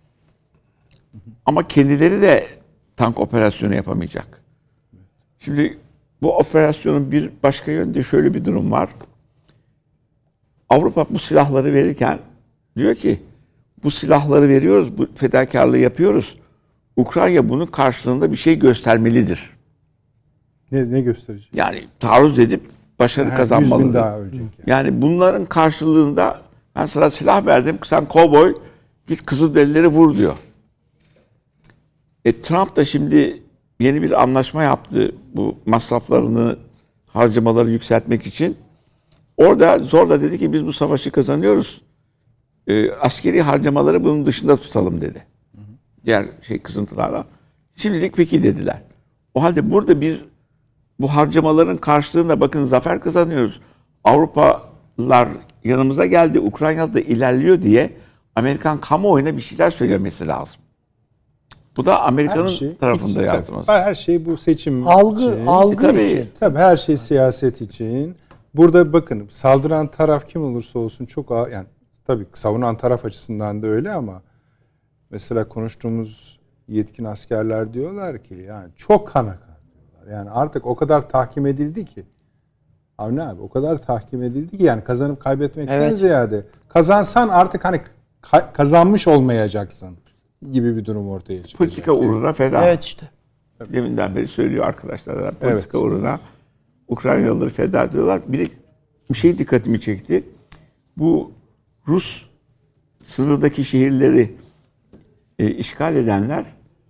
Ama kendileri de tank operasyonu yapamayacak. Şimdi bu operasyonun bir başka yönde şöyle bir durum var. Avrupa bu silahları verirken diyor ki bu silahları veriyoruz, bu fedakarlığı yapıyoruz. Ukrayna bunun karşılığında bir şey göstermelidir. Ne gösterecek? Yani taarruz edip başarı kazanmalıdır. 100 bin daha ölecek. Yani bunların karşılığında ben sana silah verdim, sen kovboy git Kızılderilileri vur diyor. Trump da şimdi yeni bir anlaşma yaptı bu masraflarını, harcamaları yükseltmek için. Orada zorla dedi ki biz bu savaşı kazanıyoruz. Askeri harcamaları bunun dışında tutalım dedi. Diğer kızıntılarla. Şimdilik peki dediler. O halde burada bu harcamaların karşılığında bakın zafer kazanıyoruz. Avrupalılar yanımıza geldi. Ukrayna'da ilerliyor diye Amerikan kamuoyuna bir şeyler söylemesi lazım. Bu da Amerika'nın tarafında yansıması. Her şey bu seçim algı için. Tabii her şey siyaset için. Burada bakın saldıran taraf kim olursa olsun çok yani tabii savunan taraf açısından da öyle ama mesela konuştuğumuz yetkin askerler diyorlar ki yani çok kana diyorlar. Yani artık o kadar tahkim edildi ki Avni abi o kadar tahkim edildi ki yani kazanıp kaybetmekten ziyade kazansan artık hani kazanmış olmayacaksın gibi bir durum ortaya çıkıyor. Politika uğruna feda. Evet işte. Deminden beri söylüyor arkadaşlar. Politika uğruna Ukraynalıları feda ediyorlar. Bir şey dikkatimi çekti. Bu Rus sınırdaki şehirleri işgal edenler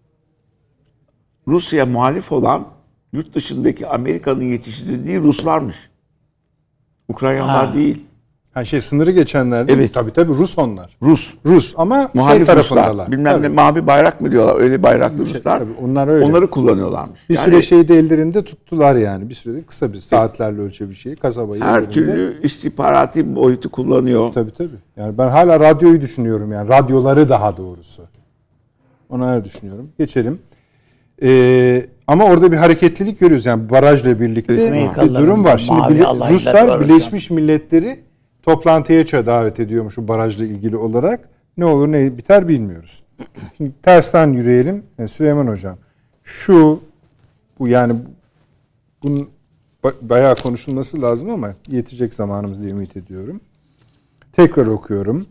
Rusya'ya muhalif olan yurt dışındaki Amerika'nın yetiştirdiği Ruslarmış. Ukraynalılar değil. Sınırı geçenler değil. Evet. Tabii Rus onlar. Rus ama muhalif tarafındalar. Ruslar. Bilmem ne mavi bayrak mı diyorlar. Öyle bayraklı Ruslar. Tabii onlar öyle. Onları kullanıyorlarmış. Bir süre de ellerinde tuttular yani. Bir süre kısa bir saatlerle ölçü bir şey. Kasabayı her ellerinde. türlü istihbarati boyutu kullanıyor. Tabii. Yani ben hala radyoyu düşünüyorum yani. Radyoları daha doğrusu. Onu öyle düşünüyorum. Geçelim. Ama orada bir hareketlilik görüyoruz. Yani barajla birlikte bir durum var. Şimdi Ruslar Birleşmiş Milletleri toplantıya davet ediyormuş bu barajla ilgili olarak. Ne olur ne biter bilmiyoruz. Şimdi tersten yürüyelim. Süleyman Hocam. Bu yani bunun bayağı konuşulması lazım ama yetecek zamanımız diye ümit ediyorum. Tekrar okuyorum.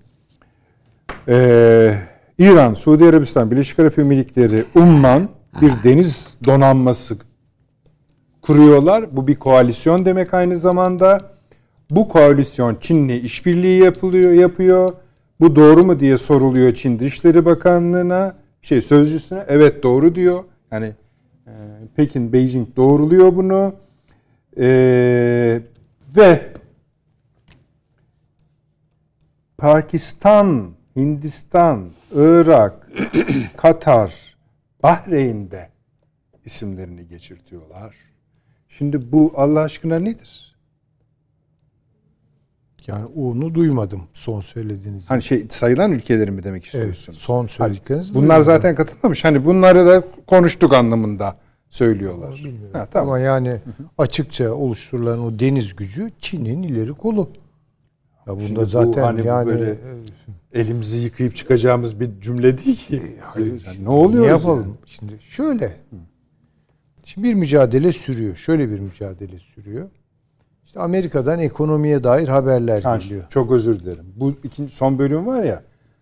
İran, Suudi Arabistan, Birleşik Arap Emirlikleri, Umman bir deniz donanması kuruyorlar. Bu bir koalisyon demek aynı zamanda. Bu koalisyon Çin'le işbirliği yapıyor. Bu doğru mu diye soruluyor Çin Dışişleri Bakanlığı'na, sözcüsüne. Evet doğru diyor. Yani Pekin, Beijing doğruluyor bunu. Ve Pakistan, Hindistan, Irak, Katar, Bahreyn'de isimlerini geçirtiyorlar. Şimdi bu Allah aşkına nedir? Yani onu duymadım son söylediğiniz. Hani sayılan ülkeleri mi demek istiyorsunuz? Evet, son söyledikleriniz. Bunlar duymadım. Zaten katılmamış. Hani bunları da konuştuk anlamında söylüyorlar. Tamam. Ama yani açıkça oluşturulan o deniz gücü Çin'in ileri kolu. Ya bunda zaten hani yani böyle elimizi yıkayıp çıkacağımız bir cümle değil ki. Hayır, yani ne oluyor? Ne yapalım? Yani? Şimdi şöyle. Şimdi bir mücadele sürüyor. Şöyle bir mücadele sürüyor. İşte Amerika'dan ekonomiye dair haberler geliyor. Çok özür dilerim. Bu son bölüm var ya.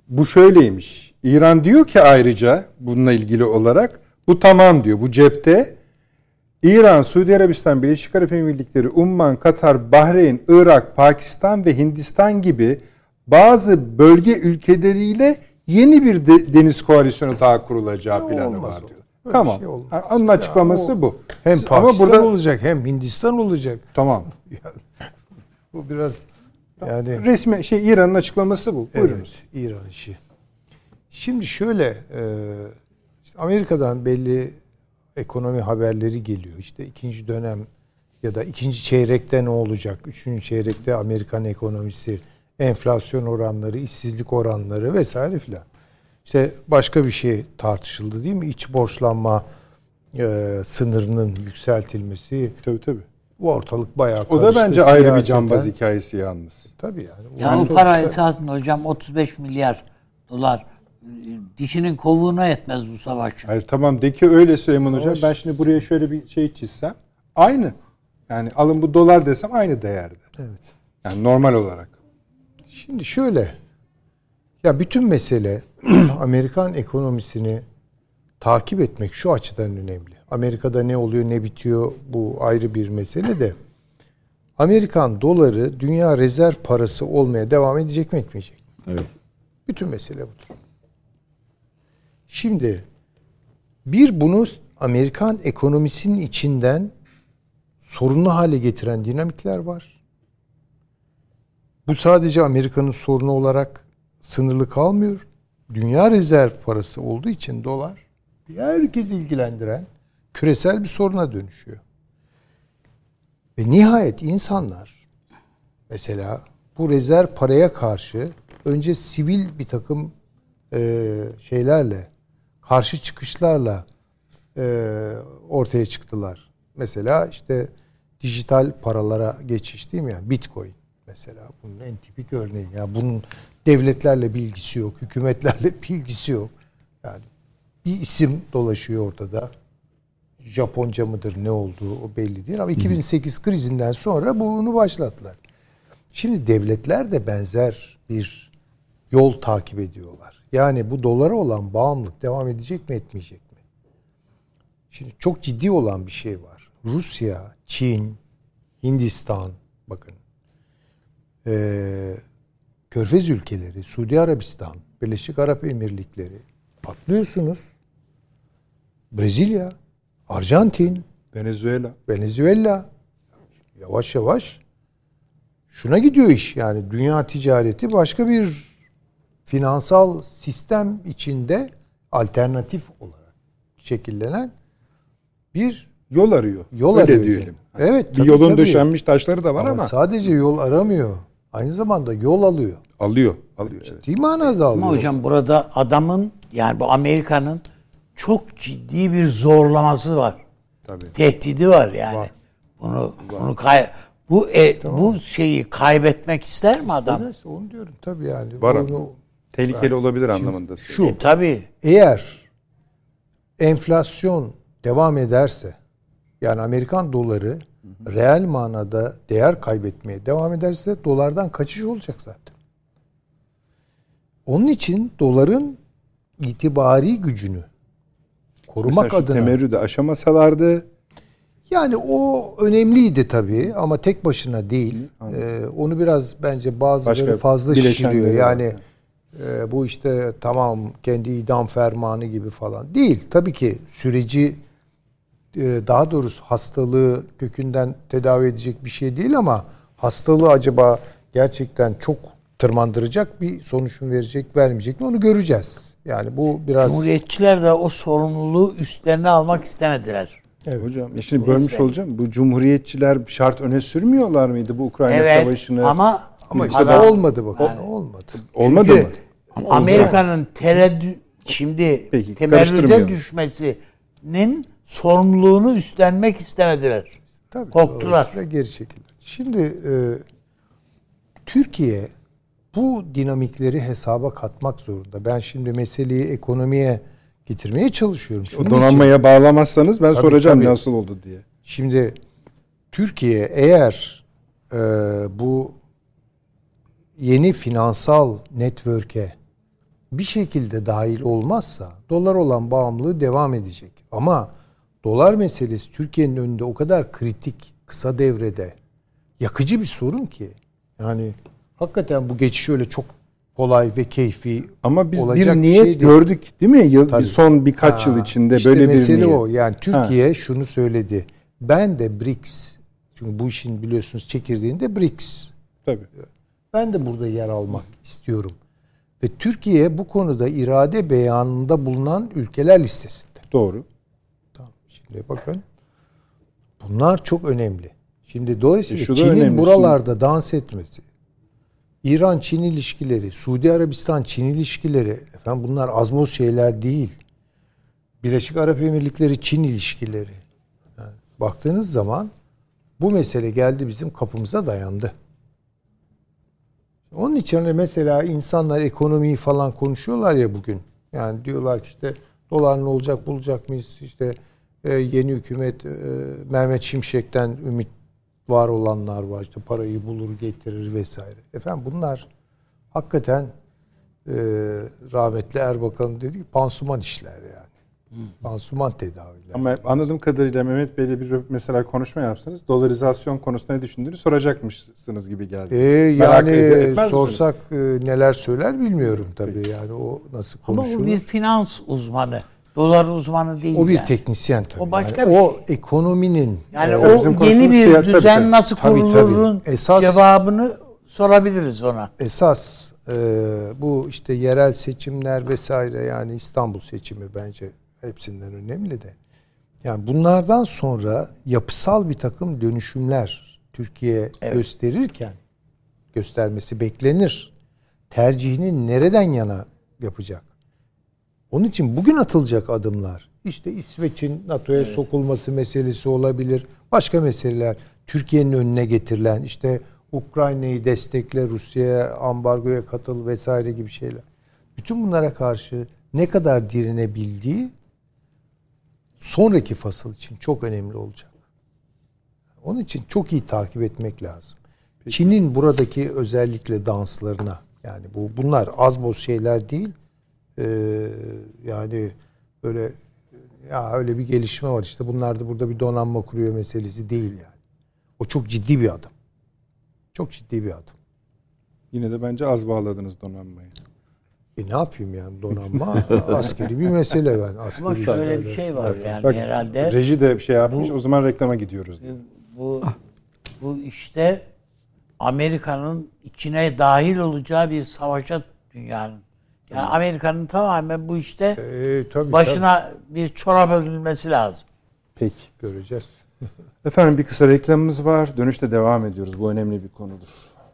bu şöyleymiş. İran diyor ki ayrıca bununla ilgili olarak bu tamam diyor. Bu cepte. İran, Suudi Arabistan, Birleşik Arap Emirlikleri, Umman, Katar, Bahreyn, Irak, Pakistan ve Hindistan gibi bazı bölge ülkeleriyle yeni bir deniz koalisyonu daha kurulacağı planı var diyor. Tamam. Şey onun açıklaması bu. Hem Pakistan burada olacak hem Hindistan olacak. Tamam. Bu biraz yani resmi İran'ın açıklaması bu. Evet, İran işi. Şimdi şöyle işte Amerika'dan belli ekonomi haberleri geliyor. İşte ikinci dönem ya da ikinci çeyrekte ne olacak? Üçüncü çeyrekte Amerikan ekonomisi, enflasyon oranları, işsizlik oranları vesaire filan. İşte başka bir şey tartışıldı değil mi? İç borçlanma sınırının yükseltilmesi. Tabii. Bu ortalık bayağı karıştı. O da bence ayrı bir cambaz hikayesi yalnız. Tabii yani. Ya o para esasında hocam 35 milyar dolar dişinin kovuğuna yetmez bu savaş. Hayır tamam de ki öyle Süleyman Hocam. Ben şimdi buraya şöyle bir şey çizsem. Aynı. Yani alın bu dolar desem aynı değerde. Evet. Yani normal olarak. Şimdi şöyle. Ya bütün mesele Amerikan ekonomisini takip etmek şu açıdan önemli. Amerika'da ne oluyor ne bitiyor bu ayrı bir mesele de. Amerikan doları dünya rezerv parası olmaya devam edecek mi etmeyecek mi? Evet. Bütün mesele budur. Şimdi bunu Amerikan ekonomisinin içinden sorunlu hale getiren dinamikler var. Bu sadece Amerika'nın sorunu olarak sınırlı kalmıyor. Dünya rezerv parası olduğu için dolar herkesi ilgilendiren küresel bir soruna dönüşüyor. Ve nihayet insanlar mesela bu rezerv paraya karşı önce sivil bir takım şeylerle, karşı çıkışlarla ortaya çıktılar. Mesela işte dijital paralara geçiş değil mi? Yani Bitcoin mesela bunun en tipik örneği. Yani bunun devletlerle bir ilgisi yok, hükümetlerle bir ilgisi yok. Yani bir isim dolaşıyor ortada. Japonca mıdır ne olduğu o belli değil ama 2008 krizinden sonra bunu başlattılar. Şimdi devletler de benzer bir yol takip ediyorlar. Yani bu dolara olan bağımlılık devam edecek mi etmeyecek mi? Şimdi çok ciddi olan bir şey var. Rusya, Çin, Hindistan bakın Körfez ülkeleri, Suudi Arabistan, Birleşik Arap Emirlikleri patlıyorsunuz. Brezilya, Arjantin, Venezuela yavaş yavaş şuna gidiyor iş. Yani dünya ticareti başka bir finansal sistem içinde alternatif olarak şekillenen bir yol arıyor. Yol öyle arıyor diyelim. Yani. Evet. Bir yolun döşenmiş taşları da var ama. Sadece yol aramıyor. Aynı zamanda yol alıyor. Alıyor. Ciddi manada alıyor. Ama hocam burada adamın yani bu Amerika'nın çok ciddi bir zorlaması var. Tabii. Tehdidi var yani. Var. Bu şeyi kaybetmek ister mi adam? Evet, onu diyorum tabii yani. Var. Tehlikeli olabilir anlamında. Şu. Tabii. Eğer enflasyon devam ederse yani Amerikan doları reel manada değer kaybetmeye devam ederse dolardan kaçış olacak zaten. Onun için doların itibari gücünü korumak adına temerrüde aşamasalardı yani o önemliydi tabii ama tek başına değil. Onu biraz bence bazıları fazla şişiriyor. Yani bu işte tamam kendi idam fermanı gibi falan değil. Tabii ki süreci daha doğrusu hastalığı kökünden tedavi edecek bir şey değil ama hastalığı acaba gerçekten çok tırmandıracak bir sonuç mu verecek, vermeyecek mi onu göreceğiz. Yani bu biraz... Cumhuriyetçiler de o sorumluluğu üstlerine almak istemediler. Evet. Hocam şimdi bölmüş olacağım. Bu cumhuriyetçiler şart öne sürmüyorlar mıydı bu Ukrayna savaşını? Ama işte olmadı bak. Yani, olmadı. Olmadı mı? Amerika'nın temerrüde düşmesinin sorumluluğunu üstlenmek istemediler. Tabii, korktular. Geri çekildiler. Şimdi Türkiye bu dinamikleri hesaba katmak zorunda. Ben şimdi meseleyi ekonomiye getirmeye çalışıyorum. O donanmaya bağlamazsanız ben soracağım nasıl oldu diye. Şimdi Türkiye eğer bu yeni finansal network'e bir şekilde dahil olmazsa dolar olan bağımlılığı devam edecek. Ama dolar meselesi Türkiye'nin önünde o kadar kritik, kısa devrede yakıcı bir sorun ki. Yani hakikaten bu geçiş öyle çok kolay ve keyfi ama biz olacak bir niyet şey değil. gördük değil mi? Tabii. Son birkaç yıl içinde işte böyle bir mesele niyet. o. Yani Türkiye şunu söyledi. Ben de BRICS, çünkü bu işin biliyorsunuz çekirdeğinde BRICS. Tabii. Ben de burada yer almak istiyorum. Ve Türkiye bu konuda irade beyanında bulunan ülkeler listesinde. Doğru. Tamam. Şimdi bakın. Bunlar çok önemli. Şimdi dolayısıyla Çin'in önemli. Buralarda dans etmesi, İran-Çin ilişkileri, Suudi Arabistan-Çin ilişkileri, efendim bunlar az boz şeyler değil. Birleşik Arap Emirlikleri-Çin ilişkileri. Yani baktığınız zaman bu mesele geldi bizim kapımıza dayandı. Onun için mesela insanlar ekonomiyi falan konuşuyorlar ya bugün. Yani diyorlar ki işte dolar ne olacak, bulacak mıyız? İşte yeni hükümet Mehmet Şimşek'ten ümit var olanlar var. İşte parayı bulur getirir vesaire. Efendim bunlar hakikaten rahmetli Erbakan'ın dediği pansuman işler yani. Pansuman tedaviler. Ama anladığım kadarıyla Mehmet Bey'le bir mesela konuşma yapsanız dolarizasyon konusunda ne düşündüğünü soracakmışsınız gibi geldi. Yani sorsak neler söyler bilmiyorum tabii. Yani o nasıl konuşur. Ama o bir finans uzmanı. Dolar uzmanı değil. O bir yani. teknisyen tabii. O başka yani bir o şey. ekonominin Yani o yeni bir düzen nasıl kurulurun cevabını sorabiliriz ona. Esas bu işte yerel seçimler vesaire, yani İstanbul seçimi bence hepsinden önemli de. Yani bunlardan sonra yapısal bir takım dönüşümler Türkiye gösterirken, göstermesi beklenir. Tercihini nereden yana yapacak? Onun için bugün atılacak adımlar, işte İsveç'in NATO'ya sokulması meselesi olabilir. Başka meseleler, Türkiye'nin önüne getirilen, işte Ukrayna'yı destekle, Rusya'ya ambargoya katıl vesaire gibi şeyler. Bütün bunlara karşı ne kadar direnebildiği sonraki fasıl için çok önemli olacak. Onun için çok iyi takip etmek lazım. Peki. Çin'in buradaki özellikle danslarına, yani bunlar az boz şeyler değil. Yani böyle ya öyle bir gelişme var işte, bunlar da burada bir donanma kuruyor meselesi değil yani. O çok ciddi bir adım. Çok ciddi bir adım. Yine de bence az bağladınız donanmayı. Ne yapayım yani, donanma askeri bir mesele ben. Ama şöyle bir şey var yani bak, herhalde. Reji de bir şey yapmış, o zaman reklama gidiyoruz. Bu işte Amerika'nın içine dahil olacağı bir savaşa dünyanın. Yani Amerika'nın tamamen bu işte başına bir çorap örülmesi lazım. Peki. Göreceğiz. Efendim bir kısa reklamımız var. Dönüşte devam ediyoruz. Bu önemli bir konudur.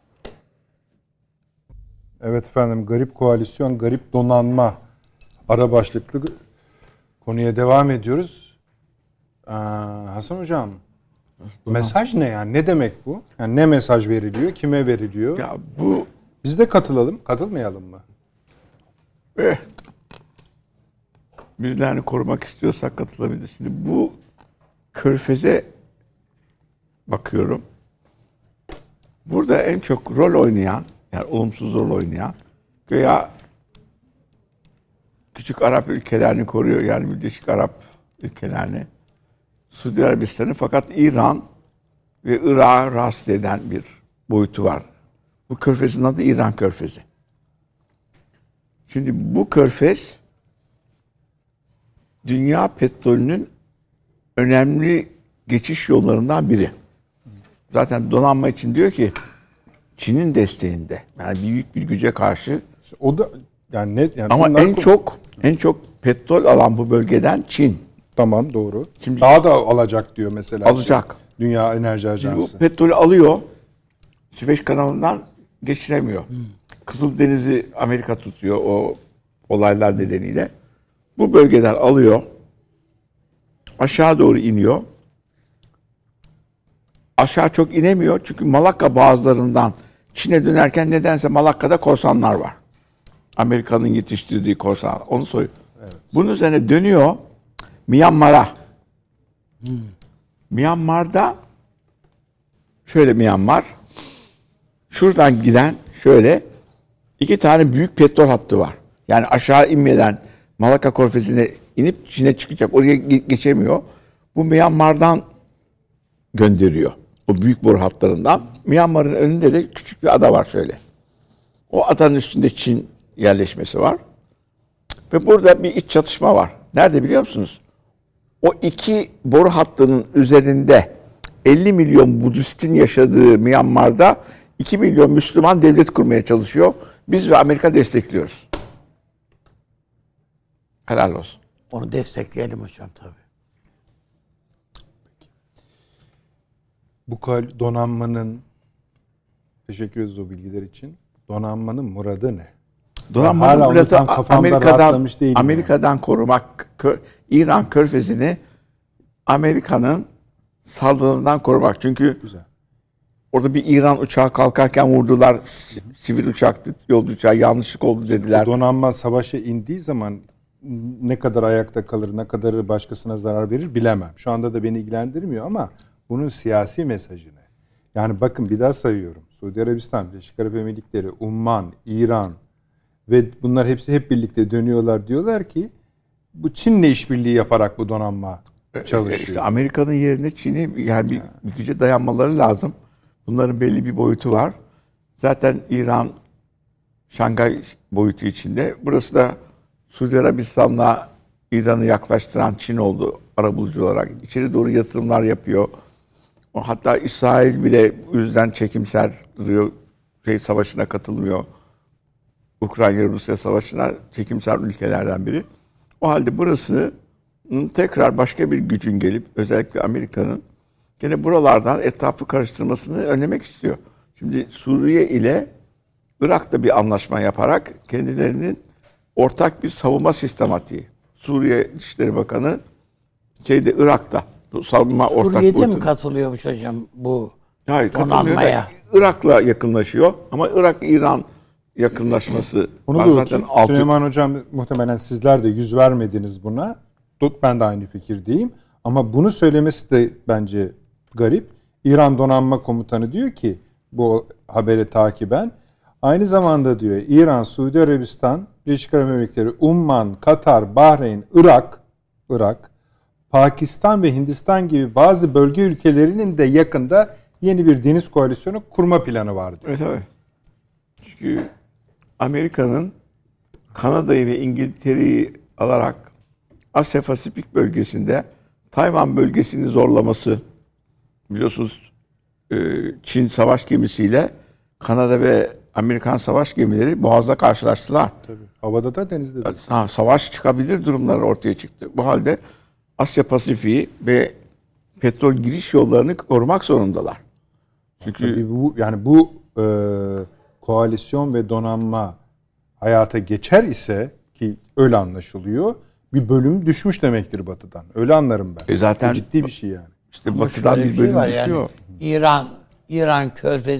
Evet efendim, garip koalisyon, garip donanma ara başlıklı konuya devam ediyoruz. Hasan Hocam, mesaj ne yani? Ne demek bu? Yani ne mesaj veriliyor? Kime veriliyor? Ya bu, biz de katılalım, katılmayalım mı? Birilerini korumak istiyorsak katılabilir. Şimdi bu Körfez'e bakıyorum. Burada en çok rol oynayan, yani olumsuz rol oynayan, güya küçük Arap ülkelerini koruyor, yani Birleşik Arap ülkelerini, Suudi Arabistan'ı, fakat İran ve Irak'ı rahatsız eden bir boyutu var. Bu Körfez'in adı İran Körfezi. Şimdi bu Körfez dünya petrolünün önemli geçiş yollarından biri. Zaten donanma için diyor ki Çin'in desteğinde, yani büyük bir güce karşı. O da yani net yani, ama en çok petrol alan bu bölgeden Çin. Tamam, doğru. Şimdi daha da alacak diyor mesela. Alacak. Dünya Enerji Ajansı. Bu petrolü alıyor. Süveyş kanalından geçiremiyor. Kızıldeniz'i Amerika tutuyor o olaylar nedeniyle. Bu bölgeden alıyor. Aşağı doğru iniyor. Aşağı çok inemiyor çünkü Malakka boğazlarından Çin'e dönerken nedense Malakka'da korsanlar var. Amerika'nın yetiştirdiği korsan. Onu soruyor. Evet. Bunun üzerine dönüyor Myanmar'a. Myanmar'da şöyle, Myanmar şuradan giden şöyle 2 tane büyük petrol hattı var. Yani aşağı inmeden Malaka Körfezi'ne inip Çin'e çıkacak. Oraya geçemiyor. Bu Myanmar'dan gönderiyor. O büyük boru hatlarından. Myanmar'ın önünde de küçük bir ada var şöyle. O adanın üstünde Çin yerleşmesi var. Ve burada bir iç çatışma var. Nerede biliyor musunuz? O iki boru hattının üzerinde 50 milyon Budistin yaşadığı Myanmar'da 2 milyon Müslüman devlet kurmaya çalışıyor. Biz ve Amerika destekliyoruz. Helal olsun. Onu destekleyelim hocam tabii. Bu donanmanın, teşekkür ederiz o bilgiler için. Donanmanın muradı ne? Donanmanın hala muradı tam kafamda rahatlamış değilim Amerika'dan korumak, İran Körfezi'ni Amerika'nın saldırılarından korumak. Çünkü Güzel. orada bir İran uçağı kalkarken vurdular. Sivil uçaktı, yolcu uçağı, yanlışlık oldu dediler. Donanma savaşa indiği zaman ne kadar ayakta kalır, ne kadarı başkasına zarar verir bilemem. Şu anda da beni ilgilendirmiyor ama bunun siyasi mesajı ne? Yani bakın bir daha sayıyorum. Suudi Arabistan, Birleşik Arap Emirlikleri, Umman, İran ve bunlar hepsi hep birlikte dönüyorlar. Diyorlar ki bu Çin'le işbirliği yaparak bu donanma çalışıyor. İşte Amerika'nın yerine Çin'i yani bir güce dayanmaları lazım. Bunların belli bir boyutu var. Zaten İran Şangay boyutu içinde. Burası da Suudi Arabistan'la İran'ı yaklaştıran Çin oldu arabulucu olarak. İçeri doğru yatırımlar yapıyor. Hatta İsrail bile bu yüzden çekimser duruyor. Savaşına katılmıyor. Ukrayna-Rusya savaşına çekimser ülkelerden biri. O halde burası tekrar başka bir gücün gelip özellikle Amerika'nın gene buralardan etrafı karıştırmasını önlemek istiyor. Şimdi Suriye ile Irak'ta bir anlaşma yaparak kendilerinin ortak bir savunma sistematiği. Suriye İçişleri Bakanı Irak'ta bu savunma ortak Suriye'de boyutunda. mi katılıyormuş hocam bu Hayır, donanmaya? Irak'la yakınlaşıyor ama Irak-İran yakınlaşması Onu var da zaten Süleyman Hocam muhtemelen sizler de yüz vermediniz buna. Ben de aynı fikirdeyim. Ama bunu söylemesi de bence garip. İran Donanma Komutanı diyor ki bu haberi takiben aynı zamanda diyor İran, Suudi Arabistan, Birleşik Arap Emirlikleri, Umman, Katar, Bahreyn, Irak, Pakistan ve Hindistan gibi bazı bölge ülkelerinin de yakında yeni bir deniz koalisyonu kurma planı var diyor. Evet, evet. Çünkü Amerika'nın Kanada'yı ve İngiltere'yi alarak Asya Pasifik bölgesinde Tayvan bölgesini zorlaması, biliyorsunuz Çin savaş gemisiyle Kanada ve Amerikan savaş gemileri Boğaz'da karşılaştılar. Tabii. Havada da denizde de. Savaş çıkabilir durumlar ortaya çıktı. Bu halde Asya Pasifik'i ve petrol giriş yollarını korumak zorundalar. Çünkü Tabii bu koalisyon ve donanma hayata geçer ise ki öyle anlaşılıyor, bir bölüm düşmüş demektir Batı'dan. Öyle anlarım ben. Zaten ciddi bir şey yani. İşte Ama Batı'dan şöyle bir bölüm var düşüyor. Yani İran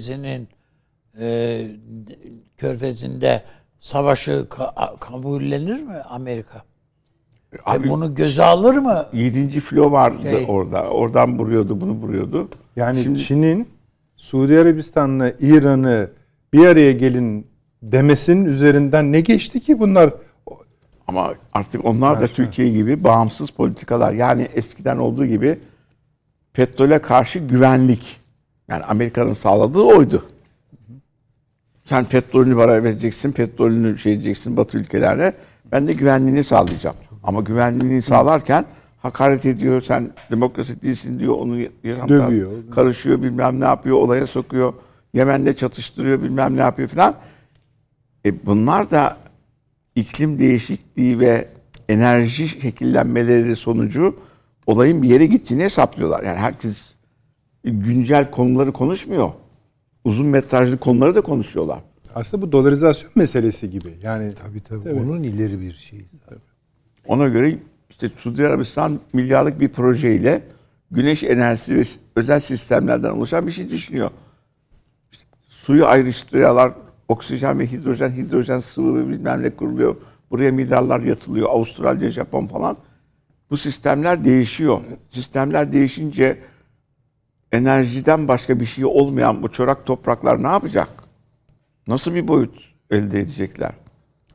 Körfezi'nde savaşı kabullenir mi Amerika? Abi, Bunu göze alır mı? 7. filo vardı orada. Oradan vuruyordu, bunu vuruyordu. Yani Şimdi, Çin'in Suudi Arabistan'la İran'ı bir araya gelin demesinin üzerinden ne geçti ki bunlar? ama artık onlar da Türkiye gibi bağımsız politikalar. Yani eskiden olduğu gibi petrole karşı güvenlik. Yani Amerika'nın sağladığı oydu. Sen petrolünü bana vereceksin, petrolünü diyeceksin Batı ülkelerine. Ben de güvenliğini sağlayacağım. Ama güvenliğini sağlarken hakaret ediyor, sen demokrasi değilsin diyor, onu Dövüyor. Karışıyor, bilmem ne yapıyor, olaya sokuyor. Yemen'de çatıştırıyor, bilmem ne yapıyor falan. Bunlar da iklim değişikliği ve enerji şekillenmeleri sonucu olayın bir yere gittiğini hesaplıyorlar. Yani herkes güncel konuları konuşmuyor. Uzun metrajlı konuları da konuşuyorlar. Aslında bu dolarizasyon meselesi gibi. Yani Tabii. Onun ileri bir şey. Ona göre işte Suudi Arabistan milyarlık bir projeyle güneş enerjisi ve özel sistemlerden oluşan bir şey düşünüyor. İşte suyu ayrıştırıyorlar, oksijen ve hidrojen sıvı ve bilmem ne kuruluyor. Buraya milyarlar yatılıyor. Avustralya, Japon falan. Bu sistemler değişiyor. Sistemler değişince enerjiden başka bir şey olmayan bu çorak topraklar ne yapacak? Nasıl bir boyut elde edecekler?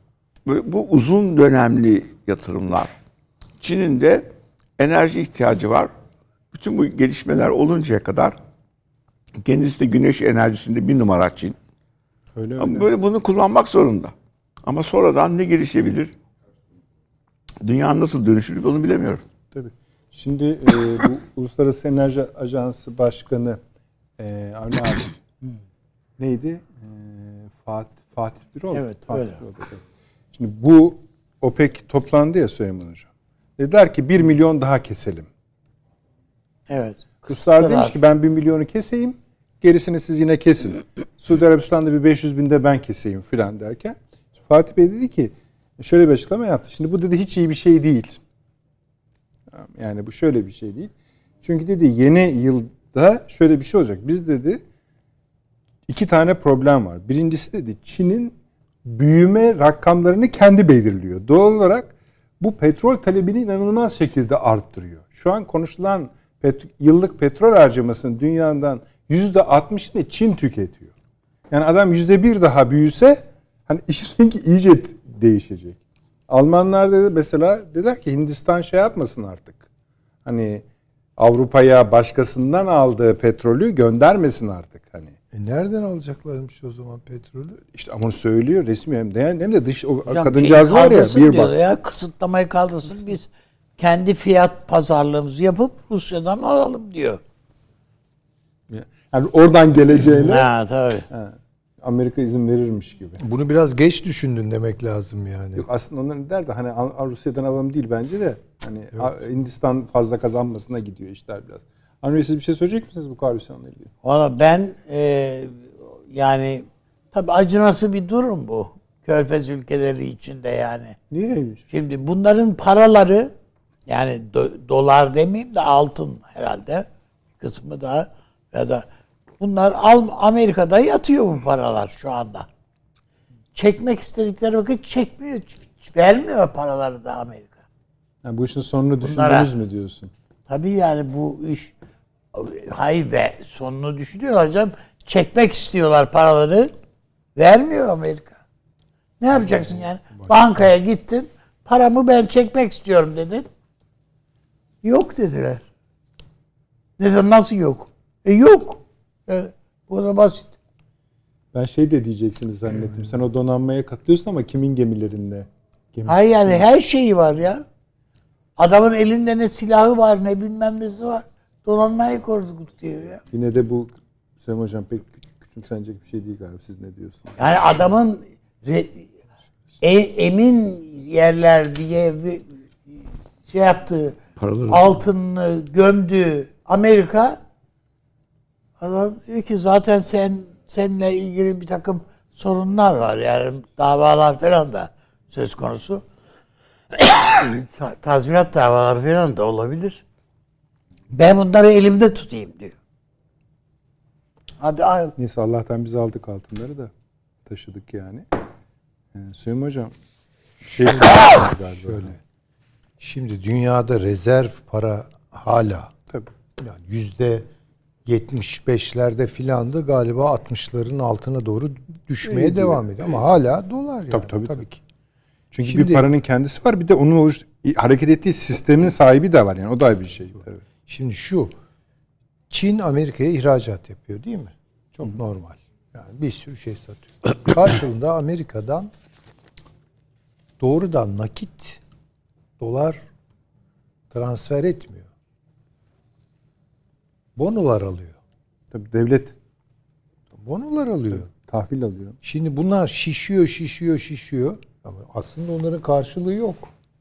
bu uzun dönemli yatırımlar. Çin'in de enerji ihtiyacı var. Bütün bu gelişmeler oluncaya kadar kendisi de güneş enerjisinde bir numara Çin. Öyle Ama böyle bunu kullanmak zorunda. Ama sonradan ne gelişebilir? Dünya nasıl dönüşür onu bilemiyorum. Tabii. Şimdi bu Uluslararası Enerji Ajansı Başkanı Avni abi neydi? Fatih Birol. Evet, Fatih öyle. Birol. Şimdi bu OPEC toplandı ya Süleyman Hocam. Dediler ki 1 milyon daha keselim. Evet. Kıslar demiş ki ben 1 milyonu keseyim. Gerisini siz yine kesin. Suudi Arabistan'da bir 500 bin de ben keseyim filan derken. Fatih Bey dedi ki şöyle bir açıklama yaptı. Şimdi bu dedi hiç iyi bir şey değil. Yani bu şöyle bir şey değil. Çünkü dedi yeni yılda şöyle bir şey olacak. Biz dedi 2 tane problem var. Birincisi dedi Çin'in büyüme rakamlarını kendi belirliyor. Doğal olarak bu petrol talebini inanılmaz şekilde arttırıyor. Şu an konuşulan yıllık petrol harcamasının dünyadan %60'ını Çin tüketiyor. Yani adam %1 daha büyüse hani işin rengi iyice değişecek. Almanlar da mesela dediler ki Hindistan şey yapmasın artık. Hani Avrupa'ya başkasından aldığı petrolü göndermesin artık hani. Nereden alacaklarmış o zaman petrolü? İşte ama onu söylüyor resmi hem de dış o Hocam, kadıncağız var ya bir diyor bak. ya, kısıtlamayı kaldırsın, biz kendi fiyat pazarlığımızı yapıp Rusya'dan alalım diyor. Yani oradan geleceğine Ha tabii. Amerika izin verirmiş gibi. Bunu biraz geç düşündün demek lazım yani. Yok aslında onların der de hani Rusya'dan alalım değil bence de hani Hindistan fazla kazanmasına gidiyor işler biraz. Anne siz bir şey söyleyecek misiniz bu koalisyonla ilgili? Valla ben yani tabii acınası bir durum bu. Körfez ülkeleri içinde yani. Niyeymiş? Şimdi bunların paraları yani dolar demeyeyim de altın herhalde kısmı da ya da bunlar Amerika'da yatıyor bu paralar şu anda. Çekmek istedikleri vakit çekmiyor. Vermiyor paraları da Amerika. Yani bu işin sonunu düşündünüz mü diyorsun? Tabii yani bu iş hayır ve sonunu düşünüyorlar canım. Çekmek istiyorlar paraları. Vermiyor Amerika. Ne yapacaksın yani? Bankaya gittin. Paramı ben çekmek istiyorum dedin. Yok dediler. Neden nasıl yok? Yok. Yani, bu da basit. Ben şey de diyeceksiniz zannettim. Sen o donanmaya katılıyorsun ama kimin gemilerinde? Hayır yani her şeyi var ya. Adamın elinde ne silahı var ne bilmem nesi var. Donanmayı koruduk diyor ya. Yine de bu Süleyman Hocam pek küçümsenecek bir şey değil galiba. Siz ne diyorsunuz? Yani adamın emin yerler diye şey yaptığı Paraları altınını gömdüğü Amerika, adam diyor ki zaten seninle ilgili bir takım sorunlar var yani davalar falan da söz konusu. Tazminat davaları falan da olabilir. Ben bunları elimde tutayım diyor. Hadi ayrıl. Neyse Allah'tan biz aldık altınları da taşıdık yani. Süleyman Hocam Şöyle. Şimdi dünyada rezerv para hala tabii. yani %75'lerde filandı galiba 60'ların altına doğru düşmeye devam ediyor. Ama hala dolar yani. Tabii ki. Çünkü Şimdi, bir paranın kendisi var bir de onun hareket ettiği sistemin sahibi de var yani o da bir şey. Tabii. Şimdi şu Çin Amerika'ya ihracat yapıyor değil mi? Çok normal. Yani bir sürü şey satıyor. Karşılığında Amerika'dan doğrudan nakit dolar transfer etmiyor. Bonolar alıyor. Tabii devlet Bonolar alıyor. tahvil alıyor. Şimdi bunlar şişiyor ama aslında onların karşılığı yok.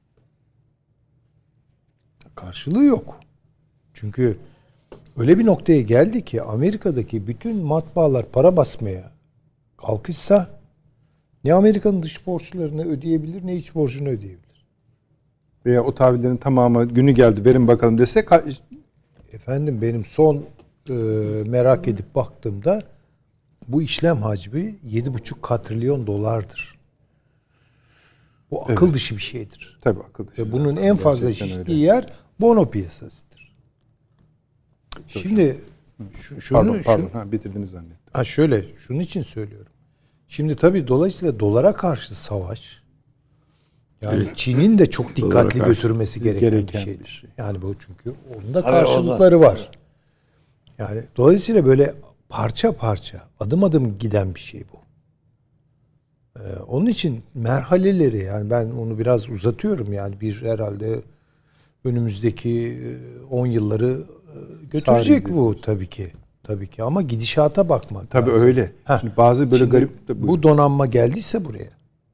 Karşılığı yok. Çünkü öyle bir noktaya geldi ki Amerika'daki bütün matbaalar para basmaya kalkışsa ne Amerika'nın dış borçlarını ödeyebilir ne iç borcunu ödeyebilir. Veya o tahvillerin tamamı günü geldi verin bakalım dese Efendim benim son merak edip baktığımda bu işlem hacmi 7,5 katrilyon dolardır. Bu akıl dışı bir şeydir. Tabii akıl dışı. Ve bunun en fazla şiştiği yer bono piyasasıdır. Şimdi pardon. Bitirdiniz zannettim. Şöyle şunun için söylüyorum. Şimdi tabii dolayısıyla dolara karşı savaş Yani Çin'in de çok dikkatli Dolara götürmesi gereken bir bir şeydir. şey. Yani bu çünkü onun da karşılıkları var. Yani dolayısıyla böyle parça parça, adım adım giden bir şey bu. Onun için merhaleleri, yani ben onu biraz uzatıyorum, yani bir herhalde önümüzdeki 10 yılları götürecek bu tabii ki. Tabii ki, ama gidişata bakmak Tabii lazım. öyle. Şimdi bazı böyle garip bu donanma geldiyse buraya,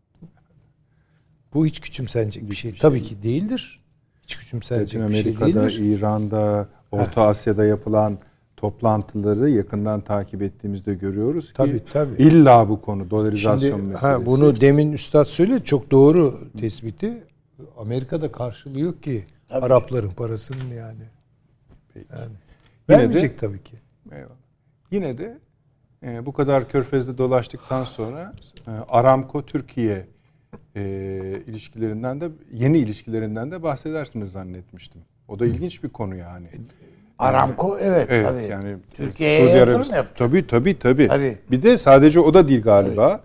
bu hiç küçümsenecek bir şey tabii ki değildir. Hiç küçümsenecek Latin bir şey Amerika'da, değildir. İran'da, Orta Asya'da yapılan toplantıları yakından takip ettiğimizde görüyoruz ki Tabii. illa bu konu dolarizasyon meselesi. Bunu demin Üstad söyledi, çok doğru tespiti. Amerika'da karşılığı yok ki Arapların parasının yani. Yani vermeyecek tabii ki. Eyvallah. Yine de bu kadar Körfez'de dolaştıktan sonra Aramco Türkiye ilişkilerinden de, yeni ilişkilerinden de bahsedersiniz zannetmiştim. O da ilginç bir konu yani. Aramco evet tabii. Yani Türkiye'ye yatırım yapacak. Tabii. Bir de sadece o da değil galiba.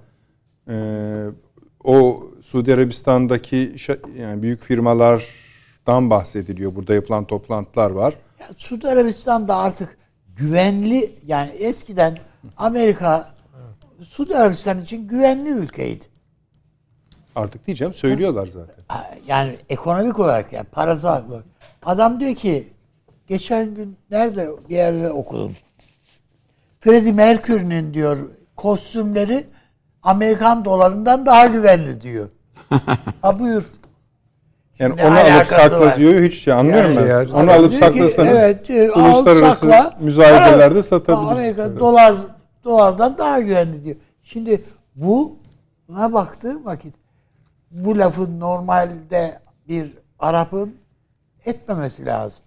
O Suudi Arabistan'daki yani büyük firmalardan bahsediliyor. Burada yapılan toplantılar var. Ya, Suudi Arabistan'da artık güvenli, yani eskiden Amerika Suudi Arabistan için güvenli ülkeydi. Artık diyeceğim, söylüyorlar zaten. Yani ekonomik olarak, yani parasal. Adam diyor ki, geçen gün nerede bir yerde okudum. Freddie Mercury'nin diyor kostümleri Amerikan dolarından daha güvenli diyor. Ha buyur. Yani Ne onu alıp alakası saklasıyor, hiç şey anlıyorum Yani ben. diğer- Onu alıp Diyor ki, saklasanız evet, diyor, uluslararası sakla, müzayedelerde para- satabilirsiniz. Amerika dolardan daha güvenli diyor. Şimdi buna baktığım vakit bu lafın normalde bir Arap'ın etmemesi lazım.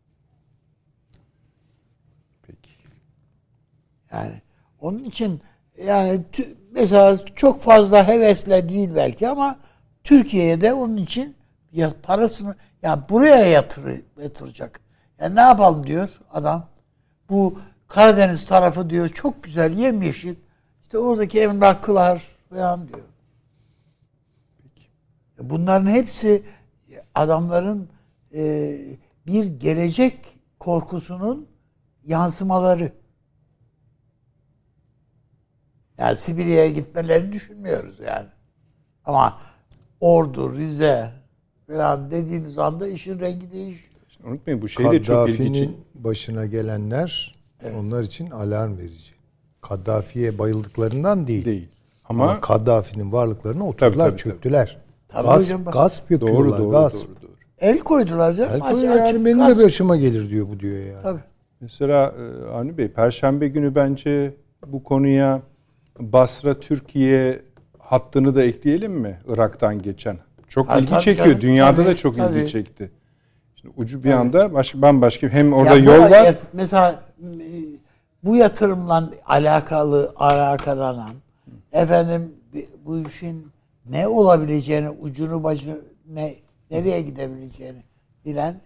Peki. Yani onun için yani mesela çok fazla hevesle değil belki, ama Türkiye'ye de onun için parasını yani buraya yatıracak. Yani ne yapalım diyor adam. Bu Karadeniz tarafı diyor çok güzel, yemyeşil. İşte oradaki emlakçılar falan diyor. Peki. Bunların hepsi adamların bir gelecek korkusunun yansımaları. Yani Sibirya'ya gitmelerini düşünmüyoruz yani. Ama Ordu, Rize falan dediğiniz anda işin rengi değişiyor. Şimdi unutmayın, bu şey de çok ilginç. Kaddafi'nin başına gelenler onlar için alarm verici. Kaddafi'ye bayıldıklarından değil. Ama Kaddafi'nin varlıklarına oturdular, tabii. çöktüler. Tabii Gasp yapıyorlar, gasp. Doğru. El koydular canım. El koyuyor yani, benim de başıma gelir diyor bu diyor yani. Tabii. Mesela Avni Bey, Perşembe günü bence bu konuya Basra Türkiye hattını da ekleyelim mi? Irak'tan geçen. Çok ilgi çekiyor. Canım, Dünyada da çok ilgi çekti. Şimdi ucu bir anda bambaşka, hem orada yol var. Mesela bu yatırımla alakalanan efendim bu işin ne olabileceğini, ucunu başını nereye gidebileceğini bilen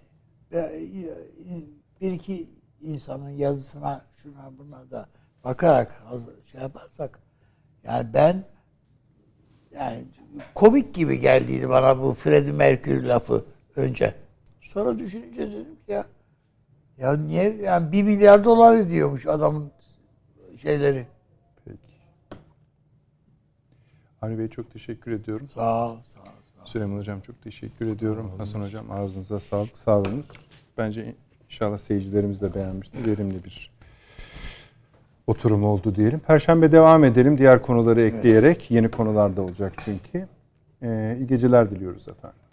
bir iki insanın yazısına, şuna buna da bakarak şey yaparsak, yani ben yani komik gibi geldiydi bana bu Freddie Mercury lafı önce. Sonra düşününce dedim ki ya niye, yani 1 milyar dolar ediyormuş adamın şeyleri. Peki. Avni Bey çok teşekkür ediyorum. Sağ ol. Süleyman Hocam çok teşekkür ediyorum. Hasan Hocam ağzınıza sağlık. Sağ olunuz. Bence inşallah seyircilerimiz de beğenmiştir. Verimli bir oturum oldu diyelim. Perşembe devam edelim. Diğer konuları ekleyerek. Yeni konular da olacak çünkü. İyi geceler diliyoruz efendim.